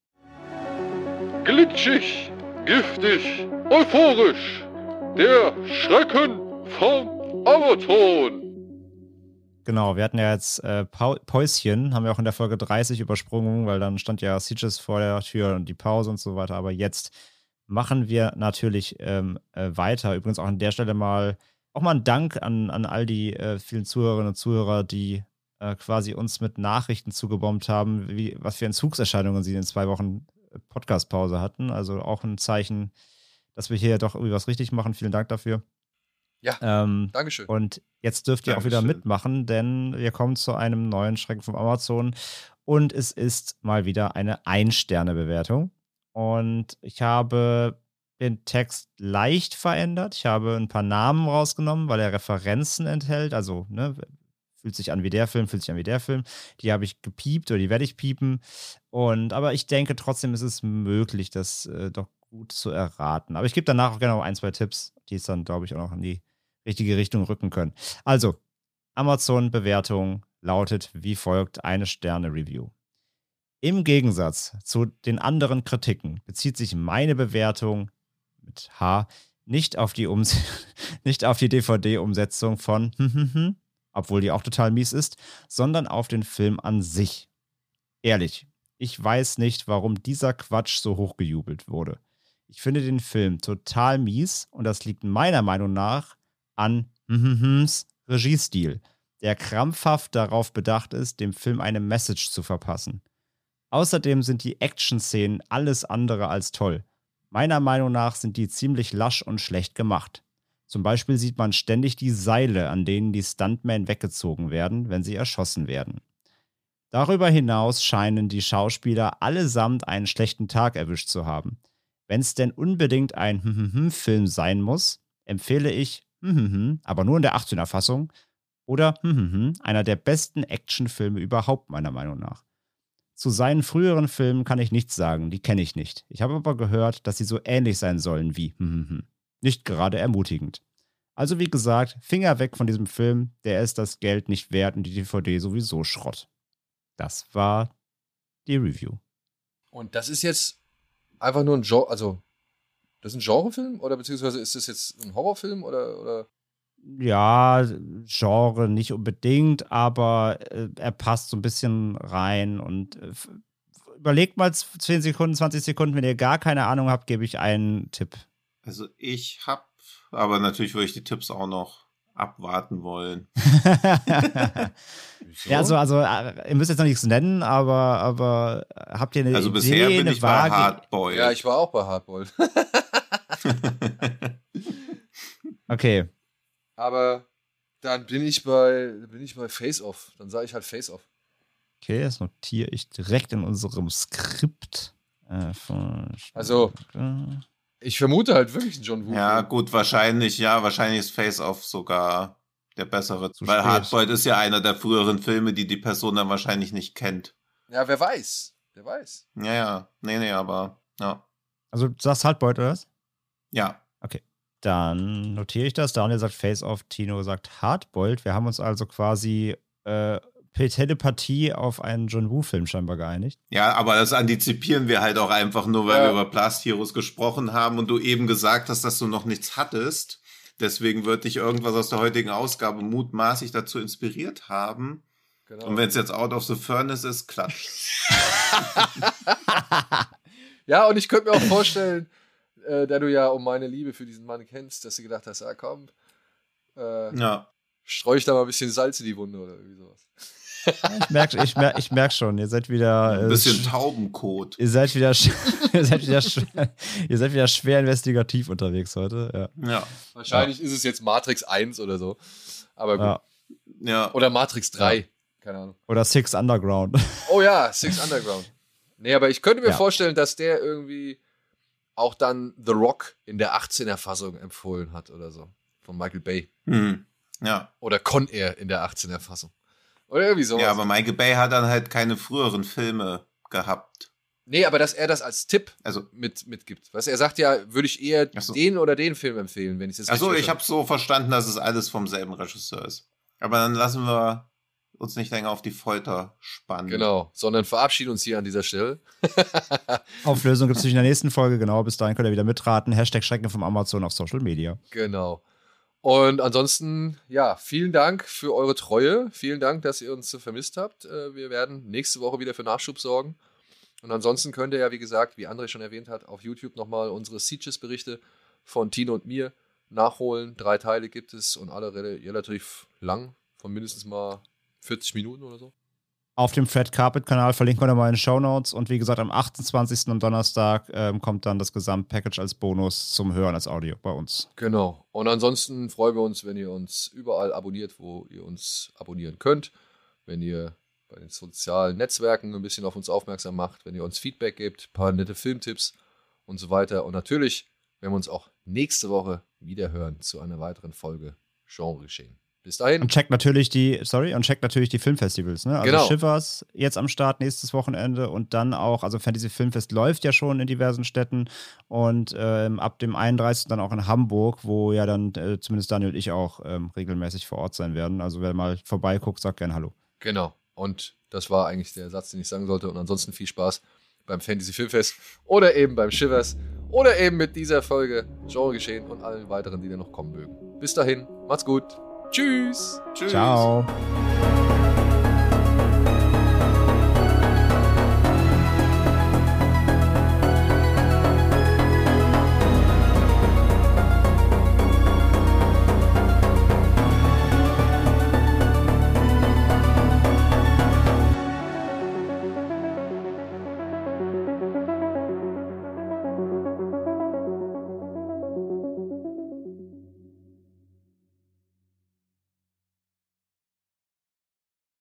Glitschig, giftig, euphorisch. Der Schrecken vom Amazon.
Genau, wir hatten ja jetzt äh, Päuschen, haben wir auch in der Folge dreißig übersprungen, weil dann stand ja Sieges vor der Tür und die Pause und so weiter. Aber jetzt machen wir natürlich ähm, äh, weiter. Übrigens auch an der Stelle mal auch mal ein Dank an, an all die äh, vielen Zuhörerinnen und Zuhörer, die äh, quasi uns mit Nachrichten zugebombt haben, wie, was für Entzugserscheinungen sie in zwei Wochen Podcast-Pause hatten. Also auch ein Zeichen, dass wir hier doch irgendwie was richtig machen. Vielen Dank dafür.
Ja,
Ähm,
Dankeschön.
und jetzt dürft ihr auch wieder
Dankeschön.
mitmachen, denn wir kommen zu einem neuen Schrecken vom Amazon und es ist mal wieder eine Ein-Sterne-Bewertung. Und ich habe den Text leicht verändert. Ich habe ein paar Namen rausgenommen, weil er Referenzen enthält. Also, ne, fühlt sich an wie der Film, fühlt sich an wie der Film. Die habe ich gepiept oder die werde ich piepen. Und, aber ich denke trotzdem ist es möglich, das äh, doch gut zu erraten. Aber ich gebe danach auch gerne noch ein, zwei Tipps, die es dann, glaube ich, auch noch in die richtige Richtung rücken können. Also, Amazon-Bewertung lautet wie folgt: eine Sterne-Review. Im Gegensatz zu den anderen Kritiken bezieht sich meine Bewertung mit H nicht auf die, Ums nicht auf die D V D-Umsetzung von obwohl die auch total mies ist, sondern auf den Film an sich. Ehrlich, ich weiß nicht, warum dieser Quatsch so hochgejubelt wurde. Ich finde den Film total mies und das liegt meiner Meinung nach an Regiestil, der krampfhaft darauf bedacht ist, dem Film eine Message zu verpassen. Außerdem sind die Action-Szenen alles andere als toll. Meiner Meinung nach sind die ziemlich lasch und schlecht gemacht. Zum Beispiel sieht man ständig die Seile, an denen die Stuntmen weggezogen werden, wenn sie erschossen werden. Darüber hinaus scheinen die Schauspieler allesamt einen schlechten Tag erwischt zu haben. Wenn es denn unbedingt ein Film sein muss, empfehle ich aber nur in der achtzehner Fassung oder einer der besten Actionfilme überhaupt meiner Meinung nach. Zu seinen früheren Filmen kann ich nichts sagen, die kenne ich nicht. Ich habe aber gehört, dass sie so ähnlich sein sollen wie nicht gerade ermutigend. Also wie gesagt, Finger weg von diesem Film, der ist das Geld nicht wert und die D V D sowieso Schrott. Das war die Review.
Und das ist jetzt einfach nur ein Genre, also das ist ein Genrefilm oder beziehungsweise ist das jetzt ein Horrorfilm oder, oder?
Ja, Genre nicht unbedingt, aber äh, er passt so ein bisschen rein und äh, f- überlegt mal zehn Sekunden, zwanzig Sekunden, wenn ihr gar keine Ahnung habt, gebe ich einen Tipp.
Also ich hab, aber natürlich würde ich die Tipps auch noch abwarten wollen.
Wieso?
Ja, also, also äh, ihr müsst jetzt noch nichts nennen, aber, aber habt ihr eine
Also
Idee,
bisher bin
eine
ich bei
vage-
Hardboiled.
Ja, ich war auch bei Hardboiled.
Okay,
Aber dann bin ich bei, bin ich bei Face Off. Dann sage ich halt Face Off.
okay, das notiere ich direkt in unserem Skript. Äh, von
Also- Ich vermute halt wirklich einen John Woo.
Ja, gut, wahrscheinlich, ja, wahrscheinlich ist Face Off sogar der bessere.
Zu
Weil
spät.
Hardboiled ist ja einer der früheren Filme, die die Person dann wahrscheinlich nicht kennt.
Ja, wer weiß. Wer weiß.
Ja, ja, nee, nee, aber, ja.
Also, du sagst Hardboiled, oder was?
Ja,
Dann notiere ich das. Daniel sagt Face Off, Tino sagt Hardboiled. Wir haben uns also quasi äh, per Telepathie auf einen John Woo-Film scheinbar geeinigt.
ja, aber das antizipieren wir halt auch einfach nur, weil
Ja.
wir über Blast Heroes gesprochen haben und du eben gesagt hast, dass du noch nichts hattest. Deswegen wird dich irgendwas aus der heutigen Ausgabe mutmaßlich dazu inspiriert haben.
Genau.
Und wenn es jetzt Out of the Furnace ist, klatscht.
Ja, und ich könnte mir auch vorstellen, äh, da du ja um meine Liebe für diesen Mann kennst, dass du gedacht hast, ah komm, äh,
Ja.
streu ich da mal ein bisschen Salz in die Wunde oder irgendwie sowas.
Ich merke ich merk, ich merk schon, ihr seid wieder. Äh,
Ein bisschen
sch-
Taubenkot.
Ihr seid wieder, sch- ihr seid wieder, schwer, ihr seid wieder schwer investigativ unterwegs heute. Ja.
Ja.
Wahrscheinlich ist es jetzt Matrix eins oder so. Aber gut.
Ja.
Ja.
Oder Matrix drei. Keine Ahnung.
Oder Six Underground.
Oh ja, Six Underground. Nee, aber ich könnte mir
Ja.
vorstellen, dass der irgendwie auch dann The Rock in der achtzehner-Fassung empfohlen hat oder so. Von Michael Bay.
Hm. Ja.
Oder Con Air in der achtzehner-Fassung. Oder irgendwie sowas.
Ja, aber Michael Bay hat dann halt keine früheren Filme gehabt.
Nee, aber dass er das als Tipp
Also,
mit, mitgibt. Weißt du, er sagt ja, würde ich eher
Ach so.
den oder den Film empfehlen, wenn ich es jetzt
achso,
richtig
ich habe so verstanden, dass es alles vom selben Regisseur ist. Aber dann lassen wir uns nicht länger auf die Folter spannen.
Genau, sondern verabschieden uns hier an dieser Stelle.
Auflösung gibt es in der nächsten Folge. Genau, bis dahin könnt ihr wieder mitraten. Hashtag Schrecken vom Amazon auf Social Media.
Genau. Und ansonsten, ja, vielen Dank für eure Treue. Vielen Dank, dass ihr uns so vermisst habt. Äh, Wir werden nächste Woche wieder für Nachschub sorgen. Und ansonsten könnt ihr ja, wie gesagt, wie André schon erwähnt hat, auf YouTube nochmal unsere Sieges-Berichte von Tino und mir nachholen. Drei Teile gibt es und alle rel- relativ lang, von mindestens mal vierzig Minuten oder so.
auf dem Fred Carpet Kanal, verlinken wir nochmal in den Shownotes. Und wie gesagt, am achtundzwanzigsten am Donnerstag ähm, kommt dann das Gesamtpackage als Bonus zum Hören als Audio bei uns.
Genau. Und ansonsten freuen wir uns, wenn ihr uns überall abonniert, wo ihr uns abonnieren könnt. Wenn ihr bei den sozialen Netzwerken ein bisschen auf uns aufmerksam macht, wenn ihr uns Feedback gebt, ein paar nette Filmtipps und so weiter. Und natürlich, wenn wir uns auch nächste Woche wieder hören zu einer weiteren Folge Genre Geschehen. Bis dahin.
Und checkt natürlich die, sorry, und checkt natürlich die Filmfestivals, ne? Also
genau.
Shivers jetzt am Start nächstes Wochenende und dann auch, also Fantasy Filmfest läuft ja schon in diversen Städten und ähm, ab dem einunddreißigsten dann auch in Hamburg, wo ja dann äh, zumindest Daniel und ich auch ähm, regelmäßig vor Ort sein werden. Also wer mal vorbeiguckt, sagt gerne Hallo.
Genau. Und das war eigentlich der Satz, den ich sagen sollte. Und ansonsten viel Spaß beim Fantasy Filmfest oder eben beim Shivers oder eben mit dieser Folge Genre Geschehen und allen weiteren, die da noch kommen mögen. Bis dahin, macht's gut. Tschüss.
Tschüss.
Ciao.